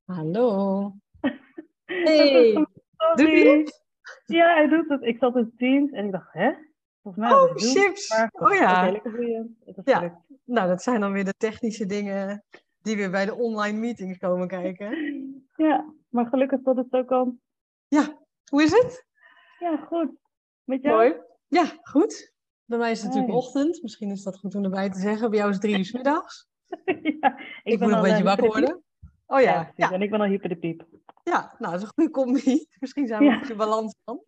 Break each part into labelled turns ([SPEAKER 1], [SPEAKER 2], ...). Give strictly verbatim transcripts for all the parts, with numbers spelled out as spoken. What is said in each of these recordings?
[SPEAKER 1] Hallo.
[SPEAKER 2] Dat is
[SPEAKER 1] Hey,
[SPEAKER 2] gewoon
[SPEAKER 1] doe je
[SPEAKER 2] sorry.
[SPEAKER 1] het?
[SPEAKER 2] Ja, hij doet het. Ik zat in Teams en ik dacht, hè? Volgens mij had
[SPEAKER 1] Oh,
[SPEAKER 2] ik Zoom.
[SPEAKER 1] chips.
[SPEAKER 2] Maar goed,
[SPEAKER 1] Oh
[SPEAKER 2] oké,
[SPEAKER 1] ja.
[SPEAKER 2] lekker boeien. Het is
[SPEAKER 1] Ja,
[SPEAKER 2] gelukt.
[SPEAKER 1] nou dat zijn dan weer de technische dingen die weer bij de online meetings komen kijken.
[SPEAKER 2] Ja, maar gelukkig dat het zo kan.
[SPEAKER 1] Ja, hoe is het?
[SPEAKER 2] Ja, goed. Met jou?
[SPEAKER 1] Mooi. Ja, goed. Bij mij is het natuurlijk
[SPEAKER 2] Nice.
[SPEAKER 1] ochtend. Misschien is dat goed om erbij te zeggen. Bij jou is het drie uur 's middags.
[SPEAKER 2] Ja, ik
[SPEAKER 1] Ik moet
[SPEAKER 2] ben
[SPEAKER 1] nog een
[SPEAKER 2] al uh,
[SPEAKER 1] beetje
[SPEAKER 2] hyper
[SPEAKER 1] wakker
[SPEAKER 2] de piep.
[SPEAKER 1] worden. Oh
[SPEAKER 2] Ja,
[SPEAKER 1] ja,
[SPEAKER 2] precies.
[SPEAKER 1] ja,
[SPEAKER 2] En ik ben al hyper de piep.
[SPEAKER 1] ja. Nou, dat is een goede combi. Misschien zijn we
[SPEAKER 2] Ja,
[SPEAKER 1] goed in balans dan.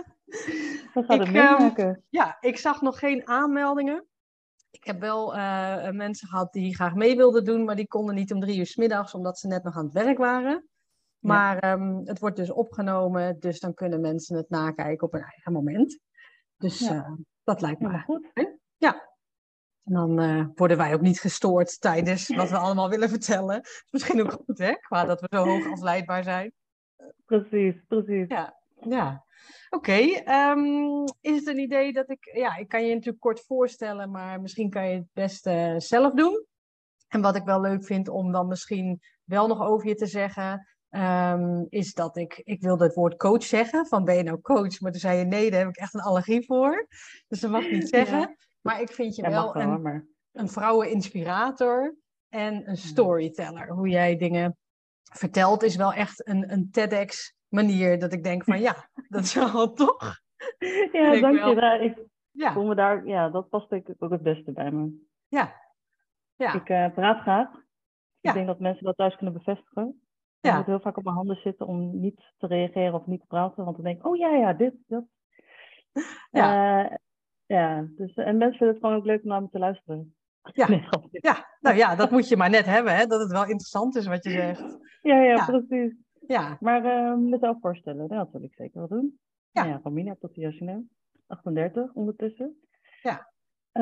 [SPEAKER 2] we gaan
[SPEAKER 1] Ik,
[SPEAKER 2] het
[SPEAKER 1] ehm,
[SPEAKER 2] meemaken.
[SPEAKER 1] ja, ik zag nog geen aanmeldingen. Ik heb wel eh, mensen gehad die graag mee wilden doen, maar die konden niet om drie uur 's middags, omdat ze net nog aan het werk waren.
[SPEAKER 2] Ja,
[SPEAKER 1] Maar ehm, het wordt dus opgenomen, dus dan kunnen mensen het nakijken op hun eigen moment. Dus
[SPEAKER 2] ja,
[SPEAKER 1] eh, dat lijkt
[SPEAKER 2] helemaal
[SPEAKER 1] me
[SPEAKER 2] goed.
[SPEAKER 1] fijn. Ja, en dan eh, worden wij ook niet gestoord tijdens wat we allemaal willen vertellen. Is misschien ook goed, hè? Qua dat we zo hoog afleidbaar zijn.
[SPEAKER 2] Precies, precies.
[SPEAKER 1] Ja, ja. Oké, ehm, is het een idee dat ik... Ja, ik kan je natuurlijk kort voorstellen, maar misschien kan je het beste zelf doen. En wat ik wel leuk vind om dan misschien wel nog over je te zeggen, ehm, is dat ik, ik wilde het woord coach zeggen, van ben je nou coach? Maar toen zei je nee, daar heb ik echt een allergie voor. Dus dat mag ik niet
[SPEAKER 2] Ja,
[SPEAKER 1] zeggen. Maar ik vind je
[SPEAKER 2] ja, mag
[SPEAKER 1] wel
[SPEAKER 2] wel hoor,
[SPEAKER 1] een,
[SPEAKER 2] maar...
[SPEAKER 1] een vrouweninspirator en een
[SPEAKER 2] Ja,
[SPEAKER 1] storyteller. Hoe jij dingen vertelt is wel echt een, een TEDx manier dat ik denk van ja, dat is wel toch?
[SPEAKER 2] ja,
[SPEAKER 1] Vind ik
[SPEAKER 2] dank je.
[SPEAKER 1] wel.
[SPEAKER 2] Nou, ik voel
[SPEAKER 1] Ja,
[SPEAKER 2] me daar... Ja, dat past denk ik ook het beste bij me.
[SPEAKER 1] ja,
[SPEAKER 2] Ik
[SPEAKER 1] ja,
[SPEAKER 2] uh, praat graag. Ik denk
[SPEAKER 1] ja,
[SPEAKER 2] dat mensen dat thuis kunnen bevestigen. Ik moet
[SPEAKER 1] ja,
[SPEAKER 2] heel vaak op mijn handen zitten om niet te reageren of niet te praten. Want dan denk ik, oh ja, ja, dit, dat.
[SPEAKER 1] ja.
[SPEAKER 2] Uh, ja, dus, en mensen vinden het gewoon ook leuk om naar me te luisteren.
[SPEAKER 1] Ja,
[SPEAKER 2] Nee, grapje.
[SPEAKER 1] ja, nou ja, dat moet je maar net hebben, hè? Dat het wel interessant is wat je zegt.
[SPEAKER 2] Ja, ja,
[SPEAKER 1] Ja,
[SPEAKER 2] precies.
[SPEAKER 1] ja,
[SPEAKER 2] Maar uh, mezelf voorstellen, dat wil ik zeker wel doen. Nou
[SPEAKER 1] ja,
[SPEAKER 2] ja, Romina tot de Jasina, achtendertig ondertussen.
[SPEAKER 1] ja.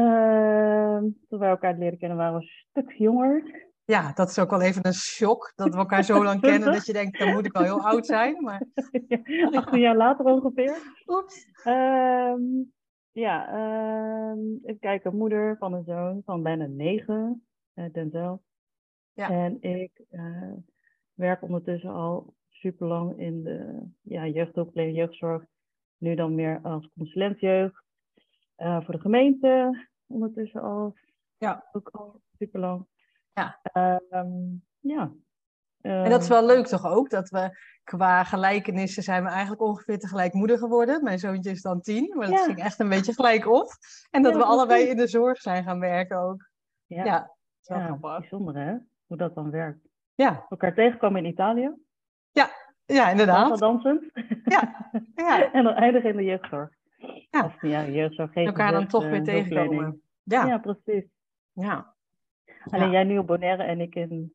[SPEAKER 2] Uh, toen wij elkaar leren kennen waren we een stuk jonger.
[SPEAKER 1] Ja, dat is ook wel even een shock dat we elkaar zo lang kennen dat
[SPEAKER 2] twintig.
[SPEAKER 1] je denkt, dan moet ik wel heel oud zijn. Maar
[SPEAKER 2] achttien
[SPEAKER 1] ja,
[SPEAKER 2] jaar later ongeveer.
[SPEAKER 1] oeps.
[SPEAKER 2] Um, ja, um, even kijken. Moeder van een zoon van bijna negen, uh, Denzel.
[SPEAKER 1] Ja,
[SPEAKER 2] En ik uh, werk ondertussen al super lang in de ja, jeugdhulpverlening, jeugdzorg. Nu dan meer als consulent jeugd. Uh, voor de gemeente ondertussen al.
[SPEAKER 1] ja,
[SPEAKER 2] Ook al super lang.
[SPEAKER 1] ja.
[SPEAKER 2] Um, ja.
[SPEAKER 1] En dat is
[SPEAKER 2] Um,
[SPEAKER 1] wel leuk toch ook, dat we qua gelijkenissen zijn we eigenlijk ongeveer tegelijk moeder geworden. Mijn zoontje is dan tien, maar dat ging
[SPEAKER 2] ja,
[SPEAKER 1] echt een beetje gelijk op. En dat
[SPEAKER 2] ja,
[SPEAKER 1] we allebei
[SPEAKER 2] precies.
[SPEAKER 1] in de zorg zijn gaan werken ook.
[SPEAKER 2] Ja,
[SPEAKER 1] Ja, dat is wel
[SPEAKER 2] ja,
[SPEAKER 1] grappig.
[SPEAKER 2] bijzonder hè, hoe dat dan werkt.
[SPEAKER 1] Ja,
[SPEAKER 2] Elkaar tegenkomen in Italië,
[SPEAKER 1] ja, ja,
[SPEAKER 2] salsa
[SPEAKER 1] inderdaad.
[SPEAKER 2] dansend.
[SPEAKER 1] Ja, ja,
[SPEAKER 2] En dan eindigen in de jeugdzorg.
[SPEAKER 1] ja.
[SPEAKER 2] Of ja, jeugdzorg,
[SPEAKER 1] Elkaar dan
[SPEAKER 2] G G Z,
[SPEAKER 1] toch weer
[SPEAKER 2] uh, hulpverlening.
[SPEAKER 1] tegenkomen. Ja,
[SPEAKER 2] Ja, precies.
[SPEAKER 1] ja,
[SPEAKER 2] Alleen
[SPEAKER 1] ja,
[SPEAKER 2] jij nu op Bonaire en ik in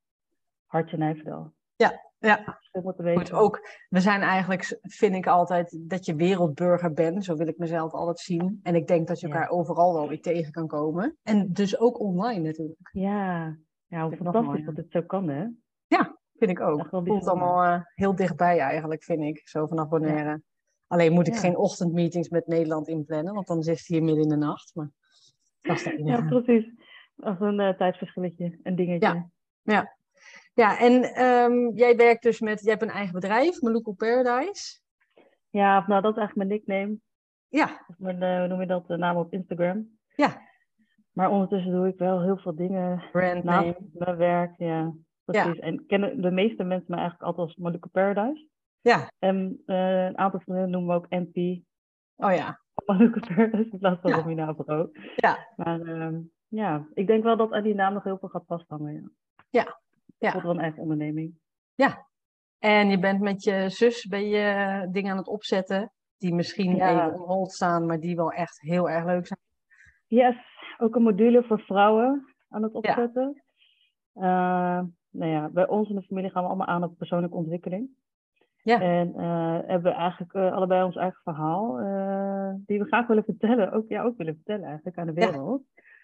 [SPEAKER 2] Hartje Nijverdal.
[SPEAKER 1] ja, ja.
[SPEAKER 2] Dat moeten
[SPEAKER 1] Goed,
[SPEAKER 2] weten.
[SPEAKER 1] ook, we zijn eigenlijk, vind ik altijd, dat je wereldburger bent. Zo wil ik mezelf altijd zien. En ik denk dat je elkaar
[SPEAKER 2] Ja.
[SPEAKER 1] overal wel weer tegen kan komen. En dus ook online natuurlijk.
[SPEAKER 2] Ja. Ja, hoe
[SPEAKER 1] Vind ik nog
[SPEAKER 2] fantastisch dat
[SPEAKER 1] mooier.
[SPEAKER 2] dit zo kan, hè?
[SPEAKER 1] Ja, vind ik ook.
[SPEAKER 2] Echt wel
[SPEAKER 1] Voelt
[SPEAKER 2] bijzonder.
[SPEAKER 1] allemaal eh, heel dichtbij eigenlijk, vind ik. Zo vanaf
[SPEAKER 2] Ja.
[SPEAKER 1] Bonaire. Alleen moet ik
[SPEAKER 2] Ja.
[SPEAKER 1] geen ochtendmeetings met Nederland inplannen, want dan zit het hier midden in de nacht. Maar dat is het
[SPEAKER 2] Ja,
[SPEAKER 1] enige.
[SPEAKER 2] precies. Als een uh, tijdverschilletje, een
[SPEAKER 1] Ja,
[SPEAKER 2] dingetje.
[SPEAKER 1] ja. Ja, en ehm, jij werkt dus met, jij hebt een eigen bedrijf, Maluku Paradise.
[SPEAKER 2] Ja, of nou, dat is eigenlijk mijn nickname.
[SPEAKER 1] Ja,
[SPEAKER 2] Of mijn, uh, hoe noem je dat, de naam op Instagram.
[SPEAKER 1] ja,
[SPEAKER 2] Maar ondertussen doe ik wel heel veel dingen naast
[SPEAKER 1] brandname.
[SPEAKER 2] mijn werk. Ja,
[SPEAKER 1] Ja,
[SPEAKER 2] precies. En kennen de meeste mensen me eigenlijk altijd als Molucca Paradise.
[SPEAKER 1] ja,
[SPEAKER 2] En uh, een aantal van hen noemen we ook M P.
[SPEAKER 1] oh ja,
[SPEAKER 2] Molucca Paradise in plaats van
[SPEAKER 1] ja,
[SPEAKER 2] Romina Bro.
[SPEAKER 1] ja,
[SPEAKER 2] Maar uh, ja, ik denk wel dat aan die naam nog heel veel gaat vasthangen. Ja.
[SPEAKER 1] ja,
[SPEAKER 2] Het wordt
[SPEAKER 1] ja,
[SPEAKER 2] wel een eigen onderneming.
[SPEAKER 1] ja. En je bent met je zus, ben je dingen aan het opzetten, die misschien even
[SPEAKER 2] Ja,
[SPEAKER 1] on hold staan, maar die wel echt heel erg leuk zijn.
[SPEAKER 2] yes. Ook een module voor vrouwen aan het
[SPEAKER 1] Ja,
[SPEAKER 2] opzetten. Uh, nou ja, bij ons in de familie gaan we allemaal aan op persoonlijke ontwikkeling.
[SPEAKER 1] ja,
[SPEAKER 2] En uh, hebben we eigenlijk uh, allebei ons eigen verhaal, uh, die we graag willen vertellen, ook, ja, ook willen vertellen eigenlijk aan de
[SPEAKER 1] ja,
[SPEAKER 2] wereld.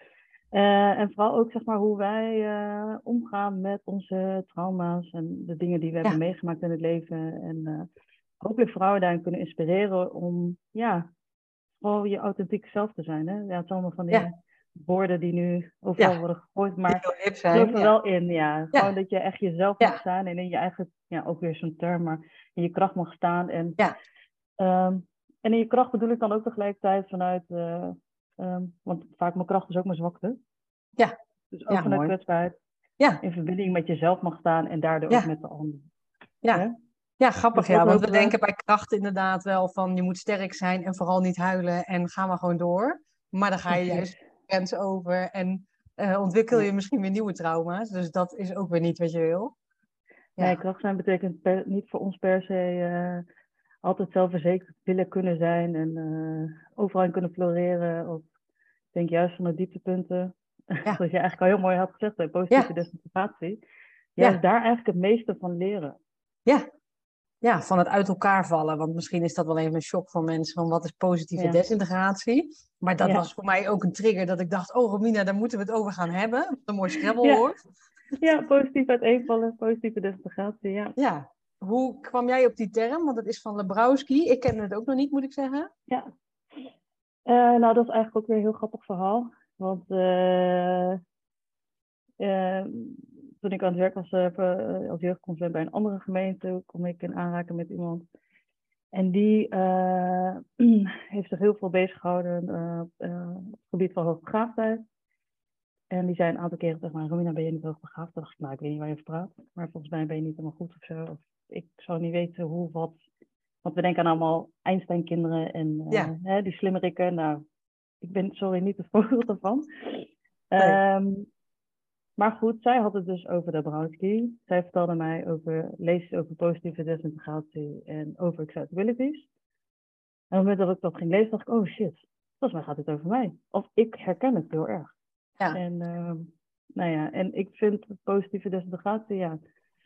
[SPEAKER 2] Uh, en vooral ook zeg maar hoe wij uh, omgaan met onze trauma's en de dingen die we hebben
[SPEAKER 1] ja,
[SPEAKER 2] meegemaakt in het leven. En uh, hopelijk vrouwen daarin kunnen inspireren om, ja, vooral je authentieke zelf te zijn. Hè? Ja, het is allemaal van
[SPEAKER 1] ja,
[SPEAKER 2] die woorden die nu overal
[SPEAKER 1] Ja.
[SPEAKER 2] worden gegooid. Maar
[SPEAKER 1] Heel hip
[SPEAKER 2] ik
[SPEAKER 1] zijn.
[SPEAKER 2] geloof er
[SPEAKER 1] Ja.
[SPEAKER 2] wel in, ja.
[SPEAKER 1] Ja.
[SPEAKER 2] Gewoon dat je echt jezelf
[SPEAKER 1] Ja.
[SPEAKER 2] mag staan en in je eigen, ja, ook weer zo'n term, maar in je kracht mag staan. En,
[SPEAKER 1] Ja.
[SPEAKER 2] ehm, en in je kracht bedoel ik dan ook tegelijkertijd vanuit, uh, um, want vaak mijn kracht is ook mijn zwakte.
[SPEAKER 1] Ja.
[SPEAKER 2] Dus ook
[SPEAKER 1] Ja,
[SPEAKER 2] vanuit
[SPEAKER 1] mooi.
[SPEAKER 2] kwetsbaarheid.
[SPEAKER 1] Ja.
[SPEAKER 2] In verbinding met jezelf mag staan en daardoor
[SPEAKER 1] Ja.
[SPEAKER 2] ook met de ander.
[SPEAKER 1] Ja.
[SPEAKER 2] Ja,
[SPEAKER 1] ja grappig.
[SPEAKER 2] dus
[SPEAKER 1] Ja, want
[SPEAKER 2] ook,
[SPEAKER 1] we uh... denken bij kracht inderdaad wel van je moet sterk zijn en vooral niet huilen en ga maar gewoon door. Maar dan ga je
[SPEAKER 2] precies.
[SPEAKER 1] juist de grens over en uh, ontwikkel je
[SPEAKER 2] ja.
[SPEAKER 1] misschien weer nieuwe trauma's. Dus dat is ook weer niet wat je wil. Ja.
[SPEAKER 2] Nee, kracht zijn betekent per, niet voor ons per se uh, altijd zelfverzekerd willen kunnen zijn en uh, overal in kunnen floreren. Of ik denk juist van de dieptepunten, ja. zoals je eigenlijk al heel mooi had gezegd bij positieve ja. desintegratie. Juist ja. daar eigenlijk het meeste van leren.
[SPEAKER 1] Ja. Ja, van het uit elkaar vallen. Want misschien is dat wel even een shock voor mensen van wat is positieve ja. desintegratie. Maar dat ja. was voor mij ook een trigger dat ik dacht, oh Romina, daar moeten we het over gaan hebben. Wat een mooi scrabblewoord.
[SPEAKER 2] Ja. ja, positief uiteenvallen, positieve desintegratie, ja.
[SPEAKER 1] Ja, hoe kwam jij op die term? Want het is van Lebrowski. Ik ken het ook nog niet, moet ik zeggen.
[SPEAKER 2] Ja, uh, nou dat is eigenlijk ook weer een heel grappig verhaal. Want uh, uh, toen ik aan het werk was uh, als jeugdconsulent bij een andere gemeente, kom ik in aanraking met iemand. En die uh, heeft zich heel veel bezig gehouden uh, uh, op het gebied van hoogbegaafdheid. En die zei een aantal keren tegen mij, Romina, ben je niet hoogbegaafd? Toen dacht ik, nou, ik weet niet waar je over praat. Maar volgens mij ben je niet helemaal goed of zo. Of ik zou niet weten hoe, wat. Want we denken aan allemaal Einstein-kinderen en uh,
[SPEAKER 1] ja.
[SPEAKER 2] hè, die slimmerikken. Nou, ik ben, sorry, niet het voorbeeld daarvan.
[SPEAKER 1] Nee.
[SPEAKER 2] Um, maar goed, zij had het dus over Dabrowski. Zij vertelde mij over, lees over positieve desintegratie en over excitabilities. En op het moment dat ik dat ging lezen, dacht ik, oh shit, volgens mij gaat het over mij. Of ik herken het heel erg.
[SPEAKER 1] Ja.
[SPEAKER 2] En, uh, nou ja, en ik vind positieve desintegratie, ja.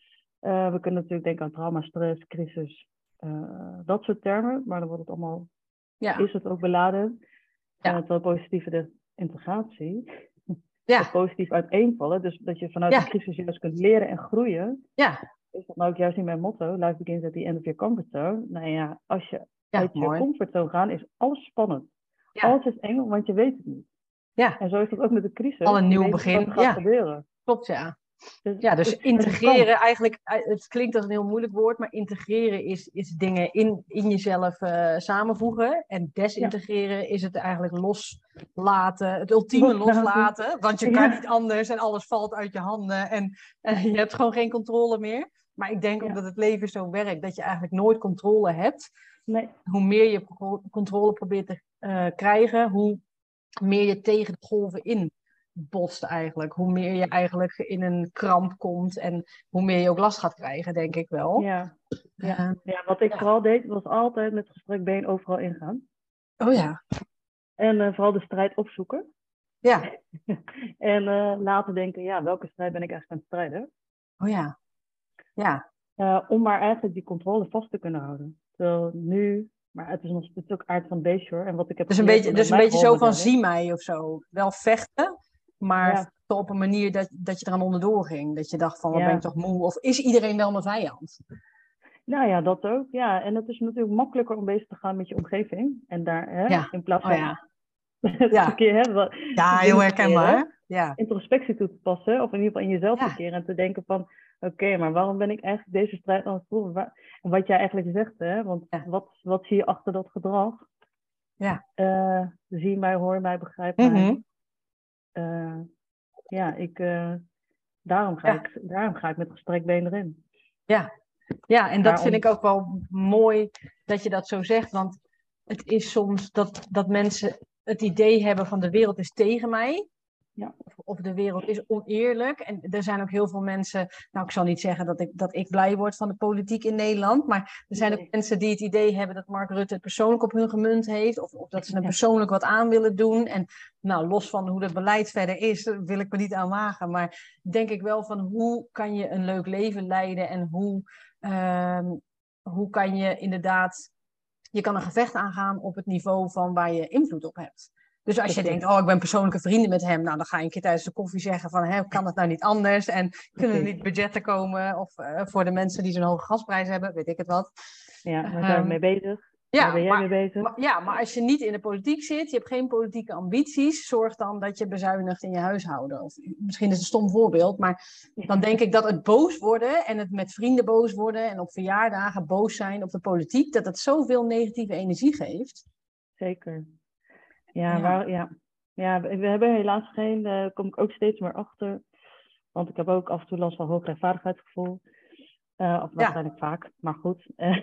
[SPEAKER 2] Uh, we kunnen natuurlijk denken aan trauma, stress, crisis, uh, dat soort termen. Maar dan wordt het allemaal, ja. is het ook beladen. Ja. Uh, terwijl positieve desintegratie,
[SPEAKER 1] ja.
[SPEAKER 2] positief uiteenvallen. Dus dat je vanuit
[SPEAKER 1] ja.
[SPEAKER 2] een crisis juist kunt leren en groeien.
[SPEAKER 1] Ja.
[SPEAKER 2] Is dat nou ook juist niet mijn motto? Life begins at the end of your comfort zone. Nou ja, als je
[SPEAKER 1] ja,
[SPEAKER 2] uit
[SPEAKER 1] mooi.
[SPEAKER 2] je comfortzone gaat, is alles spannend.
[SPEAKER 1] Ja.
[SPEAKER 2] Alles is eng, want je weet het niet.
[SPEAKER 1] Ja.
[SPEAKER 2] En zo is het ook met de crisis.
[SPEAKER 1] Al een nieuw
[SPEAKER 2] weet
[SPEAKER 1] begin.
[SPEAKER 2] Wat er gaat
[SPEAKER 1] ja.
[SPEAKER 2] gebeuren.
[SPEAKER 1] Klopt, ja.
[SPEAKER 2] Dus,
[SPEAKER 1] ja, dus
[SPEAKER 2] dus
[SPEAKER 1] integreren eigenlijk, het klinkt als een heel moeilijk woord, maar integreren is, is dingen in, in jezelf uh, samenvoegen. En desintegreren ja. is het eigenlijk loslaten, het ultieme loslaten. loslaten want je kan ja. niet anders en alles valt uit je handen en uh, je hebt gewoon geen controle meer. Maar ik denk ja. omdat het leven zo werkt, dat je eigenlijk nooit controle hebt.
[SPEAKER 2] Nee.
[SPEAKER 1] Hoe meer je controle probeert te uh, krijgen, hoe meer je tegen de golven in botst eigenlijk. Hoe meer je eigenlijk in een kramp komt en hoe meer je ook last gaat krijgen, denk ik wel.
[SPEAKER 2] Ja, ja.
[SPEAKER 1] Uh,
[SPEAKER 2] ja wat ik
[SPEAKER 1] ja.
[SPEAKER 2] vooral deed, was altijd met gestrekt been overal ingaan.
[SPEAKER 1] Oh ja.
[SPEAKER 2] En uh, vooral de strijd opzoeken.
[SPEAKER 1] Ja.
[SPEAKER 2] en uh, laten denken, ja, welke strijd ben ik eigenlijk aan het strijden?
[SPEAKER 1] Oh ja. Ja.
[SPEAKER 2] Uh, om maar eigenlijk die controle vast te kunnen houden. Terwijl nu, maar het is, nog, het is ook aard van beest hoor. En wat ik heb
[SPEAKER 1] dus een beetje, dus een beetje zo van zie mij of zo. Wel vechten, maar ja. op een manier dat, dat je eraan onderdoor ging. Dat je dacht van, wat ja. ben ik toch moe? Of is iedereen wel mijn vijand?
[SPEAKER 2] Nou ja, dat ook. Ja, en het is natuurlijk makkelijker om bezig te gaan met je omgeving. En daar, hè,
[SPEAKER 1] ja.
[SPEAKER 2] in plaats van...
[SPEAKER 1] Oh, ja.
[SPEAKER 2] het
[SPEAKER 1] ja.
[SPEAKER 2] verkeer, hè, wat,
[SPEAKER 1] ja, heel herkenbaar. Ja.
[SPEAKER 2] Introspectie toe te passen. Of in ieder geval in jezelf
[SPEAKER 1] ja.
[SPEAKER 2] te keren. En te denken van, oké, okay, maar waarom ben ik eigenlijk deze strijd aan het voeren? En wat jij eigenlijk zegt, hè. Want
[SPEAKER 1] ja.
[SPEAKER 2] wat, wat zie je achter dat gedrag?
[SPEAKER 1] Ja.
[SPEAKER 2] Uh, zie mij, hoor mij, begrijp mij.
[SPEAKER 1] Mm-hmm.
[SPEAKER 2] Uh, ja, ik, uh, daarom, ga
[SPEAKER 1] ja.
[SPEAKER 2] ik, daarom ga ik met gestrekt been erin.
[SPEAKER 1] Ja, ja en dat
[SPEAKER 2] daarom...
[SPEAKER 1] vind ik ook wel mooi dat je dat zo zegt. Want het is soms dat, dat mensen het idee hebben van de wereld is tegen mij.
[SPEAKER 2] Ja.
[SPEAKER 1] Of, of de wereld is oneerlijk. En er zijn ook heel veel mensen... Nou, ik zal niet zeggen dat ik, dat ik blij word van de politiek in Nederland. Maar er zijn nee. ook mensen die het idee hebben dat Mark Rutte het persoonlijk op hun gemunt heeft. Of, of dat ze er ja. persoonlijk wat aan willen doen. En nou, los van hoe het beleid verder is, wil ik me niet aan wagen. Maar denk ik wel van hoe kan je een leuk leven leiden. En hoe, uh, hoe kan je inderdaad... Je kan een gevecht aangaan op het niveau van waar je invloed op hebt. Dus als je denkt, oh, ik ben persoonlijke vrienden met hem, nou, dan ga je een keer tijdens de koffie zeggen van, hè, kan het nou niet anders? En kunnen er niet budgetten komen? Of uh, voor de mensen die zo'n hoge gasprijs hebben, weet ik het wat.
[SPEAKER 2] Ja, daar zijn we um, mee bezig. Waar ben
[SPEAKER 1] Ja,
[SPEAKER 2] jij mee
[SPEAKER 1] maar,
[SPEAKER 2] bezig?
[SPEAKER 1] maar, ja, maar als je niet in de politiek zit, je hebt geen politieke ambities, zorg dan dat je bezuinigt in je huishouden. Of misschien is het een stom voorbeeld, maar dan denk ik dat het boos worden en het met vrienden boos worden en op verjaardagen boos zijn op de politiek, dat het zoveel negatieve energie geeft.
[SPEAKER 2] Zeker. Ja,
[SPEAKER 1] Ja,
[SPEAKER 2] waar, ja. ja we we hebben helaas geen, daar kom ik ook steeds meer achter. Want ik heb ook af en toe last van hoog rechtvaardigheidsgevoel. Uh, of
[SPEAKER 1] ja,
[SPEAKER 2] waarschijnlijk vaak, maar goed.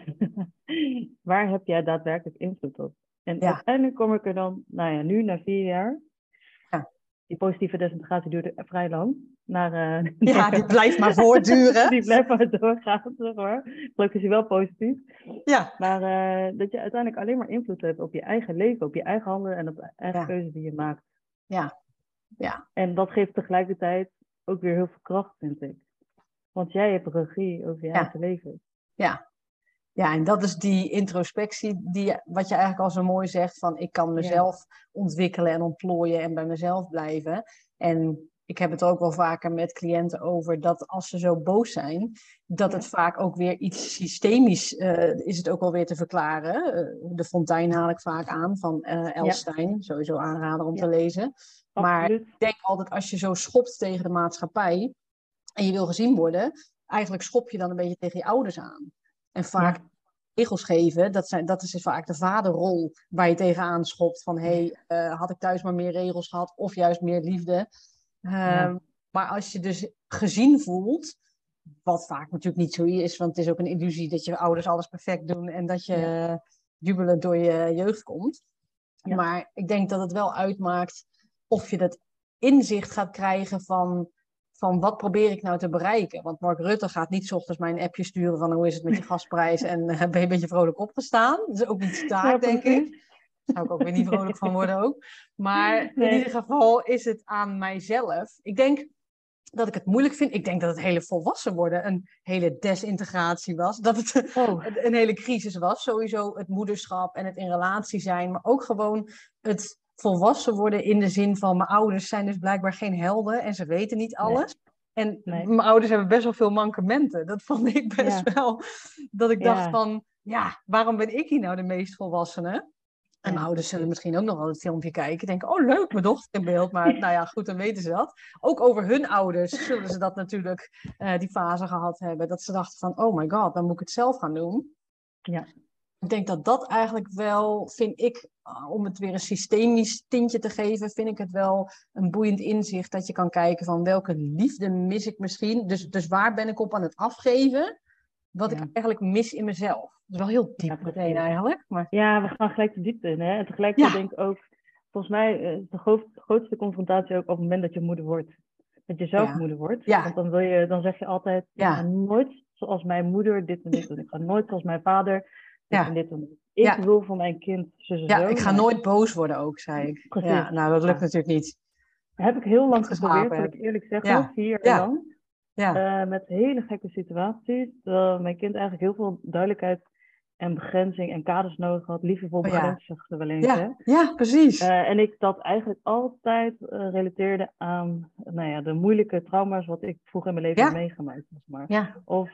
[SPEAKER 2] Waar heb jij daadwerkelijk invloed op? En
[SPEAKER 1] ja,
[SPEAKER 2] uiteindelijk kom ik er dan, nou ja, nu na vier jaar.
[SPEAKER 1] ja.
[SPEAKER 2] Die positieve desintegratie duurde vrij lang. Naar, uh,
[SPEAKER 1] Ja, die blijft maar voortduren.
[SPEAKER 2] die blijft maar doorgaan, zeg maar. Gelukkig is hij wel positief.
[SPEAKER 1] Ja,
[SPEAKER 2] Maar uh, dat je uiteindelijk alleen maar invloed hebt op je eigen leven, op je eigen handelen en op de eigen
[SPEAKER 1] ja,
[SPEAKER 2] keuzes die je maakt.
[SPEAKER 1] ja, ja,
[SPEAKER 2] En dat geeft tegelijkertijd ook weer heel veel kracht, vind ik. Want jij hebt regie over je
[SPEAKER 1] ja,
[SPEAKER 2] eigen leven.
[SPEAKER 1] ja. Ja, en dat is die introspectie, die, wat je eigenlijk al zo mooi zegt, van ik kan
[SPEAKER 2] Ja,
[SPEAKER 1] mezelf ontwikkelen en ontplooien en bij mezelf blijven. En ik heb het ook wel vaker met cliënten over dat als ze zo boos zijn, dat
[SPEAKER 2] ja,
[SPEAKER 1] het vaak ook weer iets systemisch uh, is het ook alweer te verklaren. Uh, de Fontein haal ik vaak aan van uh,
[SPEAKER 2] ja,
[SPEAKER 1] Elstein, sowieso aanrader om te
[SPEAKER 2] ja,
[SPEAKER 1] lezen. Maar
[SPEAKER 2] absoluut.
[SPEAKER 1] ik denk altijd als je zo schopt tegen de maatschappij en je wil gezien worden, eigenlijk schop je dan een beetje tegen je ouders aan. En vaak
[SPEAKER 2] Ja,
[SPEAKER 1] regels geven, dat, zijn, dat is dus vaak de vaderrol waar je tegenaan schopt. Van hé, hey, uh, had ik thuis maar meer regels gehad of juist meer liefde. Uh,
[SPEAKER 2] ja,
[SPEAKER 1] maar als je dus gezien voelt, wat vaak natuurlijk niet zo is, want het is ook een illusie dat je ouders alles perfect doen en dat je
[SPEAKER 2] ja,
[SPEAKER 1] jubelend door je jeugd komt.
[SPEAKER 2] ja,
[SPEAKER 1] Maar ik denk dat het wel uitmaakt of je dat inzicht gaat krijgen van, van wat probeer ik nou te bereiken. Want Mark Rutte gaat niet 's ochtends mij een appje sturen van hoe is het met je gasprijs en uh, ben je een beetje vrolijk opgestaan. Dat is ook niet zijn
[SPEAKER 2] ja,
[SPEAKER 1] taak, denk ik.
[SPEAKER 2] precies.
[SPEAKER 1] Daar zou ik ook weer niet vrolijk van worden ook. Maar in
[SPEAKER 2] Nee,
[SPEAKER 1] ieder geval is het aan mijzelf. Ik denk dat ik het moeilijk vind. Ik denk dat het hele volwassen worden een hele desintegratie was. Dat het
[SPEAKER 2] oh,
[SPEAKER 1] een hele crisis was. Sowieso het moederschap en het in relatie zijn. Maar ook gewoon het volwassen worden in de zin van mijn ouders zijn dus blijkbaar geen helden en ze weten niet
[SPEAKER 2] nee,
[SPEAKER 1] alles. En
[SPEAKER 2] nee,
[SPEAKER 1] mijn ouders hebben best wel veel mankementen. Dat vond ik best
[SPEAKER 2] ja,
[SPEAKER 1] wel. Dat ik dacht
[SPEAKER 2] ja,
[SPEAKER 1] van, ja, waarom ben ik hier nou de meest volwassene? En mijn
[SPEAKER 2] ja,
[SPEAKER 1] ouders zullen
[SPEAKER 2] precies.
[SPEAKER 1] misschien ook nog wel het filmpje kijken. Denken, oh leuk, mijn dochter in beeld. Maar nou ja, goed, dan weten ze dat. Ook over hun ouders zullen ze dat natuurlijk, uh, die fase gehad hebben. Dat ze dachten van, oh my god, dan moet ik het zelf gaan doen.
[SPEAKER 2] Ja,
[SPEAKER 1] Ik denk dat dat eigenlijk wel, vind ik, uh, om het weer een systemisch tintje te geven, vind ik het wel een boeiend inzicht. Dat je kan kijken van welke liefde mis ik misschien. Dus, dus waar ben ik op aan het afgeven? Wat ik
[SPEAKER 2] ja,
[SPEAKER 1] eigenlijk mis in mezelf. Dat is wel heel
[SPEAKER 2] ja,
[SPEAKER 1] diep meteen
[SPEAKER 2] precies.
[SPEAKER 1] eigenlijk. Maar
[SPEAKER 2] Ja, we gaan gelijk de diepte in. Hè? En tegelijkertijd
[SPEAKER 1] ja,
[SPEAKER 2] denk ik ook, volgens mij is de groot, grootste confrontatie ook op het moment dat je moeder wordt. Dat je zelf
[SPEAKER 1] ja,
[SPEAKER 2] moeder wordt. Want
[SPEAKER 1] ja,
[SPEAKER 2] dan, wil je, dan zeg je altijd, ik ga
[SPEAKER 1] ja,
[SPEAKER 2] nooit zoals mijn moeder dit en dit doen. Ik ga nooit zoals mijn vader dit en
[SPEAKER 1] ja.
[SPEAKER 2] dit doen. Ik
[SPEAKER 1] Ja,
[SPEAKER 2] wil voor mijn kind zo en
[SPEAKER 1] ja,
[SPEAKER 2] zo.
[SPEAKER 1] ik ga
[SPEAKER 2] Nou,
[SPEAKER 1] nooit boos worden ook, zei ik. Ja,
[SPEAKER 2] precies.
[SPEAKER 1] nou, dat lukt
[SPEAKER 2] Ja.
[SPEAKER 1] natuurlijk niet.
[SPEAKER 2] Dat heb ik heel lang
[SPEAKER 1] Niet
[SPEAKER 2] geprobeerd,
[SPEAKER 1] geschapen
[SPEAKER 2] zal
[SPEAKER 1] heb.
[SPEAKER 2] ik eerlijk zeggen.
[SPEAKER 1] Ja,
[SPEAKER 2] Vier jaar
[SPEAKER 1] ja,
[SPEAKER 2] lang.
[SPEAKER 1] ja,
[SPEAKER 2] Uh, met hele gekke situaties. Terwijl mijn kind eigenlijk heel veel duidelijkheid en begrenzing en kaders nodig had. Liefdevol
[SPEAKER 1] oh, ja,
[SPEAKER 2] begrensd, zeggen ze wel eens. Hè?
[SPEAKER 1] ja, ja, precies.
[SPEAKER 2] Uh, en ik dat eigenlijk altijd uh, relateerde aan nou ja, de moeilijke trauma's wat ik vroeger in mijn leven
[SPEAKER 1] Ja,
[SPEAKER 2] heb meegemaakt. Zeg maar.
[SPEAKER 1] ja.
[SPEAKER 2] Of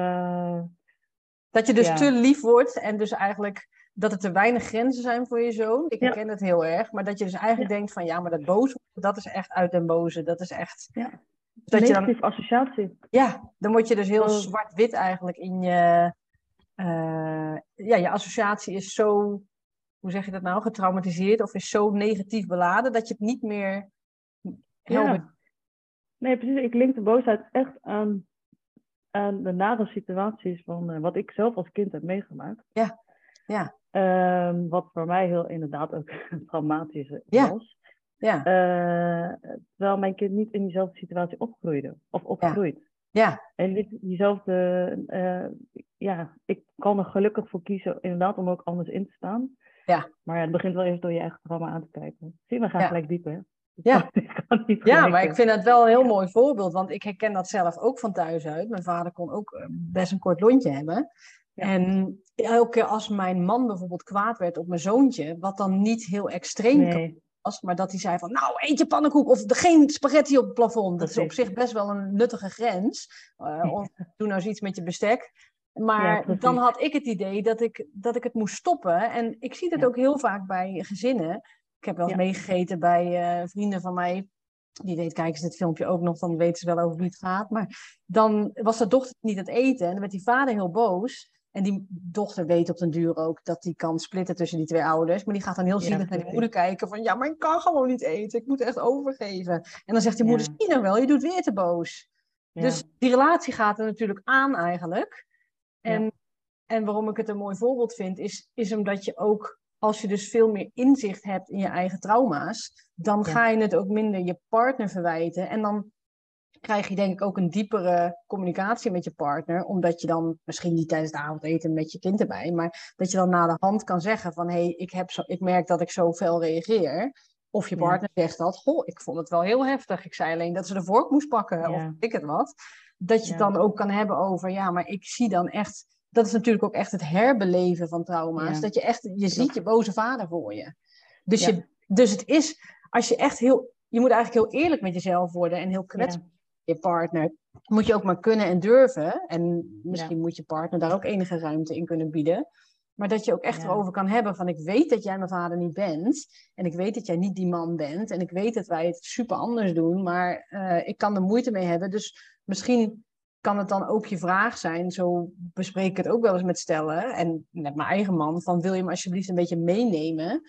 [SPEAKER 2] uh,
[SPEAKER 1] Dat je dus
[SPEAKER 2] ja,
[SPEAKER 1] te lief wordt en dus eigenlijk dat er te weinig grenzen zijn voor je zoon. Ik
[SPEAKER 2] ja,
[SPEAKER 1] herken het heel erg, maar dat je dus eigenlijk
[SPEAKER 2] ja,
[SPEAKER 1] denkt van ja, maar dat boos worden, dat is echt uit den boze. Dat is echt.
[SPEAKER 2] ja.
[SPEAKER 1] Dat je dan,
[SPEAKER 2] Negatieve associatie.
[SPEAKER 1] ja, dan word je dus heel
[SPEAKER 2] Oh,
[SPEAKER 1] zwart-wit eigenlijk in je. Uh, ja, je associatie is zo, hoe zeg je dat nou, getraumatiseerd of is zo negatief beladen dat je het niet meer helder.
[SPEAKER 2] ja, nee precies. Ik link de boosheid echt aan, aan de nare situaties van uh, wat ik zelf als kind heb meegemaakt.
[SPEAKER 1] Ja, ja.
[SPEAKER 2] Um, wat voor mij heel inderdaad ook traumatisch
[SPEAKER 1] Ja,
[SPEAKER 2] was.
[SPEAKER 1] ja,
[SPEAKER 2] Uh, terwijl mijn kind niet in diezelfde situatie opgroeide. Of opgroeit.
[SPEAKER 1] ja, ja,
[SPEAKER 2] En niet diezelfde... Uh, ja, ik kan er gelukkig voor kiezen inderdaad om ook anders in te staan.
[SPEAKER 1] ja,
[SPEAKER 2] Maar ja, het begint wel eerst door je eigen trauma aan te kijken. Zie, we gaan
[SPEAKER 1] ja.
[SPEAKER 2] gelijk dieper. Hè?
[SPEAKER 1] Ja.
[SPEAKER 2] Ik kan niet
[SPEAKER 1] Ja,
[SPEAKER 2] gelijk,
[SPEAKER 1] maar ik vind dat wel een heel mooi voorbeeld, want ik herken dat zelf ook van thuis uit. Mijn vader kon ook best een kort lontje hebben. Ja. En elke keer als mijn man bijvoorbeeld kwaad werd op mijn zoontje, wat dan niet heel extreem
[SPEAKER 2] nee.
[SPEAKER 1] was, maar dat hij zei van, nou, eet je pannenkoek of er geen spaghetti op het plafond. Dat
[SPEAKER 2] Precies.
[SPEAKER 1] is op zich best wel een nuttige grens. Uh, of doe nou eens iets met je bestek. Maar
[SPEAKER 2] Ja,
[SPEAKER 1] dan
[SPEAKER 2] precies.
[SPEAKER 1] had ik het idee dat ik, dat ik het moest stoppen. En ik zie dat
[SPEAKER 2] Ja,
[SPEAKER 1] ook heel vaak bij gezinnen. Ik heb wel eens
[SPEAKER 2] ja,
[SPEAKER 1] meegegeten bij uh, vrienden van mij. Die weet, kijken ze dit filmpje ook nog, dan weten ze wel over wie het gaat. Maar dan was de dochter niet aan het eten en dan werd die vader heel boos. En die dochter weet op den duur ook dat die kan splitten tussen die twee ouders. Maar die gaat dan heel
[SPEAKER 2] ja,
[SPEAKER 1] zielig naar die
[SPEAKER 2] precies.
[SPEAKER 1] moeder kijken van... Ja, maar ik kan gewoon niet eten. Ik moet echt overgeven. En dan zegt die moeder,
[SPEAKER 2] Ja,
[SPEAKER 1] zie je nou wel, je doet weer te boos.
[SPEAKER 2] ja,
[SPEAKER 1] Dus die relatie gaat er natuurlijk aan eigenlijk.
[SPEAKER 2] ja,
[SPEAKER 1] En, en waarom ik het een mooi voorbeeld vind, is, is omdat je ook, als je dus veel meer inzicht hebt in je eigen trauma's, dan
[SPEAKER 2] ja,
[SPEAKER 1] ga je het ook minder je partner verwijten. En dan krijg je denk ik ook een diepere communicatie met je partner, omdat je dan misschien niet tijdens het avondeten met je kind erbij, maar dat je dan na de hand kan zeggen van, hé, hey, ik, heb zo, ik merk dat ik zo fel reageer. Of je
[SPEAKER 2] ja,
[SPEAKER 1] partner zegt dat, goh, ik vond het wel heel heftig. Ik zei alleen dat ze de vork moest pakken, of
[SPEAKER 2] ja,
[SPEAKER 1] weet ik het wat. Dat je het
[SPEAKER 2] ja,
[SPEAKER 1] dan ook kan hebben over, ja, maar ik zie dan echt, dat is natuurlijk ook echt het herbeleven van trauma's,
[SPEAKER 2] ja,
[SPEAKER 1] dat je echt, je ziet je
[SPEAKER 2] klopt.
[SPEAKER 1] boze vader voor je. Dus,
[SPEAKER 2] Ja,
[SPEAKER 1] je, dus het is, als je echt heel, je moet eigenlijk heel eerlijk met jezelf worden en heel kwetsbaar
[SPEAKER 2] ja,
[SPEAKER 1] met je partner. Moet je ook maar kunnen en durven. En
[SPEAKER 2] ja,
[SPEAKER 1] misschien moet je partner daar ook enige ruimte in kunnen bieden. Maar dat je ook echt
[SPEAKER 2] ja,
[SPEAKER 1] erover kan hebben van ik weet dat jij mijn vader niet bent. En ik weet dat jij niet die man bent. En ik weet dat wij het super anders doen. Maar uh, ik kan er moeite mee hebben. Dus misschien kan het dan ook je vraag zijn. Zo bespreek ik het ook wel eens met stellen. En met mijn eigen man. Van wil je me alsjeblieft een beetje meenemen.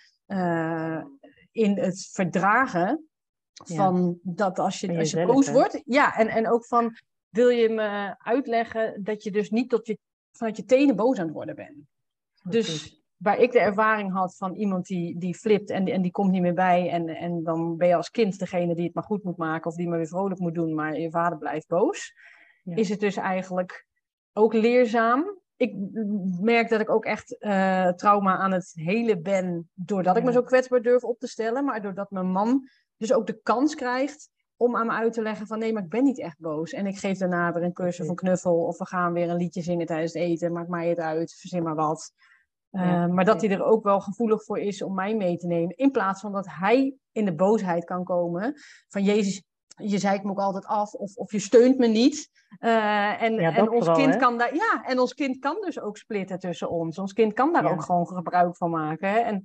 [SPEAKER 1] Uh, in het verdragen.
[SPEAKER 2] ja.
[SPEAKER 1] Van dat als je,
[SPEAKER 2] Van
[SPEAKER 1] als je
[SPEAKER 2] jezelf,
[SPEAKER 1] boos
[SPEAKER 2] hè?
[SPEAKER 1] wordt. Ja, en, en ook van wil je me uitleggen dat je dus niet tot je, vanuit je tenen boos aan het worden bent.
[SPEAKER 2] Precies.
[SPEAKER 1] Dus waar ik de ervaring had van iemand die, die flipt en, en die komt niet meer bij. En, en dan ben je als kind degene die het maar goed moet maken. Of die maar weer vrolijk moet doen. Maar je vader blijft boos.
[SPEAKER 2] Ja,
[SPEAKER 1] Is het dus eigenlijk ook leerzaam. Ik merk dat ik ook echt uh, trauma aan het helen ben. Doordat ik me
[SPEAKER 2] ja,
[SPEAKER 1] zo kwetsbaar durf op te stellen. Maar doordat mijn man dus ook de kans krijgt om aan me uit te leggen van nee, maar ik ben niet echt boos. En ik geef daarna weer een cursus of een
[SPEAKER 2] precies.
[SPEAKER 1] knuffel. Of we gaan weer een liedje zingen tijdens het eten. Maakt mij het uit, verzin maar wat.
[SPEAKER 2] Ja,
[SPEAKER 1] Uh, maar dat hij
[SPEAKER 2] precies.
[SPEAKER 1] er ook wel gevoelig voor is om mij mee te nemen. In plaats van dat hij in de boosheid kan komen. Van Jezus, je zeikt me ook altijd af. Of, of je steunt me niet. Uh, en,
[SPEAKER 2] Ja,
[SPEAKER 1] en
[SPEAKER 2] dat
[SPEAKER 1] ons
[SPEAKER 2] vooral,
[SPEAKER 1] kind
[SPEAKER 2] hè?
[SPEAKER 1] kan daar. Ja, en ons kind kan dus ook splitten tussen ons. Ons kind kan daar ook
[SPEAKER 2] Ja,
[SPEAKER 1] gewoon gebruik van maken. Hè? En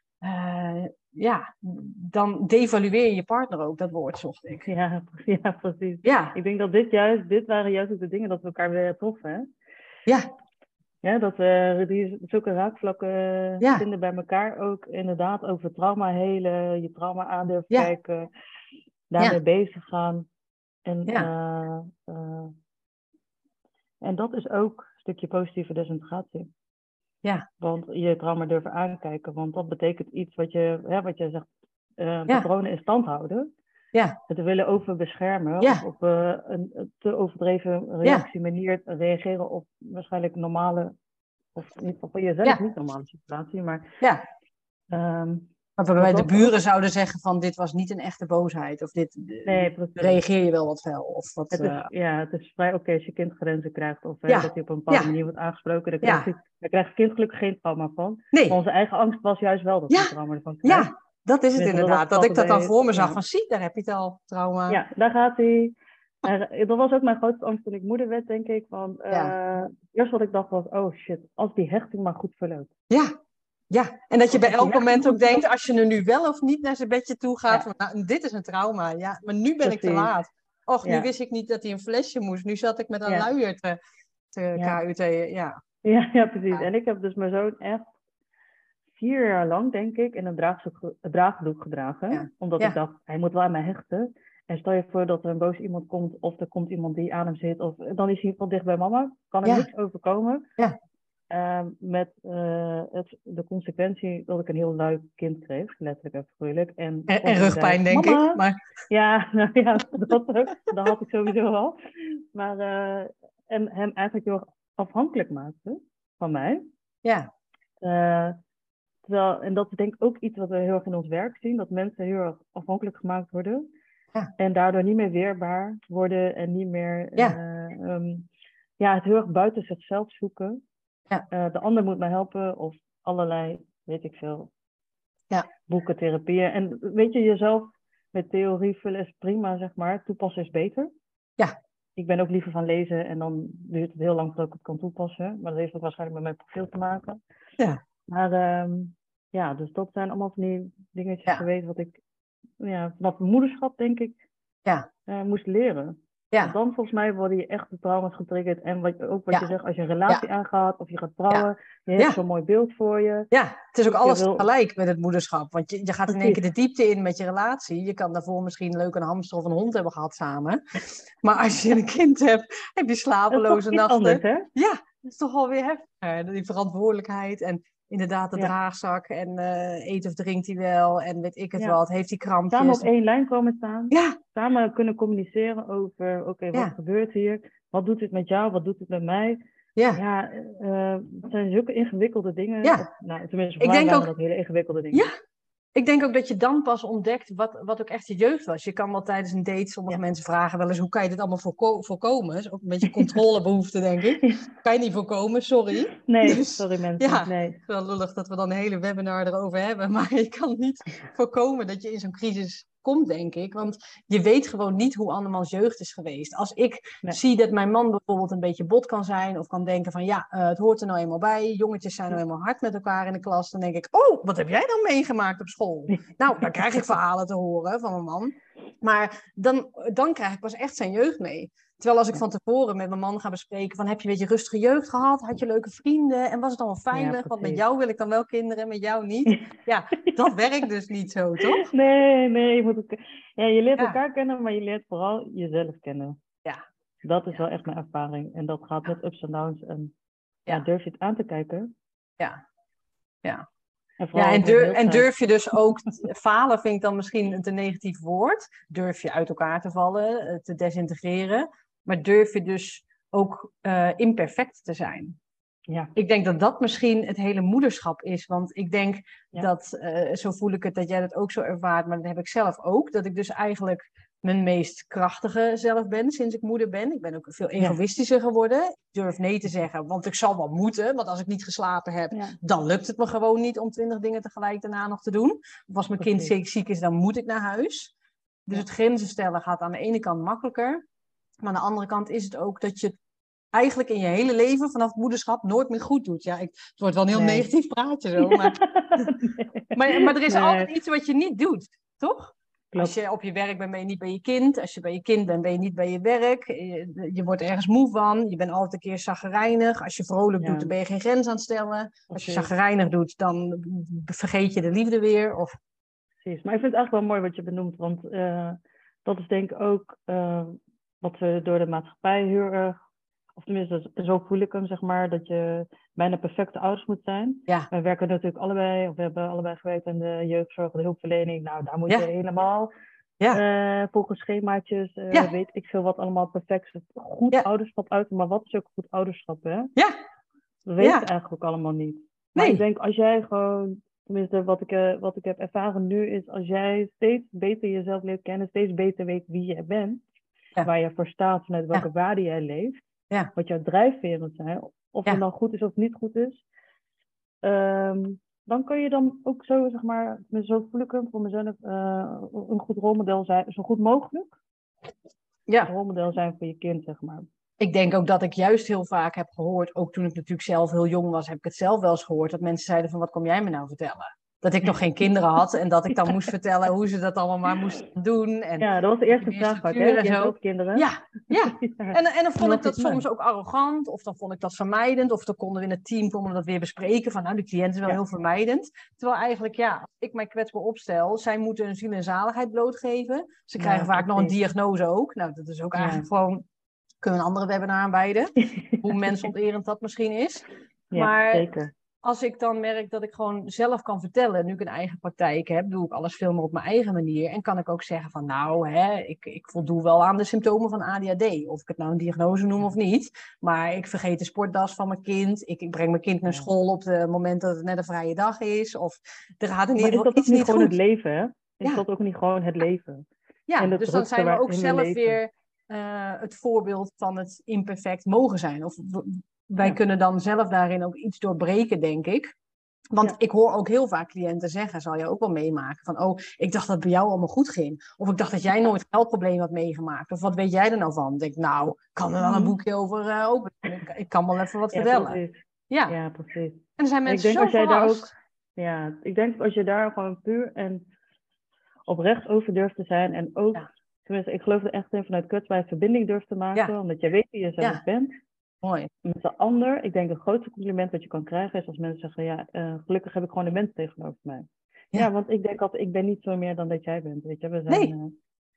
[SPEAKER 1] uh, ja, dan devalueer je je partner ook. Dat woord zocht ik.
[SPEAKER 2] ja, ja, precies.
[SPEAKER 1] Ja,
[SPEAKER 2] Ik denk dat dit juist, dit waren juist ook de dingen dat we elkaar weer troffen, hè?
[SPEAKER 1] ja,
[SPEAKER 2] Ja, dat we die zulke raakvlakken
[SPEAKER 1] ja,
[SPEAKER 2] vinden bij elkaar ook inderdaad over trauma helen, je trauma aan durven
[SPEAKER 1] ja,
[SPEAKER 2] kijken, daarmee
[SPEAKER 1] ja,
[SPEAKER 2] bezig gaan. En,
[SPEAKER 1] ja,
[SPEAKER 2] uh, uh, en dat is ook een stukje positieve desintegratie.
[SPEAKER 1] ja,
[SPEAKER 2] Want je trauma durven aankijken, want dat betekent iets wat je, hè, wat je zegt, uh,
[SPEAKER 1] ja,
[SPEAKER 2] patronen in stand houden.
[SPEAKER 1] ja,
[SPEAKER 2] Het willen overbeschermen of
[SPEAKER 1] ja,
[SPEAKER 2] op uh, een te overdreven
[SPEAKER 1] ja,
[SPEAKER 2] reactiemanier reageren op waarschijnlijk normale, of niet, voor jezelf
[SPEAKER 1] ja,
[SPEAKER 2] niet normale situatie, maar
[SPEAKER 1] ja.
[SPEAKER 2] um,
[SPEAKER 1] Maar
[SPEAKER 2] dat
[SPEAKER 1] waarbij de
[SPEAKER 2] dat
[SPEAKER 1] buren
[SPEAKER 2] ook,
[SPEAKER 1] zouden zeggen van dit was niet een echte boosheid. Of dit
[SPEAKER 2] nee,
[SPEAKER 1] uh,
[SPEAKER 2] precies.
[SPEAKER 1] reageer je wel wat fel. Of wat,
[SPEAKER 2] Het is,
[SPEAKER 1] uh...
[SPEAKER 2] ja, het is vrij oké okay als je kind grenzen krijgt of hè, dat
[SPEAKER 1] Ja,
[SPEAKER 2] hij op een bepaalde
[SPEAKER 1] ja,
[SPEAKER 2] manier wordt aangesproken. Daar krijgt,
[SPEAKER 1] ja.
[SPEAKER 2] hij, daar krijgt het kind gelukkig geen trauma van. Maar
[SPEAKER 1] Nee,
[SPEAKER 2] onze eigen angst was juist wel dat hij
[SPEAKER 1] ja,
[SPEAKER 2] trauma ervan krijgt.
[SPEAKER 1] ja. Dat is het
[SPEAKER 2] Tenminste, dat was
[SPEAKER 1] inderdaad.
[SPEAKER 2] het
[SPEAKER 1] Dat ik
[SPEAKER 2] altijd
[SPEAKER 1] dat dan
[SPEAKER 2] bij,
[SPEAKER 1] voor me zag
[SPEAKER 2] ja.
[SPEAKER 1] van zie, daar heb je het al, trauma.
[SPEAKER 2] Ja, daar gaat hij. Uh, dat was ook mijn grootste angst toen ik moeder werd, denk ik. Want
[SPEAKER 1] Ja,
[SPEAKER 2] uh, eerst wat ik dacht was, oh shit, als die hechting maar goed verloopt.
[SPEAKER 1] ja, ja. En dat je bij
[SPEAKER 2] Als die
[SPEAKER 1] elk
[SPEAKER 2] hechting
[SPEAKER 1] moment ook
[SPEAKER 2] goed
[SPEAKER 1] denkt,
[SPEAKER 2] verloopt.
[SPEAKER 1] als je er nu wel of niet naar zijn bedje toe gaat,
[SPEAKER 2] Ja,
[SPEAKER 1] van nou, dit is een trauma. Ja, maar nu ben ik te
[SPEAKER 2] precies.
[SPEAKER 1] laat. Och, nu
[SPEAKER 2] Ja,
[SPEAKER 1] wist ik niet dat hij een flesje moest. Nu zat ik met een
[SPEAKER 2] ja,
[SPEAKER 1] luier te, te
[SPEAKER 2] ja.
[SPEAKER 1] K U T. Ja.
[SPEAKER 2] Ja, ja, precies.
[SPEAKER 1] Ja.
[SPEAKER 2] En ik heb dus mijn zoon echt vier jaar lang, denk ik, in een draagdoek, draagdoek gedragen.
[SPEAKER 1] Ja.
[SPEAKER 2] Omdat
[SPEAKER 1] Ja.
[SPEAKER 2] ik dacht, hij moet wel aan mij hechten. En stel je voor dat er een boos iemand komt, of er komt iemand die aan hem zit, of dan is hij van dicht bij mama. Kan er
[SPEAKER 1] Ja.
[SPEAKER 2] niks overkomen.
[SPEAKER 1] Ja.
[SPEAKER 2] Uh, met uh, het, de consequentie dat ik een heel lui kind kreeg, letterlijk en figuurlijk. En,
[SPEAKER 1] En, en rugpijn,
[SPEAKER 2] zei,
[SPEAKER 1] denk
[SPEAKER 2] mama!
[SPEAKER 1] ik. Maar...
[SPEAKER 2] Ja, nou ja, dat ook. Dat had ik sowieso al. Maar, uh, en hem eigenlijk heel erg afhankelijk maakte van mij.
[SPEAKER 1] Ja.
[SPEAKER 2] Uh, terwijl, en dat is denk ik ook iets wat we heel erg in ons werk zien. Dat mensen heel erg afhankelijk gemaakt worden.
[SPEAKER 1] Ja.
[SPEAKER 2] En daardoor niet meer weerbaar worden. En niet meer
[SPEAKER 1] Ja.
[SPEAKER 2] uh, um, ja, het heel erg buiten zichzelf zoeken.
[SPEAKER 1] Ja.
[SPEAKER 2] Uh, de ander moet mij helpen. Of allerlei, weet ik veel,
[SPEAKER 1] ja.
[SPEAKER 2] boeken, therapieën. En weet je, jezelf met theorie vullen is prima, zeg maar. Toepassen is beter.
[SPEAKER 1] Ja.
[SPEAKER 2] ik ben ook liever van lezen en dan duurt het heel lang voordat ik het kan toepassen. Maar dat heeft ook waarschijnlijk met mijn profiel te maken.
[SPEAKER 1] Ja.
[SPEAKER 2] Maar um, ja, dus dat zijn allemaal van die dingetjes
[SPEAKER 1] Ja.
[SPEAKER 2] geweest wat ik ja, vanaf mijn moederschap denk ik
[SPEAKER 1] Ja.
[SPEAKER 2] uh, moest leren.
[SPEAKER 1] Ja.
[SPEAKER 2] Want dan volgens mij worden je echt de trauma's getriggerd. En wat, ook wat
[SPEAKER 1] Ja.
[SPEAKER 2] je zegt, als je een relatie
[SPEAKER 1] Ja.
[SPEAKER 2] aangaat of je gaat trouwen,
[SPEAKER 1] Ja.
[SPEAKER 2] je hebt
[SPEAKER 1] Ja.
[SPEAKER 2] zo'n mooi beeld voor je.
[SPEAKER 1] Ja, het is ook
[SPEAKER 2] Dus
[SPEAKER 1] alles
[SPEAKER 2] je wil...
[SPEAKER 1] tegelijk met het moederschap. Want je, je gaat in één
[SPEAKER 2] Precies.
[SPEAKER 1] keer de diepte in met je relatie. Je kan daarvoor misschien leuk een hamster of een hond hebben gehad samen. Maar als je een kind hebt, heb je slapeloze nachten.
[SPEAKER 2] Anders, hè?
[SPEAKER 1] Ja, dat is toch wel weer heftig. Die verantwoordelijkheid en inderdaad de ja. draagzak. En uh, eet of drinkt hij wel en weet ik het ja. wat. Heeft hij krampjes.
[SPEAKER 2] Samen op één lijn komen staan.
[SPEAKER 1] Ja.
[SPEAKER 2] Samen kunnen communiceren over, oké, okay, wat ja. gebeurt hier? Wat doet dit met jou? Wat doet het met mij?
[SPEAKER 1] Ja,
[SPEAKER 2] ja uh, het zijn zulke ingewikkelde dingen.
[SPEAKER 1] Ja.
[SPEAKER 2] Of, nou, tenminste, voor
[SPEAKER 1] ik
[SPEAKER 2] mij
[SPEAKER 1] denk
[SPEAKER 2] waren
[SPEAKER 1] ook...
[SPEAKER 2] dat hele ingewikkelde dingen.
[SPEAKER 1] Ja, ik denk ook dat je dan pas ontdekt wat, wat ook echt je jeugd was. Je kan wel tijdens een date, sommige ja. mensen vragen wel eens, hoe kan je dit allemaal voorko- voorkomen? Dat is ook een beetje controlebehoefte, denk ik. Kan je niet voorkomen, sorry.
[SPEAKER 2] Nee,
[SPEAKER 1] dus,
[SPEAKER 2] sorry mensen.
[SPEAKER 1] Ja,
[SPEAKER 2] nee.
[SPEAKER 1] het is wel lullig dat we dan een hele webinar erover hebben. Maar je kan niet voorkomen dat je in zo'n crisis komt, denk ik. Want je weet gewoon niet hoe andermans jeugd is geweest. Als ik nee. zie dat mijn man bijvoorbeeld een beetje bot kan zijn, of kan denken van ja, uh, het hoort er nou eenmaal bij, jongetjes zijn nou eenmaal hard met elkaar in de klas, dan denk ik, oh, wat heb jij dan meegemaakt op school? Nou, dan krijg ik verhalen te horen van mijn man. Maar dan, dan krijg ik pas echt zijn jeugd mee. Terwijl als ik van tevoren met mijn man ga bespreken van heb je een beetje rustige jeugd gehad? Had je leuke vrienden? En was het allemaal veilig? Ja, want met jou wil ik dan wel kinderen, met jou niet. Ja, dat werkt dus niet zo, toch?
[SPEAKER 2] Nee, nee. Je, moet ook... ja, je leert ja. elkaar kennen, maar je leert vooral jezelf kennen.
[SPEAKER 1] Ja.
[SPEAKER 2] Dat is
[SPEAKER 1] ja.
[SPEAKER 2] wel echt mijn ervaring. En dat gaat
[SPEAKER 1] ja.
[SPEAKER 2] met ups en downs. En
[SPEAKER 1] ja.
[SPEAKER 2] Ja, durf je het aan te kijken?
[SPEAKER 1] Ja. Ja.
[SPEAKER 2] En,
[SPEAKER 1] ja, en, durf, en durf je dus ook, falen vind ik dan misschien een te negatief woord. Durf je uit elkaar te vallen, te desintegreren. Maar durf je dus ook uh, imperfect te zijn.
[SPEAKER 2] Ja.
[SPEAKER 1] Ik denk dat dat misschien het hele moederschap is. Want ik denk
[SPEAKER 2] ja.
[SPEAKER 1] dat, uh, zo voel ik het, dat jij dat ook zo ervaart. Maar dat heb ik zelf ook. Dat ik dus eigenlijk mijn meest krachtige zelf ben sinds ik moeder ben. Ik ben ook veel egoïstischer ja. geworden. Ik durf nee te zeggen, want ik zal wel moeten. Want als ik niet geslapen heb, ja. dan lukt het me gewoon niet om twintig dingen tegelijk daarna nog te doen. Of als mijn kind ziek, ziek is, dan moet ik naar huis. Dus ja. het grenzen stellen gaat aan de ene kant makkelijker. Maar aan de andere kant is het ook dat je het eigenlijk in je hele leven vanaf het moederschap nooit meer goed doet. Ja, ik, het wordt wel een heel nee. negatief praatje zo. Maar, nee. maar, maar er is nee. altijd iets wat je niet doet, toch? Klopt. Als je op je werk bent, ben je niet bij je kind. Als je bij je kind bent, ben je niet bij je werk. Je, je wordt ergens moe van. Je bent altijd een keer chagrijnig. Als je vrolijk ja. doet, dan ben je geen grens aan het stellen. Als je chagrijnig doet, dan vergeet je de liefde weer. Of...
[SPEAKER 2] Precies, maar ik vind het eigenlijk wel mooi wat je benoemt. Want uh, dat is denk ik ook uh, wat we door de maatschappij heel erg... Of tenminste, zo voel ik hem, zeg maar, dat je bijna perfecte ouders moet zijn.
[SPEAKER 1] Ja.
[SPEAKER 2] Wij werken natuurlijk allebei, of we hebben allebei gewerkt in de jeugdzorg, de hulpverlening. Nou, daar moet ja. je helemaal ja. uh, volgens schemaatjes, uh, ja. weet ik veel wat allemaal perfect is. Goed ja. ouderschap uit, maar wat is ook goed ouderschap, hè?
[SPEAKER 1] Ja.
[SPEAKER 2] Dat weten
[SPEAKER 1] ja.
[SPEAKER 2] we eigenlijk ook allemaal niet. Maar nee. ik denk, als jij gewoon, tenminste, wat ik, uh, wat ik heb ervaren nu, is als jij steeds beter jezelf leert kennen, steeds beter weet wie je bent, ja. waar je voor staat, vanuit welke ja. waarde jij leeft,
[SPEAKER 1] ja.
[SPEAKER 2] wat jouw drijfveren zijn, of ja. het dan goed is of niet goed is, um, dan kun je dan ook zo, zeg maar, zo voel ik hem voor mezelf, uh, een goed rolmodel zijn, zo goed mogelijk.
[SPEAKER 1] Ja.
[SPEAKER 2] Een rolmodel zijn voor je kind, zeg maar.
[SPEAKER 1] Ik denk ook dat ik juist heel vaak heb gehoord, ook toen ik natuurlijk zelf heel jong was, heb ik het zelf wel eens gehoord, dat mensen zeiden van, wat kom jij me nou vertellen? Dat ik nog geen kinderen had en dat ik dan moest vertellen hoe ze dat allemaal maar moesten doen. En
[SPEAKER 2] ja, dat was de eerste vraag vaak, hè? Je hebt ook kinderen.
[SPEAKER 1] Ja, ja. En, en dan vond ik dat soms ook arrogant, of dan vond ik dat vermijdend, of dan konden we in het team konden we dat weer bespreken, van nou, de cliënt is wel ja. heel vermijdend. Terwijl eigenlijk, ja, als ik mij kwetsbaar opstel, zij moeten hun ziel en zaligheid blootgeven. Ze krijgen ja, vaak nog een diagnose ook. Nou, dat is ook ja. eigenlijk gewoon, kunnen we een andere webinar aanwijden, hoe mensonterend dat misschien is.
[SPEAKER 2] Ja,
[SPEAKER 1] maar
[SPEAKER 2] zeker.
[SPEAKER 1] Als ik dan merk dat ik gewoon zelf kan vertellen, nu ik een eigen praktijk heb, doe ik alles veel meer op mijn eigen manier. En kan ik ook zeggen van nou, hè, ik, ik voldoe wel aan de symptomen van A D H D. Of ik het nou een diagnose noem of niet. Maar ik vergeet de sportdas van mijn kind. Ik, ik breng mijn kind naar school op het moment dat het net een vrije dag is. Of er gaat in ieder geval iets niet goed.
[SPEAKER 2] Maar is dat ook niet gewoon het leven, hè? Is
[SPEAKER 1] ja.
[SPEAKER 2] dat ook niet gewoon het leven?
[SPEAKER 1] Ja, dus dan zijn we ook zelf we weer uh, het voorbeeld van het imperfect mogen zijn. Of wij ja. kunnen dan zelf daarin ook iets doorbreken, denk ik. Want
[SPEAKER 2] Ja.
[SPEAKER 1] ik hoor ook heel vaak cliënten zeggen, zal je ook wel meemaken, van oh, ik dacht dat het bij jou allemaal goed ging. Of ik dacht dat jij nooit geldprobleem had meegemaakt. Of wat weet jij er nou van? Ik denk, nou, ik kan er wel een
[SPEAKER 2] Mhm.
[SPEAKER 1] boekje over uh, openen. Ik, ik kan wel even wat
[SPEAKER 2] Ja,
[SPEAKER 1] vertellen.
[SPEAKER 2] precies.
[SPEAKER 1] Ja,
[SPEAKER 2] Ja, precies.
[SPEAKER 1] en er zijn
[SPEAKER 2] En ik
[SPEAKER 1] mensen
[SPEAKER 2] denk
[SPEAKER 1] zo
[SPEAKER 2] als jij daar ook,
[SPEAKER 1] verrast.
[SPEAKER 2] ja, ik denk als je daar gewoon puur en oprecht over durft te zijn en ook,
[SPEAKER 1] Ja,
[SPEAKER 2] tenminste, ik geloof er echt in vanuit kwetsbaarheid verbinding durft te maken,
[SPEAKER 1] ja,
[SPEAKER 2] omdat jij weet wie je zelf
[SPEAKER 1] ja,
[SPEAKER 2] bent.
[SPEAKER 1] mooi.
[SPEAKER 2] Met de ander, ik denk het grootste compliment wat je kan krijgen is als mensen zeggen, ja, uh, gelukkig heb ik gewoon een mens tegenover mij. Ja,
[SPEAKER 1] Ja,
[SPEAKER 2] want ik denk altijd, ik ben niet zo meer dan dat jij bent, weet je. We zijn,
[SPEAKER 1] nee,
[SPEAKER 2] uh,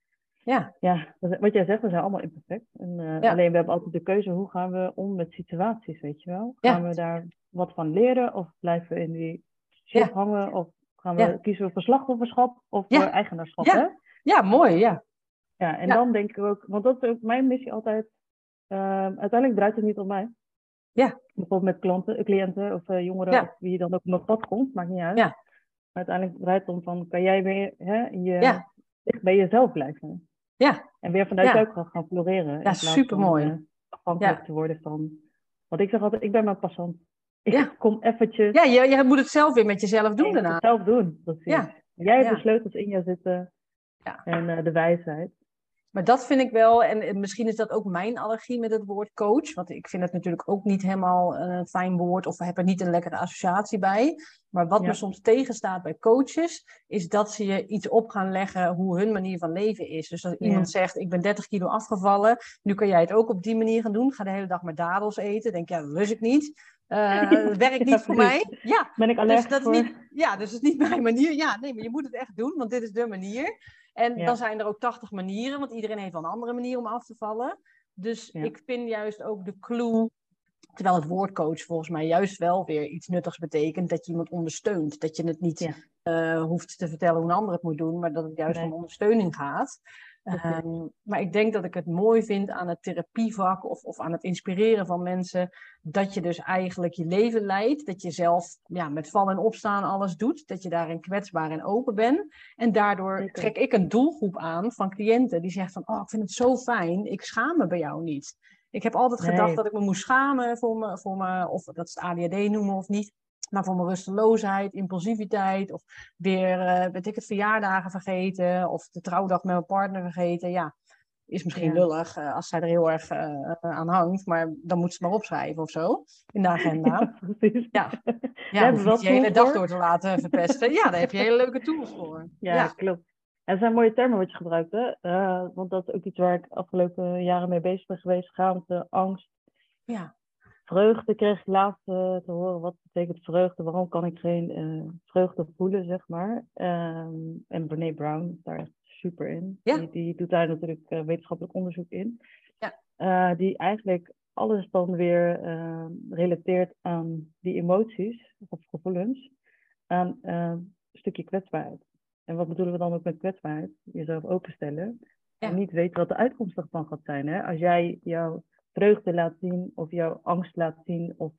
[SPEAKER 1] ja,
[SPEAKER 2] ja, wat jij zegt, we zijn allemaal imperfect. En, uh,
[SPEAKER 1] ja,
[SPEAKER 2] alleen we hebben altijd de keuze, hoe gaan we om met situaties, weet je wel? Gaan
[SPEAKER 1] ja,
[SPEAKER 2] we daar wat van leren of blijven we in die shit
[SPEAKER 1] ja,
[SPEAKER 2] hangen? Of gaan we,
[SPEAKER 1] ja,
[SPEAKER 2] kiezen we voor slachtofferschap of voor
[SPEAKER 1] ja,
[SPEAKER 2] eigenaarschap, hè?
[SPEAKER 1] ja, ja, mooi, ja,
[SPEAKER 2] Ja, en
[SPEAKER 1] ja,
[SPEAKER 2] dan denk ik ook, want dat is ook mijn missie altijd. Uh, uiteindelijk draait het niet om mij.
[SPEAKER 1] ja,
[SPEAKER 2] Bijvoorbeeld met klanten, cliënten of uh, jongeren of
[SPEAKER 1] ja,
[SPEAKER 2] wie dan ook op mijn pad komt, maakt niet uit.
[SPEAKER 1] ja,
[SPEAKER 2] Maar uiteindelijk draait het om van, kan jij weer hè, je,
[SPEAKER 1] ja,
[SPEAKER 2] dicht bij jezelf blijven?
[SPEAKER 1] ja,
[SPEAKER 2] En weer vanuit jou
[SPEAKER 1] ja,
[SPEAKER 2] gaan, gaan floreren
[SPEAKER 1] ja,
[SPEAKER 2] in plaats van uh,
[SPEAKER 1] supermooi.
[SPEAKER 2] afhankelijk
[SPEAKER 1] Ja,
[SPEAKER 2] te worden van. Want ik zeg altijd, ik ben mijn passant. Ik
[SPEAKER 1] ja,
[SPEAKER 2] kom eventjes.
[SPEAKER 1] ja, je, je moet het zelf weer met jezelf
[SPEAKER 2] En
[SPEAKER 1] doen
[SPEAKER 2] je moet het
[SPEAKER 1] daarna.
[SPEAKER 2] zelf doen, precies.
[SPEAKER 1] Ja,
[SPEAKER 2] Jij hebt de
[SPEAKER 1] ja,
[SPEAKER 2] sleutels in jou zitten
[SPEAKER 1] ja.
[SPEAKER 2] en uh, de wijsheid.
[SPEAKER 1] Maar dat vind ik wel, en, en misschien is dat ook mijn allergie met het woord coach. Want ik vind het natuurlijk ook niet helemaal een fijn woord of heb er niet een lekkere associatie bij. Maar wat me
[SPEAKER 2] Ja,
[SPEAKER 1] soms tegenstaat bij coaches, is dat ze je iets op gaan leggen hoe hun manier van leven is. Dus dat iemand
[SPEAKER 2] ja.
[SPEAKER 1] zegt, ik ben dertig kilo afgevallen, nu kan jij het ook op die manier gaan doen. Ga de hele dag maar dadels eten. Denk, ja, dat lust ik niet. Uh, dat werkt
[SPEAKER 2] Ja,
[SPEAKER 1] niet voor
[SPEAKER 2] precies.
[SPEAKER 1] mij. Ja,
[SPEAKER 2] Ben ik
[SPEAKER 1] dus
[SPEAKER 2] allergisch
[SPEAKER 1] dat is
[SPEAKER 2] voor?
[SPEAKER 1] niet, ja, dus dat is niet mijn manier. Ja, nee, maar je moet het echt doen, want dit is de manier. En dan
[SPEAKER 2] Ja,
[SPEAKER 1] zijn er ook tachtig manieren, want iedereen heeft wel een andere manier om af te vallen. Dus
[SPEAKER 2] ja.
[SPEAKER 1] ik vind juist ook de clue, terwijl het woord coach volgens mij juist wel weer iets nuttigs betekent, dat je iemand ondersteunt. Dat je het niet
[SPEAKER 2] Ja,
[SPEAKER 1] uh, hoeft te vertellen hoe een ander het moet doen, maar dat het juist
[SPEAKER 2] nee,
[SPEAKER 1] om ondersteuning gaat.
[SPEAKER 2] precies.
[SPEAKER 1] Um, maar ik denk dat ik het mooi vind aan het therapievak of, of aan het inspireren van mensen, dat je dus eigenlijk je leven leidt, dat je zelf ja, met vallen en opstaan alles doet, dat je daarin kwetsbaar en open bent. En daardoor
[SPEAKER 2] Zeker.
[SPEAKER 1] trek ik een doelgroep aan van cliënten die zeggen van, oh, ik vind het zo fijn, ik schaam me bij jou niet. Ik heb altijd
[SPEAKER 2] Nee,
[SPEAKER 1] gedacht dat ik me moest schamen voor me, voor me of dat ze het A D H D noemen of niet. Maar voor mijn rusteloosheid, impulsiviteit of weer, uh, weet ik het, verjaardagen vergeten of de trouwdag met mijn partner vergeten. Ja, is misschien
[SPEAKER 2] ja.
[SPEAKER 1] lullig uh, als zij er heel erg uh, aan hangt, maar dan moet ze het maar opschrijven of zo in de agenda.
[SPEAKER 2] Ja, precies.
[SPEAKER 1] Ja,
[SPEAKER 2] Daar
[SPEAKER 1] ja,
[SPEAKER 2] hebben
[SPEAKER 1] hoef
[SPEAKER 2] we
[SPEAKER 1] niet
[SPEAKER 2] wel
[SPEAKER 1] je hele
[SPEAKER 2] tools
[SPEAKER 1] dag
[SPEAKER 2] voor.
[SPEAKER 1] door te laten verpesten. Ja, daar heb je hele leuke tools voor.
[SPEAKER 2] Ja,
[SPEAKER 1] Ja,
[SPEAKER 2] klopt. En het zijn mooie termen wat je gebruikt, hè? Uh, want dat is ook iets waar ik de afgelopen jaren mee bezig ben geweest. Schaamte, angst,
[SPEAKER 1] ja,
[SPEAKER 2] vreugde kreeg ik laatst uh, te horen. Wat betekent vreugde? Waarom kan ik geen uh, vreugde voelen, zeg maar? Um, en Brené Brown is daar echt super in.
[SPEAKER 1] ja,
[SPEAKER 2] Die, die doet daar natuurlijk uh, wetenschappelijk onderzoek in.
[SPEAKER 1] ja,
[SPEAKER 2] Uh, die eigenlijk alles dan weer uh, relateert aan die emoties of gevoelens. Aan uh, een stukje kwetsbaarheid. En wat bedoelen we dan ook met kwetsbaarheid? Jezelf openstellen.
[SPEAKER 1] ja,
[SPEAKER 2] En niet weten wat de uitkomst ervan gaat zijn. Hè? Als jij jouw vreugde laat zien of jouw angst laat zien. Of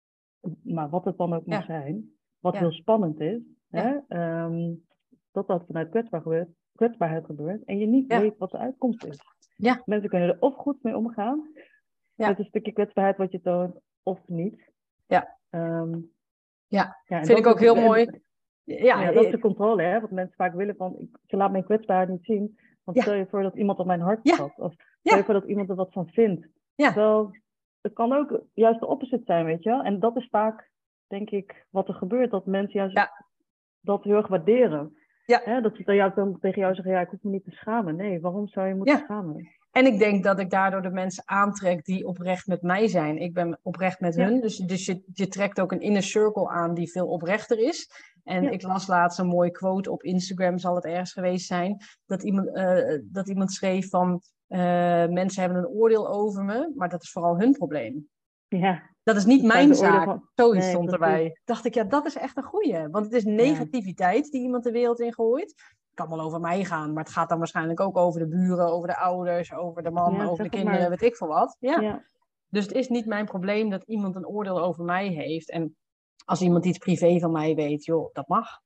[SPEAKER 2] maar wat het dan ook mag
[SPEAKER 1] ja,
[SPEAKER 2] zijn. Wat
[SPEAKER 1] ja,
[SPEAKER 2] heel spannend is.
[SPEAKER 1] ja,
[SPEAKER 2] Hè? Um, dat dat vanuit kwetsbaar gebeurt, kwetsbaarheid gebeurt. En je niet
[SPEAKER 1] ja,
[SPEAKER 2] weet wat de uitkomst is.
[SPEAKER 1] ja,
[SPEAKER 2] Mensen kunnen er of goed mee omgaan.
[SPEAKER 1] ja,
[SPEAKER 2] Met een stukje kwetsbaarheid wat je toont. Of niet.
[SPEAKER 1] ja,
[SPEAKER 2] Um,
[SPEAKER 1] ja.
[SPEAKER 2] ja, en
[SPEAKER 1] Vind ik
[SPEAKER 2] dat
[SPEAKER 1] ook
[SPEAKER 2] is,
[SPEAKER 1] heel
[SPEAKER 2] en,
[SPEAKER 1] mooi. Ja,
[SPEAKER 2] ja, dat is de controle, hè? Wat mensen vaak willen van, ik, je laat mijn kwetsbaarheid niet zien. Want
[SPEAKER 1] ja,
[SPEAKER 2] stel je voor dat iemand op mijn hart
[SPEAKER 1] ja,
[SPEAKER 2] vat. Of stel je
[SPEAKER 1] ja,
[SPEAKER 2] voor dat iemand er wat van vindt.
[SPEAKER 1] ja,
[SPEAKER 2] Terwijl, het kan ook juist de opposite zijn, weet je wel. En dat is vaak, denk ik, wat er gebeurt. Dat mensen juist
[SPEAKER 1] ja,
[SPEAKER 2] dat heel erg waarderen.
[SPEAKER 1] ja,
[SPEAKER 2] Hè? Dat ze dan jou, dan tegen jou zeggen, ja, ik hoef me niet te schamen. Nee, waarom zou je moeten
[SPEAKER 1] ja.
[SPEAKER 2] schamen?
[SPEAKER 1] En ik denk dat ik daardoor de mensen aantrek die oprecht met mij zijn. Ik ben oprecht met
[SPEAKER 2] Ja,
[SPEAKER 1] hun. Dus, dus je, je trekt ook een inner circle aan die veel oprechter is. En
[SPEAKER 2] ja,
[SPEAKER 1] ik las laatst een mooie quote op Instagram, zal het ergens geweest zijn. Dat iemand, uh, dat iemand schreef van, uh, mensen hebben een oordeel over me, maar dat is vooral hun probleem.
[SPEAKER 2] ja.
[SPEAKER 1] Dat is niet
[SPEAKER 2] Het
[SPEAKER 1] mijn
[SPEAKER 2] de oordeel
[SPEAKER 1] zaak.
[SPEAKER 2] van...
[SPEAKER 1] Zoiets
[SPEAKER 2] Nee,
[SPEAKER 1] stond
[SPEAKER 2] precies.
[SPEAKER 1] erbij. Dacht ik, ja, dat is echt een goeie. Want het is
[SPEAKER 2] Ja,
[SPEAKER 1] negativiteit die iemand de wereld in gooit. Het kan wel over mij gaan, maar het gaat dan waarschijnlijk ook over de buren, over de ouders, over de man,
[SPEAKER 2] ja,
[SPEAKER 1] over de
[SPEAKER 2] zeg het
[SPEAKER 1] kinderen,
[SPEAKER 2] maar.
[SPEAKER 1] weet ik veel wat. Ja.
[SPEAKER 2] Ja,
[SPEAKER 1] Dus het is niet mijn probleem dat iemand een oordeel over mij heeft. En als iemand iets privé van mij weet, joh, dat mag.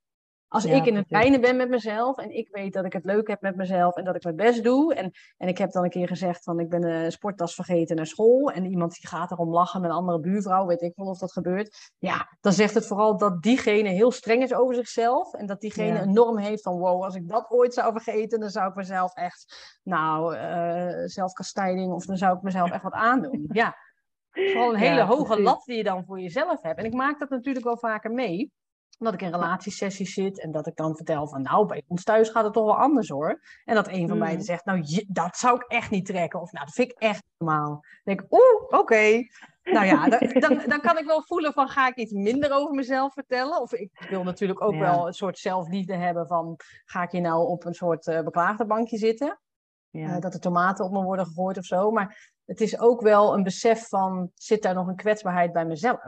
[SPEAKER 1] Als
[SPEAKER 2] Ja,
[SPEAKER 1] ik in het
[SPEAKER 2] precies.
[SPEAKER 1] fijne ben met mezelf en ik weet dat ik het leuk heb met mezelf en dat ik mijn best doe. En, en ik heb dan een keer gezegd van ik ben een sporttas vergeten naar school. En iemand die gaat erom lachen met een andere buurvrouw, weet ik wel of dat gebeurt. Ja, dan zegt het vooral dat diegene heel streng is over zichzelf. En dat diegene
[SPEAKER 2] Ja,
[SPEAKER 1] een norm heeft van wow, als ik dat ooit zou vergeten, dan zou ik mezelf echt, nou, eh, zelfkastijding of dan zou ik mezelf echt wat aandoen. Ja, het is vooral een hele
[SPEAKER 2] ja,
[SPEAKER 1] hoge
[SPEAKER 2] precies.
[SPEAKER 1] lat die je dan voor jezelf hebt. En ik maak dat natuurlijk wel vaker mee omdat ik in
[SPEAKER 2] Ja.
[SPEAKER 1] relatiesessies zit en dat ik dan vertel van nou, bij ons thuis gaat het toch wel anders hoor. En dat een van beiden
[SPEAKER 2] Mhm.
[SPEAKER 1] zegt, nou, je, dat zou ik echt niet trekken. Of nou, dat vind ik echt normaal. Dan denk ik, oeh, oké. Okay. Nou ja, dan, dan, dan kan ik wel voelen van, ga ik iets minder over mezelf vertellen? Of ik wil natuurlijk ook
[SPEAKER 2] Ja,
[SPEAKER 1] wel een soort zelfliefde hebben van, ga ik hier nou op een soort uh, beklaagde bankje zitten? Uh,
[SPEAKER 2] ja.
[SPEAKER 1] dat er tomaten op me worden gegooid of zo. Maar het is ook wel een besef van, zit daar nog een kwetsbaarheid bij mezelf?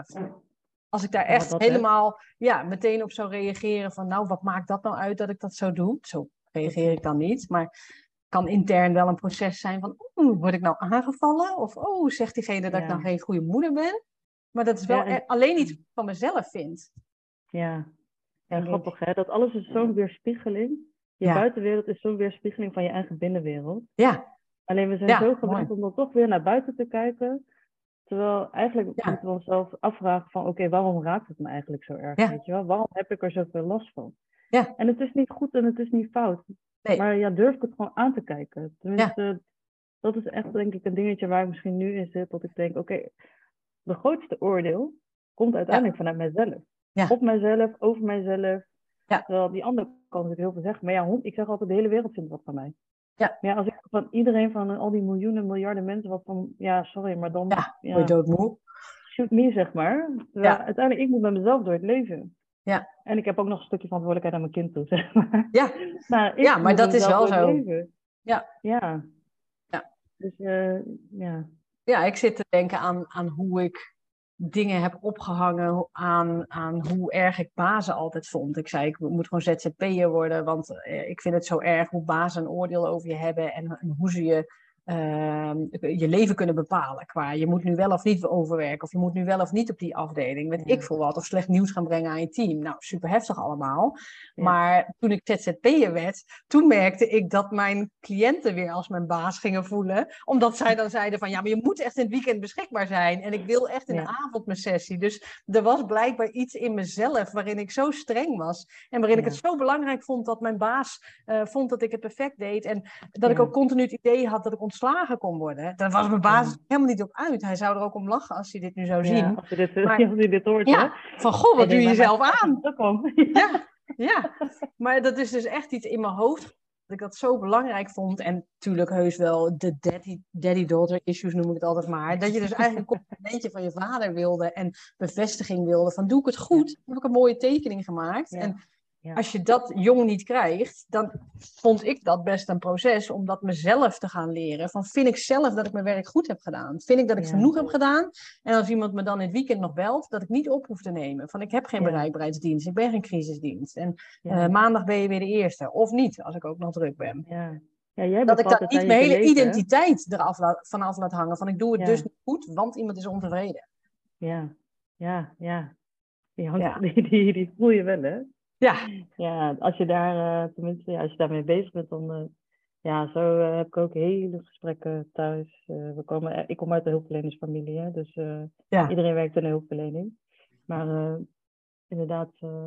[SPEAKER 1] Als ik daar
[SPEAKER 2] Ja,
[SPEAKER 1] echt
[SPEAKER 2] dat hè.
[SPEAKER 1] helemaal ja, meteen op zou reageren van nou, wat maakt dat nou uit dat ik dat zo doe? Zo reageer ik dan niet. Maar kan intern wel een proces zijn van oeh, word ik nou aangevallen? Of oh, zegt diegene dat ik nou
[SPEAKER 2] Ja,
[SPEAKER 1] geen goede moeder ben? Maar dat is
[SPEAKER 2] ja,
[SPEAKER 1] wel
[SPEAKER 2] en,
[SPEAKER 1] e- alleen iets van mezelf vind,
[SPEAKER 2] ja. Ja,
[SPEAKER 1] denk ik.
[SPEAKER 2] grappig hè. Dat alles is zo'n weerspiegeling. Je
[SPEAKER 1] Ja,
[SPEAKER 2] buitenwereld is zo'n weerspiegeling van je eigen binnenwereld.
[SPEAKER 1] ja,
[SPEAKER 2] Alleen we zijn zo
[SPEAKER 1] ja, mooi.
[SPEAKER 2] gewend om dan toch weer naar buiten te kijken. Terwijl eigenlijk
[SPEAKER 1] Ja,
[SPEAKER 2] moeten we onszelf afvragen van oké, okay, waarom raakt het me eigenlijk zo erg?
[SPEAKER 1] ja,
[SPEAKER 2] Weet je wel? Waarom heb ik er zoveel last van?
[SPEAKER 1] ja,
[SPEAKER 2] En het is niet goed en het is niet fout.
[SPEAKER 1] nee,
[SPEAKER 2] Maar ja, durf ik het gewoon aan te kijken.
[SPEAKER 1] ja,
[SPEAKER 2] Tenminste, dat is echt denk ik een dingetje waar ik misschien nu in zit. Dat ik denk, oké, okay, de grootste oordeel komt
[SPEAKER 1] ja,
[SPEAKER 2] uiteindelijk vanuit mijzelf.
[SPEAKER 1] ja,
[SPEAKER 2] Op mijzelf, over mijzelf.
[SPEAKER 1] ja,
[SPEAKER 2] Terwijl die andere kan natuurlijk heel veel zeggen. Maar ja, hond, ik zeg altijd, de hele wereld vindt wat van mij.
[SPEAKER 1] ja,
[SPEAKER 2] Maar ja, als ik van iedereen, van al die miljoenen, miljarden mensen wat van... Ja, sorry, maar dan...
[SPEAKER 1] ja, word je
[SPEAKER 2] Ja,
[SPEAKER 1] doodmoe?
[SPEAKER 2] shoot me, zeg maar. Terwijl
[SPEAKER 1] Ja,
[SPEAKER 2] uiteindelijk, ik moet met mezelf door het leven.
[SPEAKER 1] ja,
[SPEAKER 2] En ik heb ook nog een stukje verantwoordelijkheid aan mijn kind toe, zeg maar.
[SPEAKER 1] ja,
[SPEAKER 2] Maar
[SPEAKER 1] ja,
[SPEAKER 2] ik
[SPEAKER 1] maar
[SPEAKER 2] moet met
[SPEAKER 1] dat is
[SPEAKER 2] mezelf door
[SPEAKER 1] wel
[SPEAKER 2] het
[SPEAKER 1] zo.
[SPEAKER 2] leven.
[SPEAKER 1] Ja,
[SPEAKER 2] Ja,
[SPEAKER 1] ja.
[SPEAKER 2] dus uh, ja.
[SPEAKER 1] Ja, ik zit te denken aan, aan hoe ik dingen heb opgehangen aan, aan hoe erg ik bazen altijd vond. Ik zei, ik moet gewoon Z Z P'er worden, want eh, ik vind het zo erg hoe bazen een oordeel over je hebben en, en hoe ze je, uh, je leven kunnen bepalen. Qua je moet nu wel of niet overwerken, of je moet nu wel of niet op die afdeling. Weet ik
[SPEAKER 2] Ja,
[SPEAKER 1] veel wat, of slecht nieuws gaan brengen aan je team. Nou, super heftig allemaal.
[SPEAKER 2] ja,
[SPEAKER 1] Maar toen ik Z Z P'er werd, toen merkte ik dat mijn cliënten weer als mijn baas gingen voelen. Omdat zij dan zeiden van, ja, maar je moet echt in het weekend beschikbaar zijn. En ik wil echt in de
[SPEAKER 2] ja,
[SPEAKER 1] avond mijn sessie. Dus er was blijkbaar iets in mezelf waarin ik zo streng was. En waarin ik het
[SPEAKER 2] ja,
[SPEAKER 1] zo belangrijk vond dat mijn baas uh, vond dat ik het perfect deed. En dat ik
[SPEAKER 2] ja,
[SPEAKER 1] ook continu het idee had dat ik ontslagen kon worden. Daar was mijn baas
[SPEAKER 2] ja.
[SPEAKER 1] helemaal niet op uit. Hij zou er ook om lachen als hij dit nu zou
[SPEAKER 2] Ja,
[SPEAKER 1] zien.
[SPEAKER 2] als je dit,
[SPEAKER 1] Maar
[SPEAKER 2] als je dit hoort, hè.
[SPEAKER 1] ja, van goh,
[SPEAKER 2] Hij
[SPEAKER 1] wat doe
[SPEAKER 2] denkt,
[SPEAKER 1] je
[SPEAKER 2] waar maak
[SPEAKER 1] jezelf
[SPEAKER 2] je eigenlijk
[SPEAKER 1] aan?
[SPEAKER 2] druk om?
[SPEAKER 1] Ja, ja. Maar dat is dus echt iets in mijn hoofd dat ik dat zo belangrijk vond. En natuurlijk heus wel de daddy, daddy-daughter issues noem ik het altijd maar. Dat je dus eigenlijk een complimentje van je vader wilde en bevestiging wilde van doe ik het
[SPEAKER 2] Ja,
[SPEAKER 1] goed? Heb ik een mooie tekening gemaakt?
[SPEAKER 2] ja,
[SPEAKER 1] En
[SPEAKER 2] ja,
[SPEAKER 1] als je dat jong niet krijgt, dan vond ik dat best een proces om dat mezelf te gaan leren. Van vind ik zelf dat ik mijn werk goed heb gedaan? Vind ik dat ik
[SPEAKER 2] ja,
[SPEAKER 1] genoeg heb gedaan? En als iemand me dan in het weekend nog belt, dat ik niet op hoef te nemen. Van ik heb geen
[SPEAKER 2] ja,
[SPEAKER 1] bereikbaarheidsdienst, ik ben geen crisisdienst. En uh,
[SPEAKER 2] ja,
[SPEAKER 1] maandag ben je weer de eerste. Of niet, als ik ook nog druk ben.
[SPEAKER 2] ja. Ja, jij
[SPEAKER 1] Dat ik dan
[SPEAKER 2] bepaalt
[SPEAKER 1] niet mijn
[SPEAKER 2] uiteindelijk je
[SPEAKER 1] hele
[SPEAKER 2] leven, hè?
[SPEAKER 1] identiteit eraf laat, vanaf laat hangen. Van ik doe het dus
[SPEAKER 2] Ja,
[SPEAKER 1] niet goed, want iemand is ontevreden.
[SPEAKER 2] ja, ja, ja. Die, hangt,
[SPEAKER 1] Ja,
[SPEAKER 2] die, die, die voel je wel, hè?
[SPEAKER 1] ja,
[SPEAKER 2] Ja, als je daar, uh, tenminste, ja, als je daarmee bezig bent, dan, uh, ja, zo uh, heb ik ook hele gesprekken thuis. Uh, we komen, ik kom uit een hulpverlenersfamilie, hè, dus uh,
[SPEAKER 1] ja,
[SPEAKER 2] iedereen werkt in de hulpverlening. Maar uh, inderdaad, uh,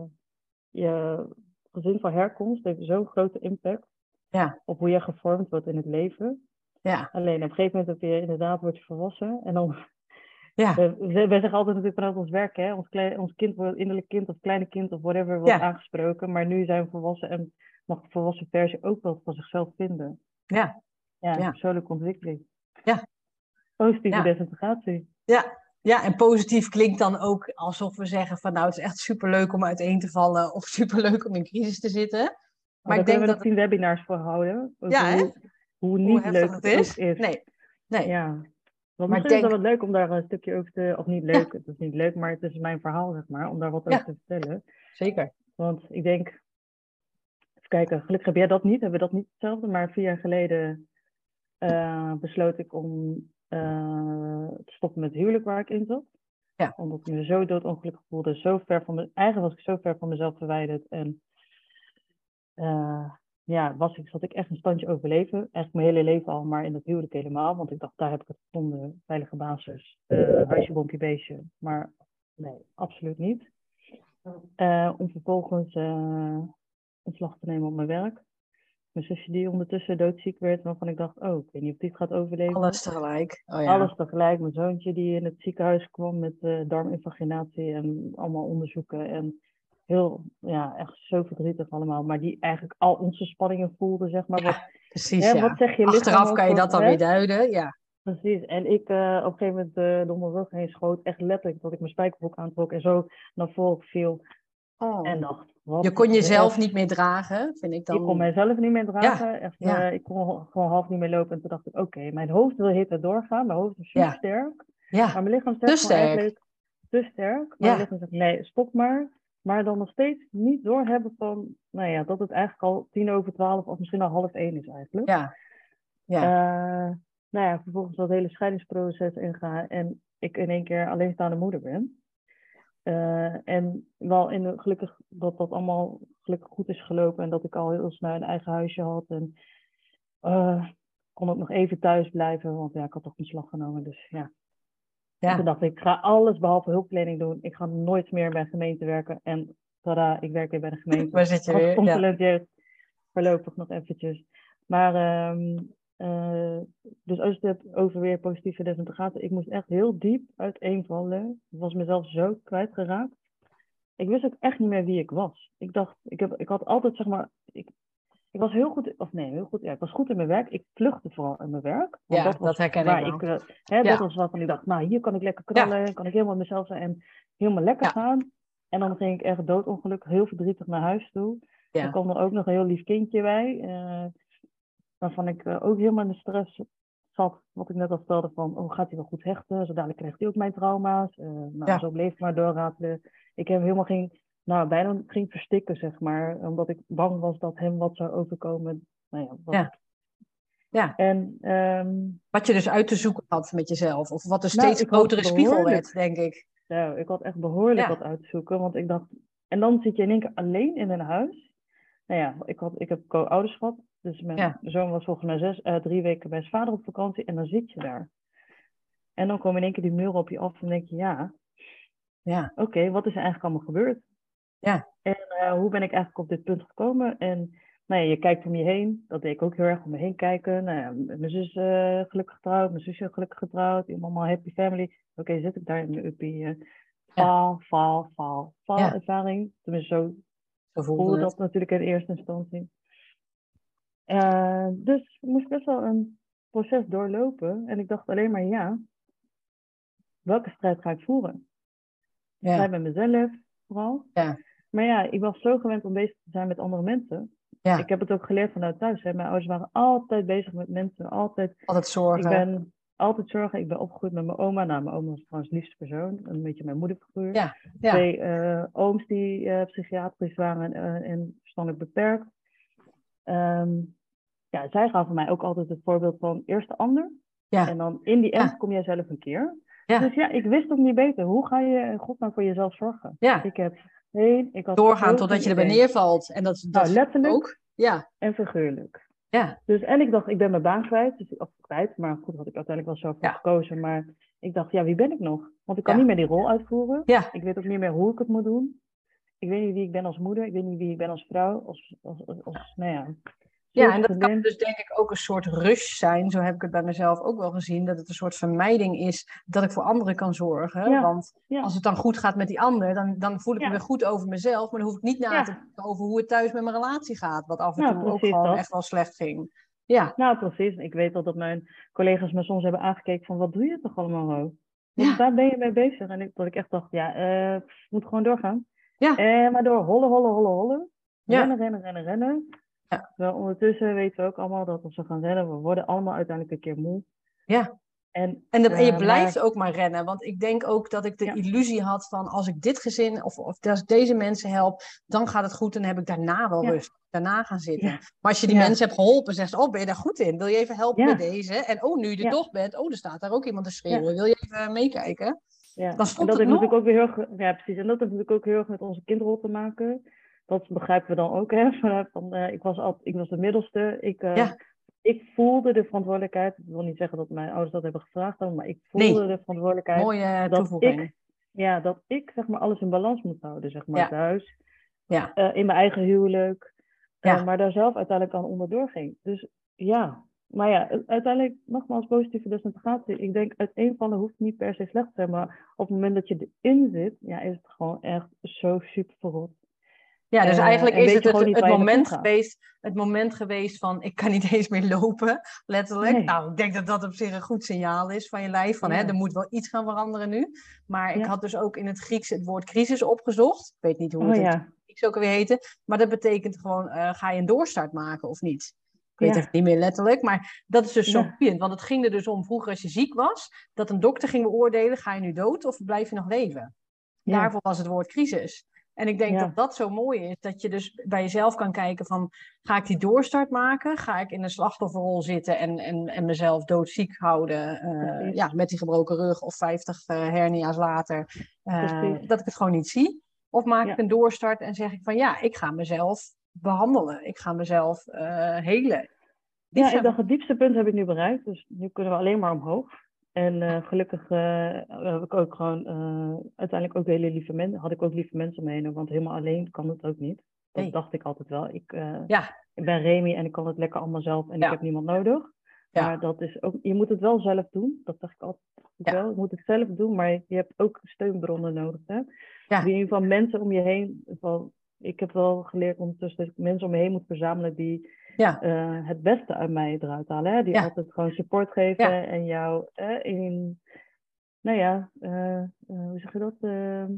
[SPEAKER 2] je gezin van herkomst heeft zo'n grote impact
[SPEAKER 1] ja,
[SPEAKER 2] op hoe je gevormd wordt in het leven.
[SPEAKER 1] ja,
[SPEAKER 2] Alleen op een gegeven moment heb je inderdaad, word je volwassen en dan...
[SPEAKER 1] ja,
[SPEAKER 2] We, we zeggen altijd natuurlijk vanuit ons werk, hè? Ons, klein, ons kind wordt, innerlijk kind of kleine kind of whatever wordt
[SPEAKER 1] ja,
[SPEAKER 2] aangesproken. Maar nu zijn we volwassen en mag de volwassen versie ook wel van zichzelf vinden.
[SPEAKER 1] ja,
[SPEAKER 2] Ja,
[SPEAKER 1] ja,
[SPEAKER 2] persoonlijke ontwikkeling.
[SPEAKER 1] ja,
[SPEAKER 2] Positieve
[SPEAKER 1] ja.
[SPEAKER 2] desintegratie.
[SPEAKER 1] Ja, ja, en positief klinkt dan ook alsof we zeggen van nou, het is echt superleuk om uiteen te vallen of superleuk om in crisis te zitten.
[SPEAKER 2] Maar
[SPEAKER 1] Maar
[SPEAKER 2] daar
[SPEAKER 1] ik
[SPEAKER 2] kunnen
[SPEAKER 1] denk
[SPEAKER 2] we
[SPEAKER 1] dat
[SPEAKER 2] nog
[SPEAKER 1] het,
[SPEAKER 2] tien webinars voor houden. Over
[SPEAKER 1] ja, hè,
[SPEAKER 2] hoe, hoe
[SPEAKER 1] hoe
[SPEAKER 2] niet
[SPEAKER 1] heftig
[SPEAKER 2] leuk
[SPEAKER 1] het
[SPEAKER 2] het ook
[SPEAKER 1] is.
[SPEAKER 2] is.
[SPEAKER 1] Nee, nee.
[SPEAKER 2] Ja. Want
[SPEAKER 1] Maar ik
[SPEAKER 2] misschien is het
[SPEAKER 1] denk,
[SPEAKER 2] wel wat leuk om daar een stukje over te... Of niet
[SPEAKER 1] ja,
[SPEAKER 2] leuk, het is niet leuk, maar het is mijn verhaal, zeg maar. Om daar wat over
[SPEAKER 1] ja,
[SPEAKER 2] te vertellen.
[SPEAKER 1] zeker.
[SPEAKER 2] Want ik denk... Even kijken, gelukkig heb jij dat niet. Hebben we dat niet hetzelfde. Maar vier jaar geleden uh, besloot ik om uh, te stoppen met het huwelijk waar ik in zat.
[SPEAKER 1] Ja,
[SPEAKER 2] Omdat ik me zo doodongelukkig voelde. Zo ver van me, eigenlijk was ik zo ver van mezelf verwijderd. En uh, ja, was ik, zat ik echt een standje overleven. Eigenlijk mijn hele leven al, maar in het huwelijk helemaal. Want ik dacht, daar heb ik het gevonden, veilige basis. Uh, huisje, boompje, beestje. Maar nee, absoluut niet. Uh, om vervolgens uh, ontslag te nemen op mijn werk. Mijn zusje die ondertussen doodziek werd, waarvan ik dacht, oh, ik weet niet of die het gaat overleven.
[SPEAKER 1] Alles tegelijk. Oh, ja.
[SPEAKER 2] Alles tegelijk. Mijn zoontje die in het ziekenhuis kwam met uh, darminvaginatie en allemaal onderzoeken. En heel, ja, echt zo verdrietig allemaal. Maar die eigenlijk al onze spanningen voelde, zeg maar.
[SPEAKER 1] Ja,
[SPEAKER 2] wat,
[SPEAKER 1] precies,
[SPEAKER 2] hè,
[SPEAKER 1] ja.
[SPEAKER 2] Wat zeg je
[SPEAKER 1] Achteraf kan je
[SPEAKER 2] over,
[SPEAKER 1] dat dan
[SPEAKER 2] hè?
[SPEAKER 1] weer duiden, ja.
[SPEAKER 2] Precies. En ik uh, op een gegeven moment uh, door mijn rug heen schoot. Echt letterlijk dat ik mijn spijkerbroek aantrok en zo naar voren viel.
[SPEAKER 1] Oh.
[SPEAKER 2] En dacht, wat,
[SPEAKER 1] je kon jezelf
[SPEAKER 2] echt,
[SPEAKER 1] niet meer dragen, vind ik dan.
[SPEAKER 2] Ik kon mijzelf niet meer dragen.
[SPEAKER 1] Ja,
[SPEAKER 2] Echt,
[SPEAKER 1] ja.
[SPEAKER 2] uh, ik kon gewoon half niet meer lopen. En toen dacht ik, oké, okay, mijn hoofd wil hitten doorgaan. Mijn hoofd is super
[SPEAKER 1] ja.
[SPEAKER 2] sterk.
[SPEAKER 1] Ja.
[SPEAKER 2] Maar mijn lichaam zegt
[SPEAKER 1] te
[SPEAKER 2] gewoon
[SPEAKER 1] sterk.
[SPEAKER 2] eigenlijk te sterk. Maar
[SPEAKER 1] ja.
[SPEAKER 2] mijn lichaam zegt, nee, stop maar. Maar dan nog steeds niet doorhebben van, nou ja, dat het eigenlijk al tien over twaalf of misschien al half één is eigenlijk.
[SPEAKER 1] Ja. Ja.
[SPEAKER 2] Uh, nou ja, vervolgens dat hele scheidingsproces ingaan en ik in één keer alleenstaande moeder ben. Uh, en wel in, gelukkig dat dat allemaal gelukkig goed is gelopen en dat ik al heel snel een eigen huisje had. En uh, kon ook nog even thuis blijven, want ja, ik had toch ontslag genomen. Dus ja. ja. En toen dacht ik, ik ga alles behalve hulpverlening doen. Ik ga nooit meer bij de gemeente werken. En tada, ik werk weer bij de gemeente.
[SPEAKER 1] Waar zit je weer?
[SPEAKER 2] Consulent jeugd, voorlopig nog eventjes. Maar um, Uh, dus als je het hebt over weer positieve desintegratie, ik moest echt heel diep uiteenvallen. Ik was mezelf zo kwijtgeraakt. Ik wist ook echt niet meer wie ik was. Ik dacht, ik, heb, ik had altijd zeg maar, ik, ik was heel goed, of nee, heel goed, ja, ik was goed in mijn werk. Ik vluchtte vooral in mijn werk. Want
[SPEAKER 1] ja,
[SPEAKER 2] dat, was
[SPEAKER 1] dat herken
[SPEAKER 2] waar
[SPEAKER 1] ik wel.
[SPEAKER 2] ik, uh, hè,
[SPEAKER 1] ja.
[SPEAKER 2] Dat was waarvan ik dacht, nou hier kan ik lekker krallen, ja. kan ik helemaal mezelf zijn en helemaal lekker ja. gaan. En dan ging ik echt doodongelukkig, heel verdrietig naar huis toe. Ja. Dan kwam er ook nog een heel lief kindje bij. Uh, Waarvan ik uh, ook helemaal in de stress zat, wat ik net al stelde van, oh, gaat hij wel goed hechten? Zo dadelijk krijgt hij ook mijn trauma's. Uh, nou, ja. Zo bleef ik maar doorratelen. Ik heb helemaal ging, nou, bijna ging verstikken, zeg maar, omdat ik bang was dat hem wat zou overkomen. Nou ja, wat...
[SPEAKER 1] ja. ja.
[SPEAKER 2] En, um...
[SPEAKER 1] wat je dus uit te zoeken had met jezelf, of wat een steeds nou, grotere spiegel werd, denk ik.
[SPEAKER 2] Ja, ik had echt behoorlijk
[SPEAKER 1] ja.
[SPEAKER 2] wat uit te zoeken, want ik dacht, en dan zit je in één keer alleen in een huis. Nou ja, ik, had, ik heb co-ouderschap. Dus mijn ja. zoon was volgens mij zes, uh, drie weken bij zijn vader op vakantie. En dan zit je daar. En dan komen in één keer die muren op je af. En dan denk je, ja,
[SPEAKER 1] ja.
[SPEAKER 2] oké, okay, wat is er eigenlijk allemaal gebeurd?
[SPEAKER 1] Ja.
[SPEAKER 2] En uh, hoe ben ik eigenlijk op dit punt gekomen? En nou ja, je kijkt om je heen. Dat deed ik ook heel erg om me heen kijken. Nou ja, mijn zus uh, gelukkig getrouwd. Mijn zusje gelukkig getrouwd. Allemaal happy family. Oké, okay, zit ik daar in mijn uppie. Uh, faal, ja. faal, faal, faal ja. ervaring. Tenminste, zo, zo voelde, voelde dat natuurlijk in eerste instantie. Uh, dus ik moest best wel een proces doorlopen. En ik dacht alleen maar, ja, welke strijd ga ik voeren? Ja. Strijd met mezelf, vooral.
[SPEAKER 1] Ja.
[SPEAKER 2] Maar ja, ik was zo gewend om bezig te zijn met andere mensen. Ja. Ik heb het ook geleerd vanuit thuis. Hè. Mijn ouders waren altijd bezig met mensen. Altijd,
[SPEAKER 1] altijd zorgen.
[SPEAKER 2] Ik ben altijd zorgen. Ik ben opgegroeid met mijn oma. Nou, mijn oma was trouwens de liefste persoon. Een beetje mijn moederfiguur.
[SPEAKER 1] Ja. Ja.
[SPEAKER 2] Twee uh, ooms die uh, psychiatrisch waren uh, en verstandelijk beperkt. Um, ja, zij gaven mij ook altijd het voorbeeld van eerst de ander. Ja. En dan in die end ja. kom jij zelf een keer. Ja. Dus ja, ik wist ook niet beter. Hoe ga je in godsnaam voor jezelf zorgen?
[SPEAKER 1] Ja.
[SPEAKER 2] Ik heb heen, ik had
[SPEAKER 1] doorgaan totdat je erbij neervalt. En dat, dat
[SPEAKER 2] nou, letterlijk
[SPEAKER 1] ook. Ja.
[SPEAKER 2] En figuurlijk.
[SPEAKER 1] Ja.
[SPEAKER 2] Dus, en ik dacht, ik ben mijn baan kwijt. Dus, of kwijt, maar goed, had ik uiteindelijk wel zo voor ja. gekozen. Maar ik dacht, ja, wie ben ik nog? Want ik kan ja. niet meer die rol uitvoeren.
[SPEAKER 1] Ja.
[SPEAKER 2] Ik weet ook niet meer hoe ik het moet doen. Ik weet niet wie ik ben als moeder. Ik weet niet wie ik ben als vrouw. Als, als, als, als nou ja...
[SPEAKER 1] Ja, en dat kan dus denk ik ook een soort rush zijn. Zo heb ik het bij mezelf ook wel gezien. Dat het een soort vermijding is dat ik voor anderen kan zorgen. Ja, Want ja. als het dan goed gaat met die ander, dan, dan voel ik ja. me weer goed over mezelf. Maar dan hoef ik niet na ja. te denken over hoe het thuis met mijn relatie gaat. Wat af en toe nou, ook gewoon dat. echt wel slecht ging. Ja.
[SPEAKER 2] Nou, precies. Ik weet al dat mijn collega's me soms hebben aangekeken van, wat doe je toch allemaal, Ro? Ja. Daar ben je mee bezig. En ik, dat ik echt dacht, ja, uh, moet gewoon doorgaan. Ja. En maar door hollen, hollen, hollen, hollen. Ja. Rennen, rennen, rennen, rennen. Ja. Terwijl ondertussen weten we ook allemaal dat als we gaan rennen, we worden allemaal uiteindelijk een keer moe.
[SPEAKER 1] Ja. En, en, dat, uh, en je blijft maar... ook maar rennen. Want ik denk ook dat ik de ja. illusie had van als ik dit gezin of, of als ik deze mensen help, dan gaat het goed en dan heb ik daarna wel ja. rust. Daarna gaan zitten. Ja. Maar als je die ja. mensen hebt geholpen, zegt ze, oh ben je daar goed in? Wil je even helpen ja. met deze? En oh, nu je er ja. toch bent, oh er staat daar ook iemand te schreeuwen. Ja. Wil je even meekijken?
[SPEAKER 2] Ja.
[SPEAKER 1] Dan stopt
[SPEAKER 2] en dat
[SPEAKER 1] het
[SPEAKER 2] heeft
[SPEAKER 1] nog.
[SPEAKER 2] Natuurlijk ook weer heel, ja, precies. En dat heeft natuurlijk ook heel erg met onze kindrol te maken. dat begrijpen we dan ook. Hè? Van, van, uh, ik, was altijd, ik was de middelste. Ik, uh,
[SPEAKER 1] Ja,
[SPEAKER 2] ik voelde de verantwoordelijkheid. Ik wil niet zeggen dat mijn ouders dat hebben gevraagd, maar ik voelde
[SPEAKER 1] nee,
[SPEAKER 2] de verantwoordelijkheid
[SPEAKER 1] mooie
[SPEAKER 2] dat
[SPEAKER 1] toevoeging.
[SPEAKER 2] ik, ja, dat ik zeg maar, alles in balans moet houden, zeg maar,
[SPEAKER 1] Ja,
[SPEAKER 2] thuis.
[SPEAKER 1] ja,
[SPEAKER 2] Uh, in mijn eigen huwelijk. Uh,
[SPEAKER 1] ja.
[SPEAKER 2] maar daar zelf uiteindelijk aan onderdoor ging. Dus ja, maar ja, uiteindelijk nogmaals positieve desintegratie. Ik denk uiteenvallen hoeft niet per se slecht te zijn, maar op het moment dat je erin zit, ja, is het gewoon echt zo super verrot.
[SPEAKER 1] Ja, dus
[SPEAKER 2] Uh,
[SPEAKER 1] eigenlijk
[SPEAKER 2] en
[SPEAKER 1] is
[SPEAKER 2] weet
[SPEAKER 1] het
[SPEAKER 2] je
[SPEAKER 1] het,
[SPEAKER 2] gewoon niet
[SPEAKER 1] het,
[SPEAKER 2] waar je naartoe
[SPEAKER 1] moment
[SPEAKER 2] gaat.
[SPEAKER 1] geweest, het moment geweest van ik kan niet eens meer lopen, letterlijk.
[SPEAKER 2] Nee.
[SPEAKER 1] Nou, ik denk dat dat op zich een goed signaal is van je lijf, van
[SPEAKER 2] Ja.
[SPEAKER 1] hè, er moet wel iets gaan veranderen nu. Maar ik
[SPEAKER 2] Ja.
[SPEAKER 1] had dus ook in het Grieks het woord crisis opgezocht. Ik weet niet hoe het
[SPEAKER 2] Oh
[SPEAKER 1] in het
[SPEAKER 2] ja.
[SPEAKER 1] Grieks ook weer heette, maar dat betekent gewoon, uh, ga je een doorstart maken of niet? Ik weet
[SPEAKER 2] Ja.
[SPEAKER 1] even niet meer letterlijk, maar dat is dus zo
[SPEAKER 2] Ja.
[SPEAKER 1] boeiend. Want het ging er dus om vroeger als je ziek was, dat een dokter ging beoordelen, ga je nu dood of blijf je nog leven?
[SPEAKER 2] Ja.
[SPEAKER 1] Daarvoor was het woord crisis. En ik denk
[SPEAKER 2] Ja.
[SPEAKER 1] dat dat zo mooi is, dat je dus bij jezelf kan kijken van, ga ik die doorstart maken? Ga ik in een slachtofferrol zitten en, en, en mezelf doodziek houden, uh, ja, met die gebroken rug of vijftig uh, hernia's later, uh, dat ik het gewoon niet zie? Of maak
[SPEAKER 2] Ja.
[SPEAKER 1] ik een doorstart en zeg ik van, ja, ik ga mezelf behandelen. Ik ga mezelf uh, helen.
[SPEAKER 2] Ja, ik dacht, het diepste punt heb ik nu bereikt, dus nu kunnen we alleen maar omhoog. En uh, gelukkig uh, heb ik ook gewoon uh, uiteindelijk ook hele lieve mensen, had ik ook lieve mensen omheen, want helemaal alleen kan het ook niet. Dat
[SPEAKER 1] nee.
[SPEAKER 2] dacht ik altijd wel. Ik, uh,
[SPEAKER 1] ja.
[SPEAKER 2] ik ben Remy en ik kan het lekker allemaal zelf en
[SPEAKER 1] ja.
[SPEAKER 2] ik heb niemand nodig.
[SPEAKER 1] Ja.
[SPEAKER 2] Maar dat is ook, je moet het wel zelf doen, dat zeg ik altijd
[SPEAKER 1] ja.
[SPEAKER 2] wel. Je moet het zelf doen, maar je hebt ook steunbronnen nodig. Hè?
[SPEAKER 1] Ja.
[SPEAKER 2] In ieder geval mensen om je heen. Wel, ik heb wel geleerd ondertussen dat ik mensen om me heen moet verzamelen die
[SPEAKER 1] Ja.
[SPEAKER 2] Uh, het beste uit mij eruit halen. Hè? Die
[SPEAKER 1] ja.
[SPEAKER 2] altijd gewoon support geven
[SPEAKER 1] ja.
[SPEAKER 2] en jou uh, in, nou ja, uh, uh, hoe zeg je dat? Uh,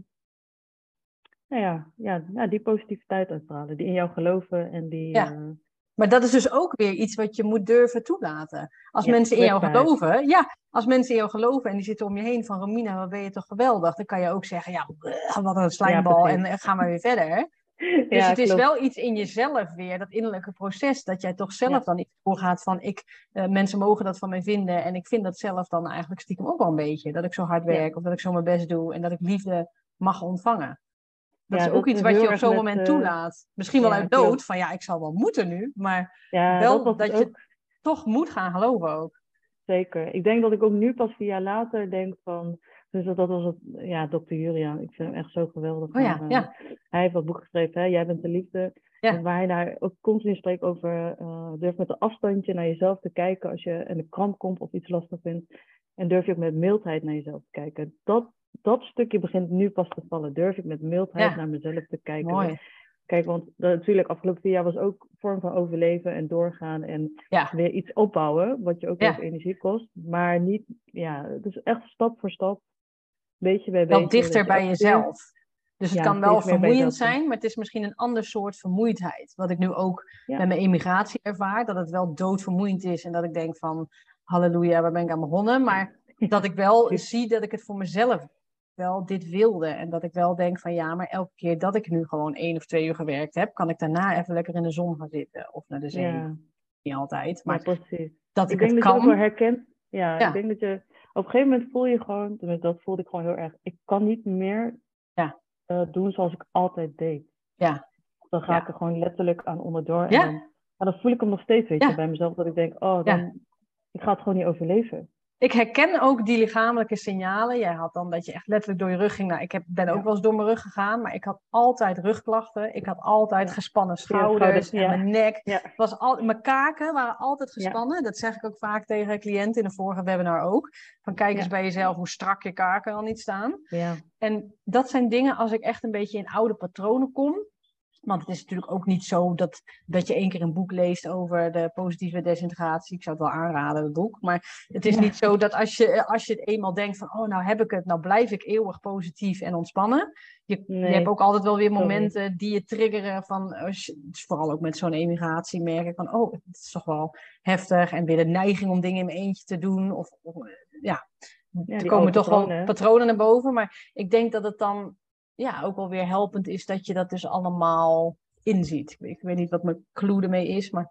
[SPEAKER 2] nou ja, ja, ja, die positiviteit uitstralen, die in jou geloven en die...
[SPEAKER 1] Ja.
[SPEAKER 2] Uh,
[SPEAKER 1] Maar dat is dus ook weer iets wat je moet durven toelaten. Als
[SPEAKER 2] ja,
[SPEAKER 1] mensen in jou geloven, ja, als mensen in jou geloven en die zitten om je heen van Romina, wat ben je toch geweldig? Dan kan je ook zeggen, ja, wat een slijmbal ja, en ga maar weer verder. Dus ja, het is klopt. Wel iets in jezelf weer, dat innerlijke proces, dat jij toch zelf ja. dan iets doorgaat van, ik, uh, mensen mogen dat van mij vinden en ik vind dat zelf dan eigenlijk stiekem ook wel een beetje. Dat ik zo hard werk ja. of dat ik zo mijn best doe en dat ik liefde mag ontvangen. Dat ja, is ook dat iets wat je op zo'n moment met, toelaat. Misschien wel ja, uit dood, van ja, ik zal wel moeten nu, maar ja, wel dat, dat je ook. toch moet gaan geloven ook.
[SPEAKER 2] Zeker. Ik denk dat ik ook nu pas vier jaar later denk van, dus dat, dat was het, ja, dokter Juriaan, ik vind hem echt zo geweldig.
[SPEAKER 1] Oh ja,
[SPEAKER 2] maar,
[SPEAKER 1] ja.
[SPEAKER 2] Uh, hij heeft wat boek geschreven, hè? Jij bent de liefde. Ja. Waar hij daar ook continu spreekt over, uh, durf met een afstandje naar jezelf te kijken als je in de kramp komt of iets lastig vindt. En durf je ook met mildheid naar jezelf te kijken. Dat, dat stukje begint nu pas te vallen. Durf ik met mildheid ja. naar mezelf te kijken.
[SPEAKER 1] Mooi.
[SPEAKER 2] Kijk, want natuurlijk afgelopen vier jaar was ook een vorm van overleven en doorgaan en
[SPEAKER 1] ja.
[SPEAKER 2] weer iets opbouwen, wat je ook
[SPEAKER 1] ja.
[SPEAKER 2] heel veel energie kost. Maar niet, ja, het is echt stap voor stap, beetje bij
[SPEAKER 1] wel
[SPEAKER 2] beetje.
[SPEAKER 1] dichter bij jezelf. Dus het
[SPEAKER 2] ja,
[SPEAKER 1] kan wel vermoeiend zijn, maar het is misschien een ander soort vermoeidheid. Wat ik nu ook ja. met mijn emigratie ervaar, dat het wel doodvermoeiend is en dat ik denk van, halleluja, waar ben ik aan begonnen? Maar dat ik wel zie dat ik het voor mezelf wel dit wilde. En dat ik wel denk van ja, maar elke keer dat ik nu gewoon één of twee uur gewerkt heb, kan ik daarna even lekker in de zon gaan zitten. Of naar de zee. Ja. Niet altijd. Maar
[SPEAKER 2] ja, precies.
[SPEAKER 1] dat ik,
[SPEAKER 2] ik denk
[SPEAKER 1] het
[SPEAKER 2] dat
[SPEAKER 1] kan.
[SPEAKER 2] je ook wel herkent. Ja,
[SPEAKER 1] ja,
[SPEAKER 2] ik denk dat je op een gegeven moment voel je gewoon, tenminste dat voelde ik gewoon heel erg. Ik kan niet meer
[SPEAKER 1] ja.
[SPEAKER 2] uh, doen zoals ik altijd deed.
[SPEAKER 1] Ja.
[SPEAKER 2] Dan ga
[SPEAKER 1] ja.
[SPEAKER 2] ik er gewoon letterlijk aan onderdoor.
[SPEAKER 1] Ja.
[SPEAKER 2] En dan, ja, dan voel ik hem nog steeds, weet
[SPEAKER 1] ja.
[SPEAKER 2] je, bij mezelf. Dat ik denk, oh, dan,
[SPEAKER 1] ja.
[SPEAKER 2] ik ga het gewoon niet overleven.
[SPEAKER 1] Ik herken ook die lichamelijke signalen. Jij had dan dat je echt letterlijk door je rug ging. Nou, ik heb, ben ook
[SPEAKER 2] ja.
[SPEAKER 1] wel eens door mijn rug gegaan, maar ik had altijd rugklachten. Ik had altijd ja. gespannen schouders ja, ja. en mijn nek.
[SPEAKER 2] Ja.
[SPEAKER 1] Was al, mijn kaken waren altijd gespannen. Ja. Dat zeg ik ook vaak tegen cliënten in de vorige webinar ook. Van kijk eens ja. bij jezelf hoe strak je kaken al niet staan.
[SPEAKER 2] Ja.
[SPEAKER 1] En dat zijn dingen als ik echt een beetje in oude patronen kom. Want het is natuurlijk ook niet zo dat, dat je één keer een boek leest over de positieve desintegratie. Ik zou het wel aanraden, het boek. Maar het is ja. niet zo dat als je, als je het eenmaal denkt van... oh, nou heb ik het, nou blijf ik eeuwig positief en ontspannen. Je, nee. je hebt ook altijd wel weer momenten Sorry. die je triggeren van... Dus vooral ook met zo'n emigratie merk ik van... oh, het is toch wel heftig. En weer de neiging om dingen in mijn eentje te doen. Of, of ja, ja er komen toch patronen, wel patronen naar boven. Maar ik denk dat het dan... ja, ook wel weer helpend is dat je dat dus allemaal inziet. Ik weet niet wat mijn clue ermee is, maar...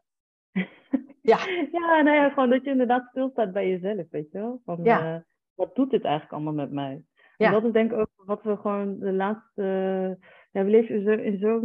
[SPEAKER 1] ja.
[SPEAKER 2] ja, nou ja, gewoon dat je inderdaad stilstaat bij jezelf, weet je wel. Van, ja. uh, wat doet dit eigenlijk allemaal met mij? Ja. En dat is denk ik ook wat we gewoon de laatste... Ja, we leven in zo'n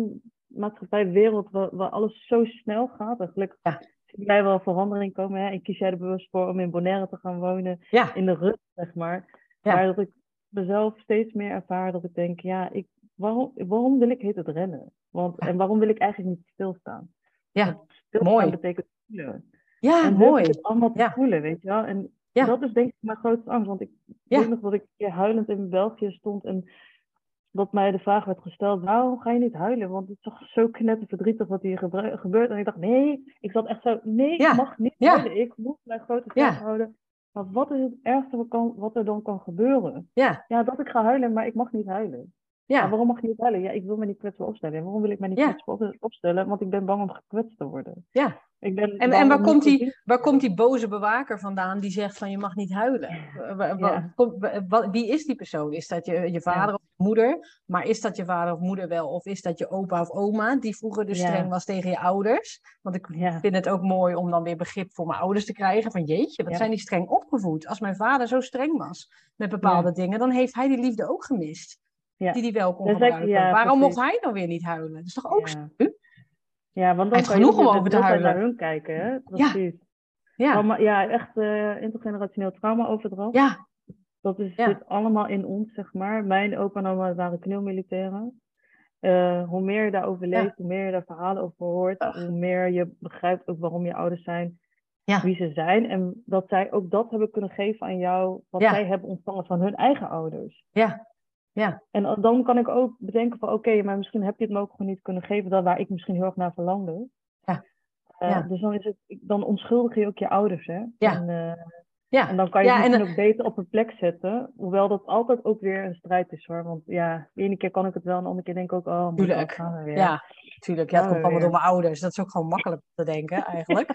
[SPEAKER 2] maatschappij, wereld, waar, waar alles zo snel gaat. En gelukkig
[SPEAKER 1] Ja.
[SPEAKER 2] zie jij wel verandering komen. Hè? En kies jij er bewust voor om in Bonaire te gaan wonen,
[SPEAKER 1] Ja.
[SPEAKER 2] in de rust, zeg maar.
[SPEAKER 1] Ja.
[SPEAKER 2] Maar dat ik mezelf steeds meer ervaar dat ik denk, ja, ik, waarom, waarom wil ik heet het rennen? Want,
[SPEAKER 1] Ja.
[SPEAKER 2] En waarom wil ik eigenlijk niet stilstaan?
[SPEAKER 1] Ja,
[SPEAKER 2] Want stilstaan
[SPEAKER 1] mooi.
[SPEAKER 2] betekent voelen.
[SPEAKER 1] Ja,
[SPEAKER 2] En durf ik
[SPEAKER 1] mooi.
[SPEAKER 2] het allemaal te
[SPEAKER 1] Ja.
[SPEAKER 2] voelen, weet je wel? En
[SPEAKER 1] Ja.
[SPEAKER 2] dat is denk ik mijn grootste angst. Want ik
[SPEAKER 1] Ja.
[SPEAKER 2] weet nog dat ik een keer huilend in België stond en dat mij de vraag werd gesteld, waarom ga je niet huilen? Want het is toch zo knetterverdrietig wat hier gebru- gebeurt. En ik dacht, nee, ik zat echt zo, nee, ik
[SPEAKER 1] Ja.
[SPEAKER 2] mag niet
[SPEAKER 1] Ja.
[SPEAKER 2] huilen. Ik moet mijn grote slag
[SPEAKER 1] Ja.
[SPEAKER 2] houden. Maar wat is het ergste wat, kan, wat er dan kan gebeuren?
[SPEAKER 1] Ja.
[SPEAKER 2] Ja, dat ik ga huilen, maar ik mag niet huilen. Ja,
[SPEAKER 1] Ja.
[SPEAKER 2] waarom mag je niet huilen? Ja, ik wil me niet kwetsbaar opstellen. En waarom wil ik me niet
[SPEAKER 1] Ja.
[SPEAKER 2] kwetsbaar op- opstellen? Want ik ben bang om gekwetst te worden.
[SPEAKER 1] Ja.
[SPEAKER 2] Ik ben
[SPEAKER 1] En,
[SPEAKER 2] bang
[SPEAKER 1] en waar,
[SPEAKER 2] om niet
[SPEAKER 1] komt die,
[SPEAKER 2] gezien te
[SPEAKER 1] waar komt
[SPEAKER 2] worden.
[SPEAKER 1] die boze bewaker vandaan die zegt van je mag niet huilen? Wa- wa- wa-
[SPEAKER 2] Ja,
[SPEAKER 1] kom- wa- wa- Wie is die persoon? Is dat je, je vader
[SPEAKER 2] ja,
[SPEAKER 1] of je moeder? Maar is dat je vader of moeder wel? Of is dat je opa of oma die vroeger dus streng
[SPEAKER 2] ja,
[SPEAKER 1] was tegen je ouders? Want ik
[SPEAKER 2] ja,
[SPEAKER 1] vind het ook mooi om dan weer begrip voor mijn ouders te krijgen. Van jeetje, wat
[SPEAKER 2] ja,
[SPEAKER 1] zijn die streng opgevoed? Als mijn vader zo streng was met bepaalde
[SPEAKER 2] ja,
[SPEAKER 1] dingen, dan heeft hij die liefde ook gemist.
[SPEAKER 2] ja.
[SPEAKER 1] Die hij wel kon
[SPEAKER 2] Dan zeg ik,
[SPEAKER 1] gebruiken.
[SPEAKER 2] ja,
[SPEAKER 1] Waarom mocht
[SPEAKER 2] precies.
[SPEAKER 1] hij dan weer niet huilen? Dat is toch ook
[SPEAKER 2] Ja.
[SPEAKER 1] zo?
[SPEAKER 2] Ja, want
[SPEAKER 1] Hij
[SPEAKER 2] dan
[SPEAKER 1] heeft
[SPEAKER 2] kan je
[SPEAKER 1] genoeg
[SPEAKER 2] ook
[SPEAKER 1] om
[SPEAKER 2] weer
[SPEAKER 1] over
[SPEAKER 2] met
[SPEAKER 1] te
[SPEAKER 2] mildheid naar
[SPEAKER 1] huilen.
[SPEAKER 2] hun kijken, hè?
[SPEAKER 1] Ja,
[SPEAKER 2] Precies.
[SPEAKER 1] ja,
[SPEAKER 2] Trauma, ja, echt eh, intergenerationeel traumaoverdracht.
[SPEAKER 1] ja,
[SPEAKER 2] Dat is,
[SPEAKER 1] ja,
[SPEAKER 2] zit allemaal in ons, zeg maar. Mijn opa en oma waren kneelmilitairen. Eh, hoe meer je daarover
[SPEAKER 1] ja.
[SPEAKER 2] leest, hoe meer je daar verhalen over hoort,
[SPEAKER 1] Ach,
[SPEAKER 2] hoe meer je begrijpt ook waarom je ouders zijn,
[SPEAKER 1] ja,
[SPEAKER 2] wie ze zijn. En dat zij ook dat hebben kunnen geven aan jou, wat
[SPEAKER 1] ja,
[SPEAKER 2] zij hebben ontvangen van hun eigen ouders.
[SPEAKER 1] ja, ja,
[SPEAKER 2] En dan kan ik ook bedenken van, oké, maar misschien heb je het me ook gewoon niet kunnen geven, dat waar ik misschien heel erg naar verlangde.
[SPEAKER 1] ja,
[SPEAKER 2] Uh,
[SPEAKER 1] ja,
[SPEAKER 2] dus dan, is het, dan onschuldig je ook je ouders, hè.
[SPEAKER 1] ja,
[SPEAKER 2] En, uh, en
[SPEAKER 1] ja,
[SPEAKER 2] dan kan je
[SPEAKER 1] ja,
[SPEAKER 2] het
[SPEAKER 1] en
[SPEAKER 2] misschien
[SPEAKER 1] eh,
[SPEAKER 2] ook beter op een plek zetten. Hoewel dat altijd ook weer een strijd is, hoor. Want ja, de ene keer kan ik het wel, en de andere keer denk ik ook, oh my god,
[SPEAKER 1] tuurlijk,
[SPEAKER 2] gaan we weer.
[SPEAKER 1] ja, tuurlijk. Ja, het
[SPEAKER 2] Gaan
[SPEAKER 1] komt
[SPEAKER 2] we
[SPEAKER 1] allemaal door
[SPEAKER 2] weer.
[SPEAKER 1] mijn ouders. Dat is ook gewoon makkelijk om te denken, eigenlijk.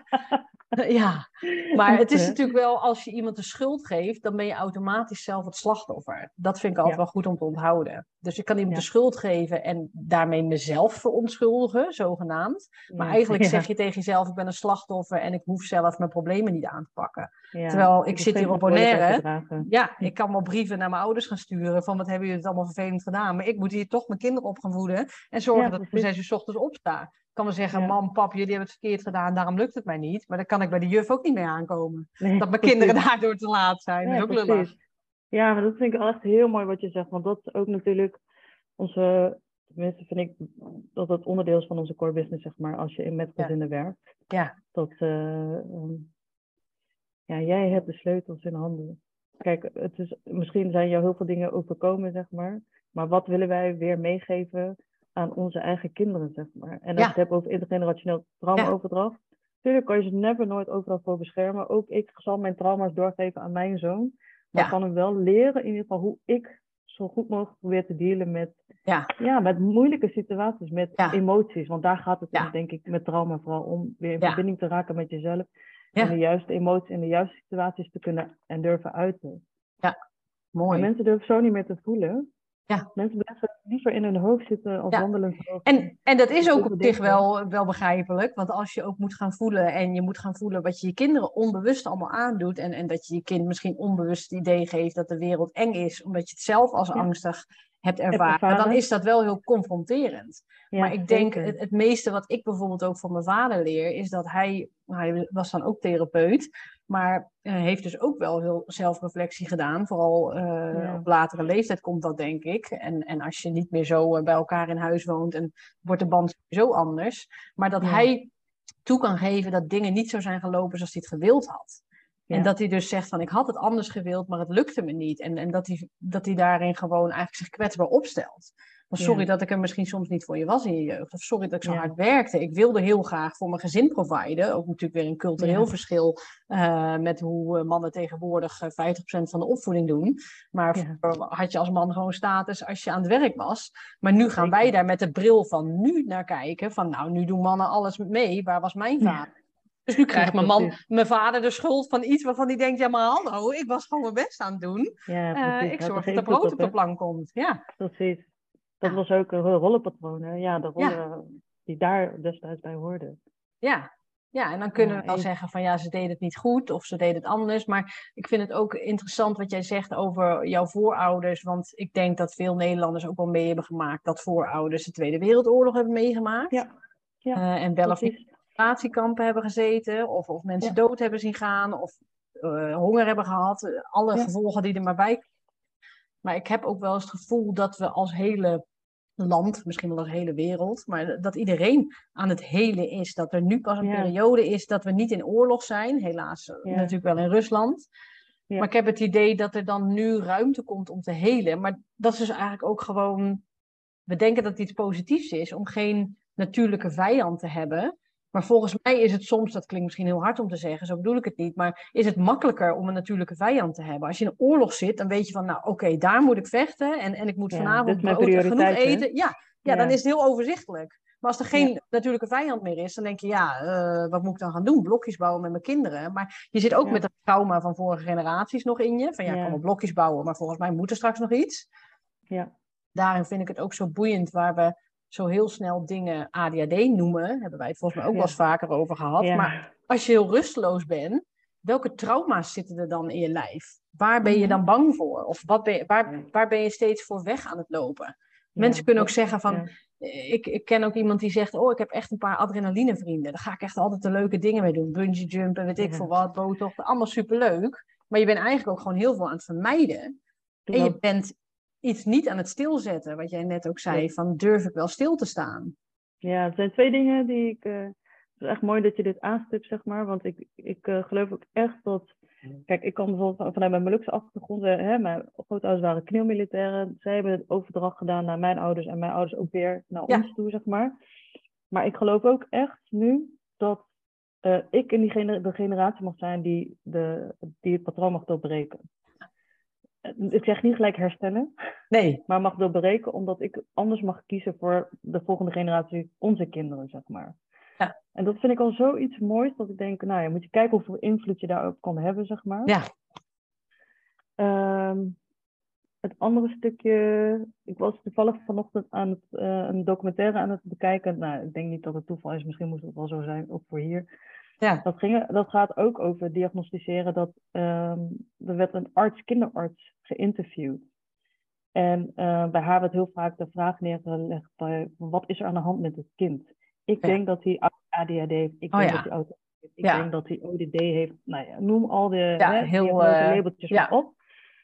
[SPEAKER 1] Ja, maar
[SPEAKER 2] Echt,
[SPEAKER 1] het is
[SPEAKER 2] hè?
[SPEAKER 1] natuurlijk wel, als je iemand de schuld geeft, dan ben je automatisch zelf het slachtoffer. Dat vind ik altijd
[SPEAKER 2] Ja,
[SPEAKER 1] wel goed om te onthouden. Dus ik kan iemand de
[SPEAKER 2] ja,
[SPEAKER 1] schuld geven en daarmee mezelf verontschuldigen, zogenaamd. Maar
[SPEAKER 2] ja,
[SPEAKER 1] eigenlijk zeg
[SPEAKER 2] ja,
[SPEAKER 1] je tegen jezelf, ik ben een slachtoffer en ik hoef zelf mijn problemen niet aan te pakken.
[SPEAKER 2] ja.
[SPEAKER 1] Terwijl ik
[SPEAKER 2] Ik hoef
[SPEAKER 1] zit
[SPEAKER 2] geen
[SPEAKER 1] hier op
[SPEAKER 2] verantwoordelijkheid te
[SPEAKER 1] Bonaire.
[SPEAKER 2] dragen.
[SPEAKER 1] Ja, ik kan wel brieven naar mijn ouders gaan sturen van wat hebben jullie het allemaal vervelend gedaan. Maar ik moet hier toch mijn kinderen op gaan voeden en zorgen
[SPEAKER 2] Ja,
[SPEAKER 1] dat ik om
[SPEAKER 2] precies.
[SPEAKER 1] zes uur 's ochtends opsta. Ik kan wel zeggen,
[SPEAKER 2] Ja,
[SPEAKER 1] mam, pap, jullie hebben het verkeerd gedaan, daarom lukt het mij niet. Maar dan kan ik bij de juf ook niet mee aankomen.
[SPEAKER 2] nee,
[SPEAKER 1] Dat mijn kinderen
[SPEAKER 2] precies.
[SPEAKER 1] daardoor te laat zijn. Dat is
[SPEAKER 2] Ja,
[SPEAKER 1] ook lullig.
[SPEAKER 2] precies. Ja, maar dat vind ik echt heel mooi wat je zegt. Want dat is ook natuurlijk onze, tenminste vind ik dat het onderdeel is van onze core business, zeg maar, als je in met
[SPEAKER 1] Ja,
[SPEAKER 2] gezinnen werkt.
[SPEAKER 1] ja,
[SPEAKER 2] Dat, uh, um, ja, jij hebt de sleutels in handen. Kijk, het is, misschien zijn jou heel veel dingen overkomen, zeg maar. Maar wat willen wij weer meegeven aan onze eigen kinderen, zeg maar. En als je
[SPEAKER 1] ja,
[SPEAKER 2] het hebt over intergenerationeel traumaoverdracht. Natuurlijk kan je ze never nooit overal voor beschermen. Ook ik zal mijn trauma's doorgeven aan mijn zoon. Maar ik
[SPEAKER 1] ja,
[SPEAKER 2] kan hem wel leren, in ieder geval, hoe ik zo goed mogelijk probeer te dealen met,
[SPEAKER 1] ja,
[SPEAKER 2] ja, met moeilijke situaties, met
[SPEAKER 1] ja,
[SPEAKER 2] emoties. Want daar gaat het in,
[SPEAKER 1] ja,
[SPEAKER 2] denk ik, met trauma vooral om. Weer in
[SPEAKER 1] ja,
[SPEAKER 2] verbinding te raken met jezelf. En de
[SPEAKER 1] ja,
[SPEAKER 2] juiste emoties in de juiste situaties te kunnen en durven uiten.
[SPEAKER 1] ja,
[SPEAKER 2] En
[SPEAKER 1] mooi.
[SPEAKER 2] mensen durven zo niet meer te voelen.
[SPEAKER 1] Ja,
[SPEAKER 2] Mensen blijven liever in hun hoofd zitten als
[SPEAKER 1] ja.
[SPEAKER 2] wandelend hoofd.
[SPEAKER 1] En, en dat is
[SPEAKER 2] En
[SPEAKER 1] ook op zich
[SPEAKER 2] overdenken.
[SPEAKER 1] wel, wel begrijpelijk. Want als je ook moet gaan voelen en je moet gaan voelen wat je je kinderen onbewust allemaal aandoet. En, en dat je je kind misschien onbewust het idee geeft dat de wereld eng is, omdat je het zelf als
[SPEAKER 2] Ja,
[SPEAKER 1] angstig hebt
[SPEAKER 2] heb
[SPEAKER 1] ervaren. Dan
[SPEAKER 2] ervaren.
[SPEAKER 1] is dat wel heel confronterend. Maar
[SPEAKER 2] Ja,
[SPEAKER 1] ik denk,
[SPEAKER 2] zeker.
[SPEAKER 1] het, het meeste wat ik bijvoorbeeld ook van mijn vader leer, is dat hij, hij was dan ook therapeut, maar uh, heeft dus ook wel veel zelfreflectie gedaan. Vooral uh,
[SPEAKER 2] Ja,
[SPEAKER 1] op latere leeftijd komt dat, denk ik. En, en als je niet meer zo uh, bij elkaar in huis woont, en wordt de band sowieso anders. Maar dat
[SPEAKER 2] ja,
[SPEAKER 1] hij toe kan geven dat dingen niet zo zijn gelopen zoals hij het gewild had. En
[SPEAKER 2] ja,
[SPEAKER 1] dat hij dus zegt van, ik had het anders gewild, maar het lukte me niet. En, en dat, hij, dat hij daarin gewoon eigenlijk zich kwetsbaar opstelt. Van sorry
[SPEAKER 2] ja,
[SPEAKER 1] dat ik er misschien soms niet voor je was in je jeugd. Of sorry dat ik zo
[SPEAKER 2] ja,
[SPEAKER 1] hard werkte. Ik wilde heel graag voor mijn gezin providen. Ook natuurlijk weer een cultureel
[SPEAKER 2] ja,
[SPEAKER 1] verschil uh, met hoe uh, mannen tegenwoordig uh, vijftig procent van de opvoeding doen. Maar
[SPEAKER 2] ja,
[SPEAKER 1] vroeger had je als man gewoon status als je aan het werk was. Maar nu gaan wij
[SPEAKER 2] zeker.
[SPEAKER 1] daar met de bril van nu naar kijken. Van nou, nu doen mannen alles mee. Waar was mijn vader?
[SPEAKER 2] Ja,
[SPEAKER 1] Dus nu krijgt
[SPEAKER 2] ja,
[SPEAKER 1] mijn man,
[SPEAKER 2] precies.
[SPEAKER 1] mijn vader de schuld van iets waarvan hij denkt, ja maar hallo, ik was gewoon mijn best aan het doen.
[SPEAKER 2] Ja,
[SPEAKER 1] Uh,
[SPEAKER 2] precies.
[SPEAKER 1] ik
[SPEAKER 2] Had er
[SPEAKER 1] zorg dat er
[SPEAKER 2] geen
[SPEAKER 1] brood
[SPEAKER 2] voet
[SPEAKER 1] op
[SPEAKER 2] op,
[SPEAKER 1] de
[SPEAKER 2] hè?
[SPEAKER 1] plank komt. Ja,
[SPEAKER 2] Precies. Dat
[SPEAKER 1] ja,
[SPEAKER 2] was ook een rollenpatroon, hè? Ja, de
[SPEAKER 1] ja,
[SPEAKER 2] rollen die daar destijds bij hoorden.
[SPEAKER 1] ja. Ja, en dan kunnen
[SPEAKER 2] Ja,
[SPEAKER 1] we wel
[SPEAKER 2] en-
[SPEAKER 1] zeggen van ja, ze deden het niet goed of ze deden het anders. Maar ik vind het ook interessant wat jij zegt over jouw voorouders. Want ik denk dat veel Nederlanders ook wel mee hebben gemaakt dat voorouders de Tweede Wereldoorlog hebben meegemaakt.
[SPEAKER 2] ja, ja,
[SPEAKER 1] Uh, en wel of niet in
[SPEAKER 2] precies.
[SPEAKER 1] concentratiekampen hebben gezeten, of, of mensen
[SPEAKER 2] Ja,
[SPEAKER 1] dood hebben zien gaan, of uh, honger hebben gehad. Alle
[SPEAKER 2] ja,
[SPEAKER 1] gevolgen die er maar bij komen. Maar ik heb ook wel eens het gevoel dat we als hele land, misschien wel als hele wereld, maar dat iedereen aan het helen is. Dat er nu pas een
[SPEAKER 2] ja,
[SPEAKER 1] periode is dat we niet in oorlog zijn. Helaas uh,
[SPEAKER 2] ja,
[SPEAKER 1] natuurlijk wel in Rusland. Maar
[SPEAKER 2] ja,
[SPEAKER 1] ik heb het idee dat er dan nu ruimte komt om te helen. Maar dat is dus eigenlijk ook gewoon... We denken dat het iets positiefs is om geen natuurlijke vijand te hebben. Maar volgens mij is het soms, dat klinkt misschien heel hard om te zeggen, zo bedoel ik het niet, maar is het makkelijker om een natuurlijke vijand te hebben. Als je in een oorlog zit, dan weet je van, nou oké, okay, daar moet ik vechten en, en ik moet
[SPEAKER 2] ja, dit
[SPEAKER 1] vanavond
[SPEAKER 2] is mijn
[SPEAKER 1] brood en genoeg
[SPEAKER 2] prioriteit, hè?
[SPEAKER 1] eten. Ja, ja, dan
[SPEAKER 2] Ja,
[SPEAKER 1] is het heel overzichtelijk. Maar als er
[SPEAKER 2] ja,
[SPEAKER 1] geen natuurlijke vijand meer is, dan denk je, ja, uh, wat moet ik dan gaan doen? Blokjes bouwen met mijn kinderen. Maar je zit ook met
[SPEAKER 2] ja,
[SPEAKER 1] het trauma van vorige generaties nog in je. Van ja, ik kan wel
[SPEAKER 2] ja,
[SPEAKER 1] blokjes bouwen, maar volgens mij moet er straks nog iets.
[SPEAKER 2] ja,
[SPEAKER 1] Daarin vind ik het ook zo boeiend waar we zo heel snel dingen A D H D noemen. Hebben wij het volgens mij ook wel eens
[SPEAKER 2] ja,
[SPEAKER 1] vaker over gehad. Maar
[SPEAKER 2] ja.
[SPEAKER 1] als je heel rusteloos bent, welke trauma's zitten er dan in je lijf? Waar ben je
[SPEAKER 2] Mhm.
[SPEAKER 1] dan bang voor? Of wat ben je, waar,
[SPEAKER 2] Ja,
[SPEAKER 1] waar ben je steeds voor weg aan het lopen? Mensen
[SPEAKER 2] ja,
[SPEAKER 1] kunnen ook
[SPEAKER 2] wat,
[SPEAKER 1] zeggen van...
[SPEAKER 2] ja,
[SPEAKER 1] Ik, ik ken ook iemand die zegt... Oh, ik heb echt een paar adrenalinevrienden. Daar ga ik echt altijd de leuke dingen mee doen. Bungee jumpen, weet ik veel
[SPEAKER 2] ja,
[SPEAKER 1] wat, boottochten. Allemaal superleuk. Maar je bent eigenlijk ook gewoon heel veel aan het vermijden. En je
[SPEAKER 2] klopt,
[SPEAKER 1] bent iets niet aan het stilzetten. Wat jij net ook zei,
[SPEAKER 2] klopt.
[SPEAKER 1] van durf ik wel stil te staan?
[SPEAKER 2] Ja, het zijn twee dingen die ik... Uh, het is echt mooi dat je dit aanstipt, zeg maar. Want ik, ik uh, geloof ook echt dat... Kijk, ik kan bijvoorbeeld vanuit mijn Molukse achtergrond... Uh, hè, mijn grootouders waren knielmilitairen. Zij hebben het overdracht gedaan naar mijn ouders... en mijn ouders ook weer naar
[SPEAKER 1] Ja,
[SPEAKER 2] ons toe, zeg maar. Maar ik geloof ook echt nu dat uh, ik in die gener- de generatie mag zijn... die, de, die het patroon mag doorbreken. Ik zeg niet gelijk herstellen,
[SPEAKER 1] nee.
[SPEAKER 2] maar mag doorbreken omdat ik anders mag kiezen voor de volgende generatie, onze kinderen, zeg maar.
[SPEAKER 1] Ja.
[SPEAKER 2] En dat vind ik al zoiets moois dat ik denk, nou ja, moet je kijken hoeveel invloed je daarop kan hebben, zeg maar.
[SPEAKER 1] Ja.
[SPEAKER 2] Um, het andere stukje, ik was toevallig vanochtend aan het, uh, een documentaire aan het bekijken. Nou, ik denk niet dat het toeval is, misschien moest het wel zo zijn, ook voor hier.
[SPEAKER 1] Ja.
[SPEAKER 2] Dat, ging, dat gaat ook over diagnosticeren. Dat, um, er werd een arts, kinderarts geïnterviewd. En uh, bij haar werd heel vaak de vraag neergelegd bij, wat is er aan de hand met het kind? Ik
[SPEAKER 1] Ja.
[SPEAKER 2] denk dat hij A D H D heeft. Ik
[SPEAKER 1] Oh,
[SPEAKER 2] denk
[SPEAKER 1] ja.
[SPEAKER 2] dat hij autisme heeft. Ik
[SPEAKER 1] Ja.
[SPEAKER 2] denk dat hij O D D heeft. Nou ja, noem al de
[SPEAKER 1] Ja,
[SPEAKER 2] hè,
[SPEAKER 1] heel,
[SPEAKER 2] diagnose
[SPEAKER 1] uh,
[SPEAKER 2] labeltjes
[SPEAKER 1] ja.
[SPEAKER 2] maar op.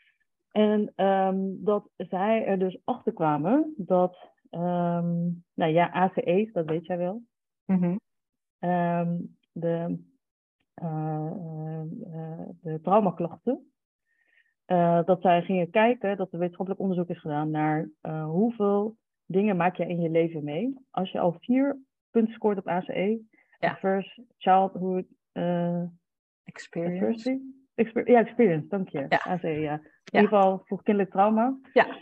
[SPEAKER 2] En um, dat zij er dus achter kwamen dat, um, nou ja, A C E's, dat weet jij wel.
[SPEAKER 1] Mm-hmm.
[SPEAKER 2] Um, de, uh, uh, uh, de traumaklachten. Uh, dat zij gingen kijken, dat er wetenschappelijk onderzoek is gedaan naar uh, hoeveel dingen maak je in je leven mee. Als je al vier punten scoort op A C E,
[SPEAKER 1] ja.
[SPEAKER 2] First Childhood uh,
[SPEAKER 1] Experience.
[SPEAKER 2] Exper ja, experience, dank je.
[SPEAKER 1] Ja.
[SPEAKER 2] A C E, ja. In
[SPEAKER 1] ja.
[SPEAKER 2] ieder geval voor kinderlijk trauma.
[SPEAKER 1] Ja.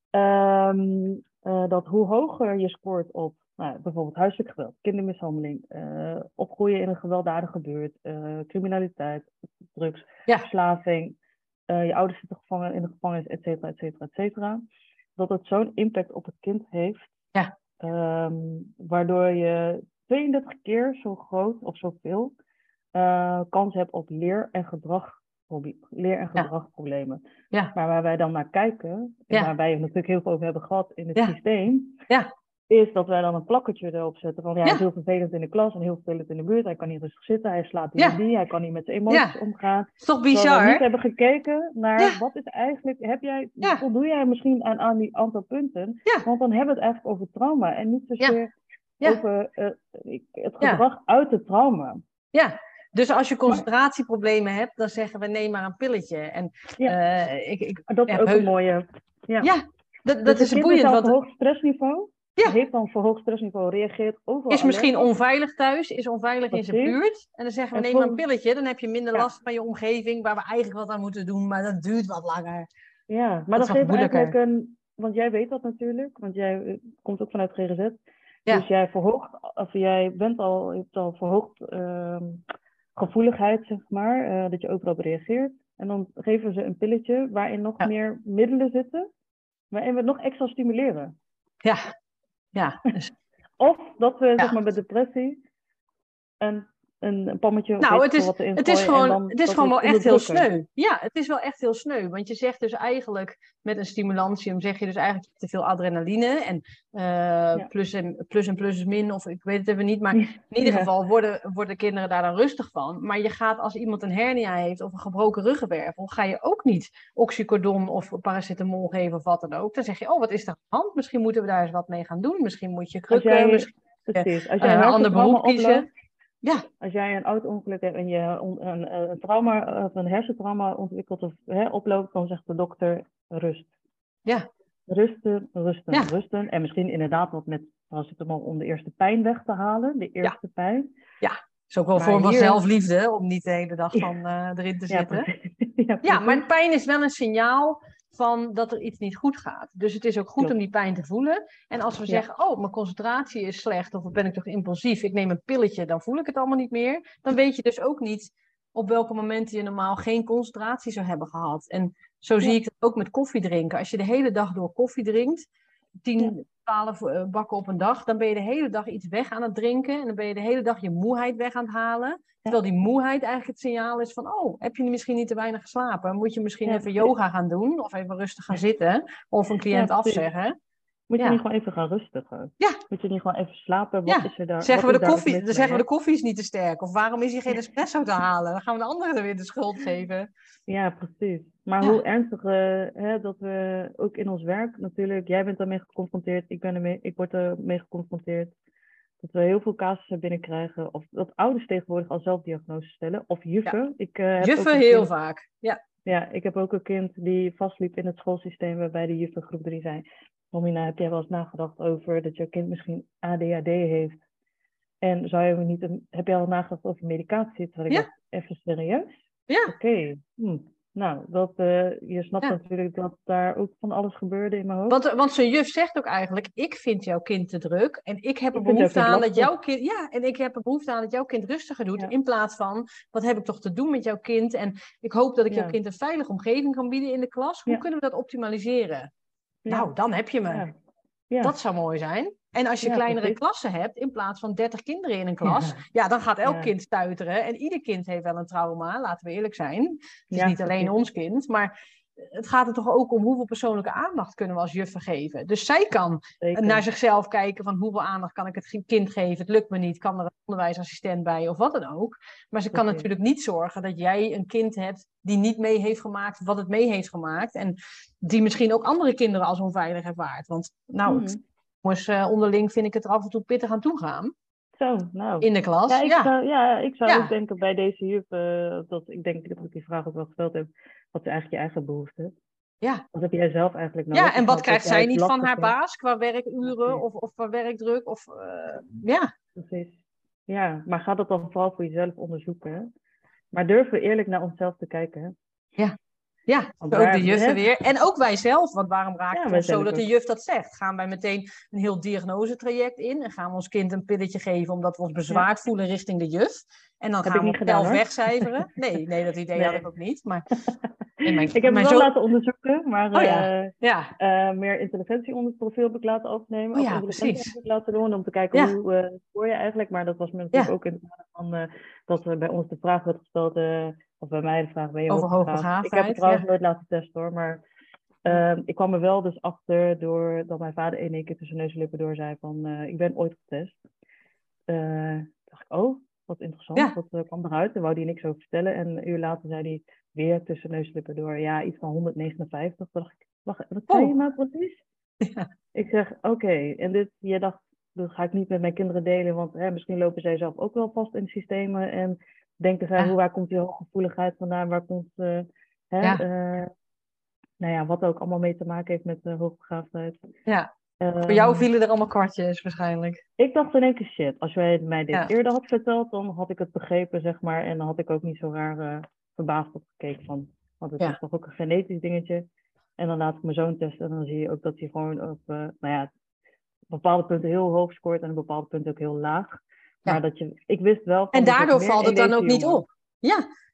[SPEAKER 2] Um, uh, dat hoe hoger je scoort op nou, bijvoorbeeld huiselijk geweld, kindermishandeling, uh, opgroeien in een gewelddadige buurt, uh, criminaliteit, drugs,
[SPEAKER 1] ja.
[SPEAKER 2] verslaving, uh, je ouders zitten gevangen in de gevangenis, et cetera, et cetera, et cetera. Dat het zo'n impact op het kind heeft,
[SPEAKER 1] ja.
[SPEAKER 2] um, waardoor je tweeëndertig keer zo groot of zoveel uh, kans hebt op leer- en gedrag. Leer- en gedragsproblemen.
[SPEAKER 1] Ja.
[SPEAKER 2] Maar waar wij dan naar kijken, en
[SPEAKER 1] ja.
[SPEAKER 2] waar wij natuurlijk heel veel over hebben gehad in het
[SPEAKER 1] ja.
[SPEAKER 2] systeem,
[SPEAKER 1] ja.
[SPEAKER 2] is dat wij dan een plakketje erop zetten van ja, hij
[SPEAKER 1] ja.
[SPEAKER 2] is heel vervelend in de klas en heel vervelend in de buurt, hij kan niet rustig zitten, hij slaat die
[SPEAKER 1] ja.
[SPEAKER 2] en die, hij kan niet met zijn emoties
[SPEAKER 1] ja.
[SPEAKER 2] omgaan.
[SPEAKER 1] Het is toch bizar?
[SPEAKER 2] Terwijl we niet hebben gekeken naar
[SPEAKER 1] ja.
[SPEAKER 2] wat is eigenlijk, heb jij,
[SPEAKER 1] ja.
[SPEAKER 2] voldoe jij misschien aan, aan die aantal punten,
[SPEAKER 1] ja.
[SPEAKER 2] want dan hebben we het eigenlijk over trauma en niet zozeer
[SPEAKER 1] ja. Ja.
[SPEAKER 2] over uh, het gedrag ja. uit het trauma.
[SPEAKER 1] Ja. Dus als je concentratieproblemen hebt, dan zeggen we neem maar een pilletje. En,
[SPEAKER 2] ja.
[SPEAKER 1] uh, ik, ik,
[SPEAKER 2] dat is ook
[SPEAKER 1] heus...
[SPEAKER 2] een mooie. Ja,
[SPEAKER 1] ja dat,
[SPEAKER 2] dus
[SPEAKER 1] dat is
[SPEAKER 2] kind
[SPEAKER 1] boeiend.
[SPEAKER 2] Heeft
[SPEAKER 1] want...
[SPEAKER 2] een verhoogd stressniveau.
[SPEAKER 1] Ja.
[SPEAKER 2] Heeft dan een verhoogd stressniveau, reageert overal.
[SPEAKER 1] Is misschien
[SPEAKER 2] alert.
[SPEAKER 1] onveilig thuis, is onveilig
[SPEAKER 2] Precies.
[SPEAKER 1] in zijn buurt. En dan zeggen we
[SPEAKER 2] en
[SPEAKER 1] neem
[SPEAKER 2] vol...
[SPEAKER 1] maar een pilletje. Dan heb je minder
[SPEAKER 2] ja.
[SPEAKER 1] last van je omgeving, waar we eigenlijk wat aan moeten doen. Maar dat duurt wat langer.
[SPEAKER 2] Ja, maar
[SPEAKER 1] dat
[SPEAKER 2] dan geef je eigenlijk een. Want jij weet dat natuurlijk, want jij uh, komt ook vanuit G G Z. Ja. Dus jij verhoogt, of jij bent al, je hebt al verhoogd uh, gevoeligheid, zeg maar, uh, dat je overal op reageert. En dan geven ze een pilletje waarin nog ja. meer middelen zitten, waarin we het nog extra stimuleren.
[SPEAKER 1] Ja, ja. Dus...
[SPEAKER 2] of dat we,
[SPEAKER 1] ja.
[SPEAKER 2] zeg maar, bij depressie een een, een pammetje of
[SPEAKER 1] Nou,
[SPEAKER 2] weet
[SPEAKER 1] het
[SPEAKER 2] ik veel
[SPEAKER 1] is,
[SPEAKER 2] wat erin
[SPEAKER 1] het is
[SPEAKER 2] gooien en
[SPEAKER 1] gewoon,
[SPEAKER 2] dan
[SPEAKER 1] het is
[SPEAKER 2] dat
[SPEAKER 1] gewoon
[SPEAKER 2] is
[SPEAKER 1] wel echt heel
[SPEAKER 2] onderdrukken.
[SPEAKER 1] sneu. Ja, het is wel echt heel sneu. Want je zegt dus eigenlijk, met een stimulantium zeg je dus eigenlijk te veel adrenaline. En uh,
[SPEAKER 2] Ja.
[SPEAKER 1] plus, en plus en plus is min, of ik weet het even niet. Maar in ieder
[SPEAKER 2] Ja.
[SPEAKER 1] geval worden, worden kinderen daar dan rustig van. Maar je gaat als iemand een hernia heeft of een gebroken ruggenwervel, ga je ook niet oxycodon of paracetamol geven of wat dan ook. Dan zeg je, oh, wat is er aan de hand? Misschien moeten we daar eens wat mee gaan doen. Misschien moet je
[SPEAKER 2] Als
[SPEAKER 1] krukken,
[SPEAKER 2] jij,
[SPEAKER 1] misschien moet je
[SPEAKER 2] precies, als jij
[SPEAKER 1] uh,
[SPEAKER 2] een
[SPEAKER 1] een ander
[SPEAKER 2] hersentrauma
[SPEAKER 1] beroep kiezen.
[SPEAKER 2] oploopt,
[SPEAKER 1] Ja.
[SPEAKER 2] Als jij een auto-ongeluk hebt en je een, een, een trauma of een hersentrauma ontwikkelt of hè, oploopt, dan zegt de dokter rust.
[SPEAKER 1] Ja.
[SPEAKER 2] Rusten, rusten,
[SPEAKER 1] Ja.
[SPEAKER 2] rusten. En misschien inderdaad wat met paracetamol om de eerste pijn weg te halen, de eerste
[SPEAKER 1] ja.
[SPEAKER 2] pijn.
[SPEAKER 1] Ja, is ook wel een
[SPEAKER 2] Maar
[SPEAKER 1] vorm van
[SPEAKER 2] hier...
[SPEAKER 1] zelfliefde om niet de hele dag van uh, erin te
[SPEAKER 2] ja,
[SPEAKER 1] zitten.
[SPEAKER 2] precies. ja, precies.
[SPEAKER 1] Ja, maar pijn is wel een signaal van dat er iets niet goed gaat. Dus het is ook goed
[SPEAKER 2] Klopt.
[SPEAKER 1] om die pijn te voelen. En als we
[SPEAKER 2] Ja.
[SPEAKER 1] zeggen, oh, mijn concentratie is slecht of ben ik toch impulsief, ik neem een pilletje, dan voel ik het allemaal niet meer. Dan weet je dus ook niet op welke momenten je normaal geen concentratie zou hebben gehad. En zo zie
[SPEAKER 2] Ja.
[SPEAKER 1] ik het ook met koffie drinken. Als je de hele dag door koffie drinkt, tien,
[SPEAKER 2] Ja.
[SPEAKER 1] twaalf uh, bakken op een dag, dan ben je de hele dag iets weg aan het drinken en dan ben je de hele dag je moeheid weg aan het halen. Terwijl die moeheid eigenlijk het signaal is van, oh, heb je misschien niet te weinig geslapen? Moet je misschien
[SPEAKER 2] Ja,
[SPEAKER 1] even
[SPEAKER 2] precies.
[SPEAKER 1] yoga gaan doen of even rustig gaan zitten of een cliënt
[SPEAKER 2] Ja,
[SPEAKER 1] afzeggen.
[SPEAKER 2] Moet je
[SPEAKER 1] Ja.
[SPEAKER 2] niet gewoon even gaan rustigen?
[SPEAKER 1] Ja.
[SPEAKER 2] Moet je niet gewoon even slapen? Wat
[SPEAKER 1] Ja.
[SPEAKER 2] is er daar?
[SPEAKER 1] Zeggen
[SPEAKER 2] wat
[SPEAKER 1] we
[SPEAKER 2] is
[SPEAKER 1] de
[SPEAKER 2] daar
[SPEAKER 1] koffie,
[SPEAKER 2] mis
[SPEAKER 1] dan
[SPEAKER 2] mee,
[SPEAKER 1] zeggen we
[SPEAKER 2] hè?
[SPEAKER 1] de koffie is niet te sterk. Of waarom is hier geen espresso te halen? Dan gaan we de anderen weer de schuld geven.
[SPEAKER 2] Ja, precies. Maar
[SPEAKER 1] Ja.
[SPEAKER 2] hoe ernstig uh, hè, dat we ook in ons werk natuurlijk, jij bent daarmee geconfronteerd, ik, ben ermee, ik word ermee geconfronteerd, dat we heel veel casussen binnenkrijgen, of dat ouders tegenwoordig al zelf diagnoses stellen, of juffen.
[SPEAKER 1] Ja.
[SPEAKER 2] Ik, uh, heb
[SPEAKER 1] juffen
[SPEAKER 2] ook
[SPEAKER 1] heel
[SPEAKER 2] kind,
[SPEAKER 1] vaak, ja.
[SPEAKER 2] Ja, ik heb ook een kind die vastliep in het schoolsysteem, waarbij de juffen groep drie zei, Romina, heb jij wel eens nagedacht over dat jouw kind misschien A D H D heeft? En zou je niet een, heb jij al nagedacht over medicatie? Terwijl ik
[SPEAKER 1] Ja.
[SPEAKER 2] dacht, even serieus?
[SPEAKER 1] Ja.
[SPEAKER 2] Oké, okay. hm. Nou, dat, uh, je snapt
[SPEAKER 1] ja.
[SPEAKER 2] natuurlijk dat daar ook van alles gebeurde in mijn hoofd.
[SPEAKER 1] Want, want zo'n juf zegt ook eigenlijk, ik vind jouw kind te druk en ik heb er
[SPEAKER 2] ik
[SPEAKER 1] behoefte aan dat jouw kind, ja, en ik heb er behoefte aan dat jouw kind rustiger doet,
[SPEAKER 2] ja.
[SPEAKER 1] in plaats van, wat heb ik toch te doen met jouw kind? En ik hoop dat ik
[SPEAKER 2] ja.
[SPEAKER 1] jouw kind een veilige omgeving kan bieden in de klas. Hoe
[SPEAKER 2] ja.
[SPEAKER 1] kunnen we dat optimaliseren?
[SPEAKER 2] Ja.
[SPEAKER 1] Nou, dan heb je me.
[SPEAKER 2] Ja. Ja.
[SPEAKER 1] Dat zou mooi zijn. En als je
[SPEAKER 2] ja,
[SPEAKER 1] kleinere
[SPEAKER 2] precies.
[SPEAKER 1] klassen hebt, in plaats van dertig kinderen in een klas, ja, ja dan gaat elk
[SPEAKER 2] ja.
[SPEAKER 1] kind stuiteren. En ieder kind heeft wel een trauma, laten we eerlijk zijn. Het is
[SPEAKER 2] ja,
[SPEAKER 1] niet alleen
[SPEAKER 2] precies.
[SPEAKER 1] ons kind, maar het gaat er toch ook om hoeveel persoonlijke aandacht kunnen we als juf geven. Dus zij kan Zeker. naar zichzelf kijken van hoeveel aandacht kan ik het kind geven. Het lukt me niet, kan er een onderwijsassistent bij of wat dan ook. Maar ze kan
[SPEAKER 2] Precies.
[SPEAKER 1] natuurlijk niet zorgen dat jij een kind hebt die niet mee heeft gemaakt wat het mee heeft gemaakt. En die misschien ook andere kinderen als onveilig ervaart. Want nou, mm-hmm. het, jongens, uh, onderling vind ik het er af en toe pittig aan toe gaan.
[SPEAKER 2] Zo, nou.
[SPEAKER 1] In de klas,
[SPEAKER 2] ja. Ik
[SPEAKER 1] ja.
[SPEAKER 2] zou, ja, ik zou
[SPEAKER 1] ja.
[SPEAKER 2] ook denken bij deze juf, uh, dat ik denk dat ik die vraag ook wel gesteld heb, wat is eigenlijk je eigen behoefte?
[SPEAKER 1] Ja.
[SPEAKER 2] Wat heb jij zelf eigenlijk nodig?
[SPEAKER 1] Ja, en wat krijgt zij niet van haar
[SPEAKER 2] vindt.
[SPEAKER 1] baas qua werkuren of, of qua werkdruk? Of, uh, ja.
[SPEAKER 2] Precies. Ja, maar ga dat dan vooral voor jezelf onderzoeken. Hè? Maar durven we eerlijk naar onszelf te kijken. Hè?
[SPEAKER 1] Ja. Ja, ook de juffen weer. En ook wij zelf, want waarom raakt ja, het ons zo dat de juf dat zegt? Gaan wij meteen een heel diagnosetraject in en gaan we ons kind een pilletje geven omdat we ons bezwaard ja. voelen richting de juf? En dan
[SPEAKER 2] heb
[SPEAKER 1] gaan we
[SPEAKER 2] gedaan,
[SPEAKER 1] zelf wegcijferen? Nee, nee, dat idee nee. had ik ook niet. Maar
[SPEAKER 2] nee, mijn, ik heb het wel zo... laten onderzoeken, maar
[SPEAKER 1] oh, ja.
[SPEAKER 2] Uh,
[SPEAKER 1] ja.
[SPEAKER 2] Uh, meer intelligentieprofiel heb ik laten opnemen.
[SPEAKER 1] Oh, ja, precies.
[SPEAKER 2] Heb ik laten doen om te kijken ja. hoe uh, scoor je eigenlijk. Maar dat was me natuurlijk ja. ook in het kader van uh, dat er bij ons de vraag werd gesteld. Uh, Of bij mij de vraag, ben je
[SPEAKER 1] over hoogbegaafdheid?
[SPEAKER 2] Ik heb het trouwens ja. nooit laten testen hoor, maar uh, ik kwam er wel dus achter doordat mijn vader in één keer tussen neus en lippen door zei van, uh, ik ben ooit getest. Uh, dacht ik, oh, wat interessant, ja. wat uh, kwam eruit? Daar wou hij niks over vertellen en een uur later zei hij weer tussen neus en lippen door, ja, iets van honderdnegenenvijftig. Toen dacht ik, wacht, wat zei oh. je maar precies? Ja. Ik zeg, oké, okay. En dit, je dacht, dat ga ik niet met mijn kinderen delen, want hè, misschien lopen zij zelf ook wel vast in de systemen en denken zij, ja. hoe, waar komt die hooggevoeligheid vandaan? Waar komt, uh, hè, ja. Uh, nou ja, wat ook allemaal mee te maken heeft met uh, hoogbegaafdheid.
[SPEAKER 1] Ja, um, voor jou vielen er allemaal kwartjes waarschijnlijk.
[SPEAKER 2] Ik dacht in één keer, shit, als jij mij dit
[SPEAKER 1] ja.
[SPEAKER 2] eerder had verteld, dan had ik het begrepen, zeg maar. En dan had ik ook niet zo raar uh, verbaasd op gekeken van, want het ja. is toch ook een genetisch dingetje. En dan laat ik mijn zoon testen en dan zie je ook dat hij gewoon op, uh, nou ja, bepaalde punten heel hoog scoort en op bepaalde punten ook heel laag. Ja. Maar dat je, ik wist wel... Van
[SPEAKER 1] en daardoor valt het dan ook
[SPEAKER 2] jongen.
[SPEAKER 1] niet op. Ja,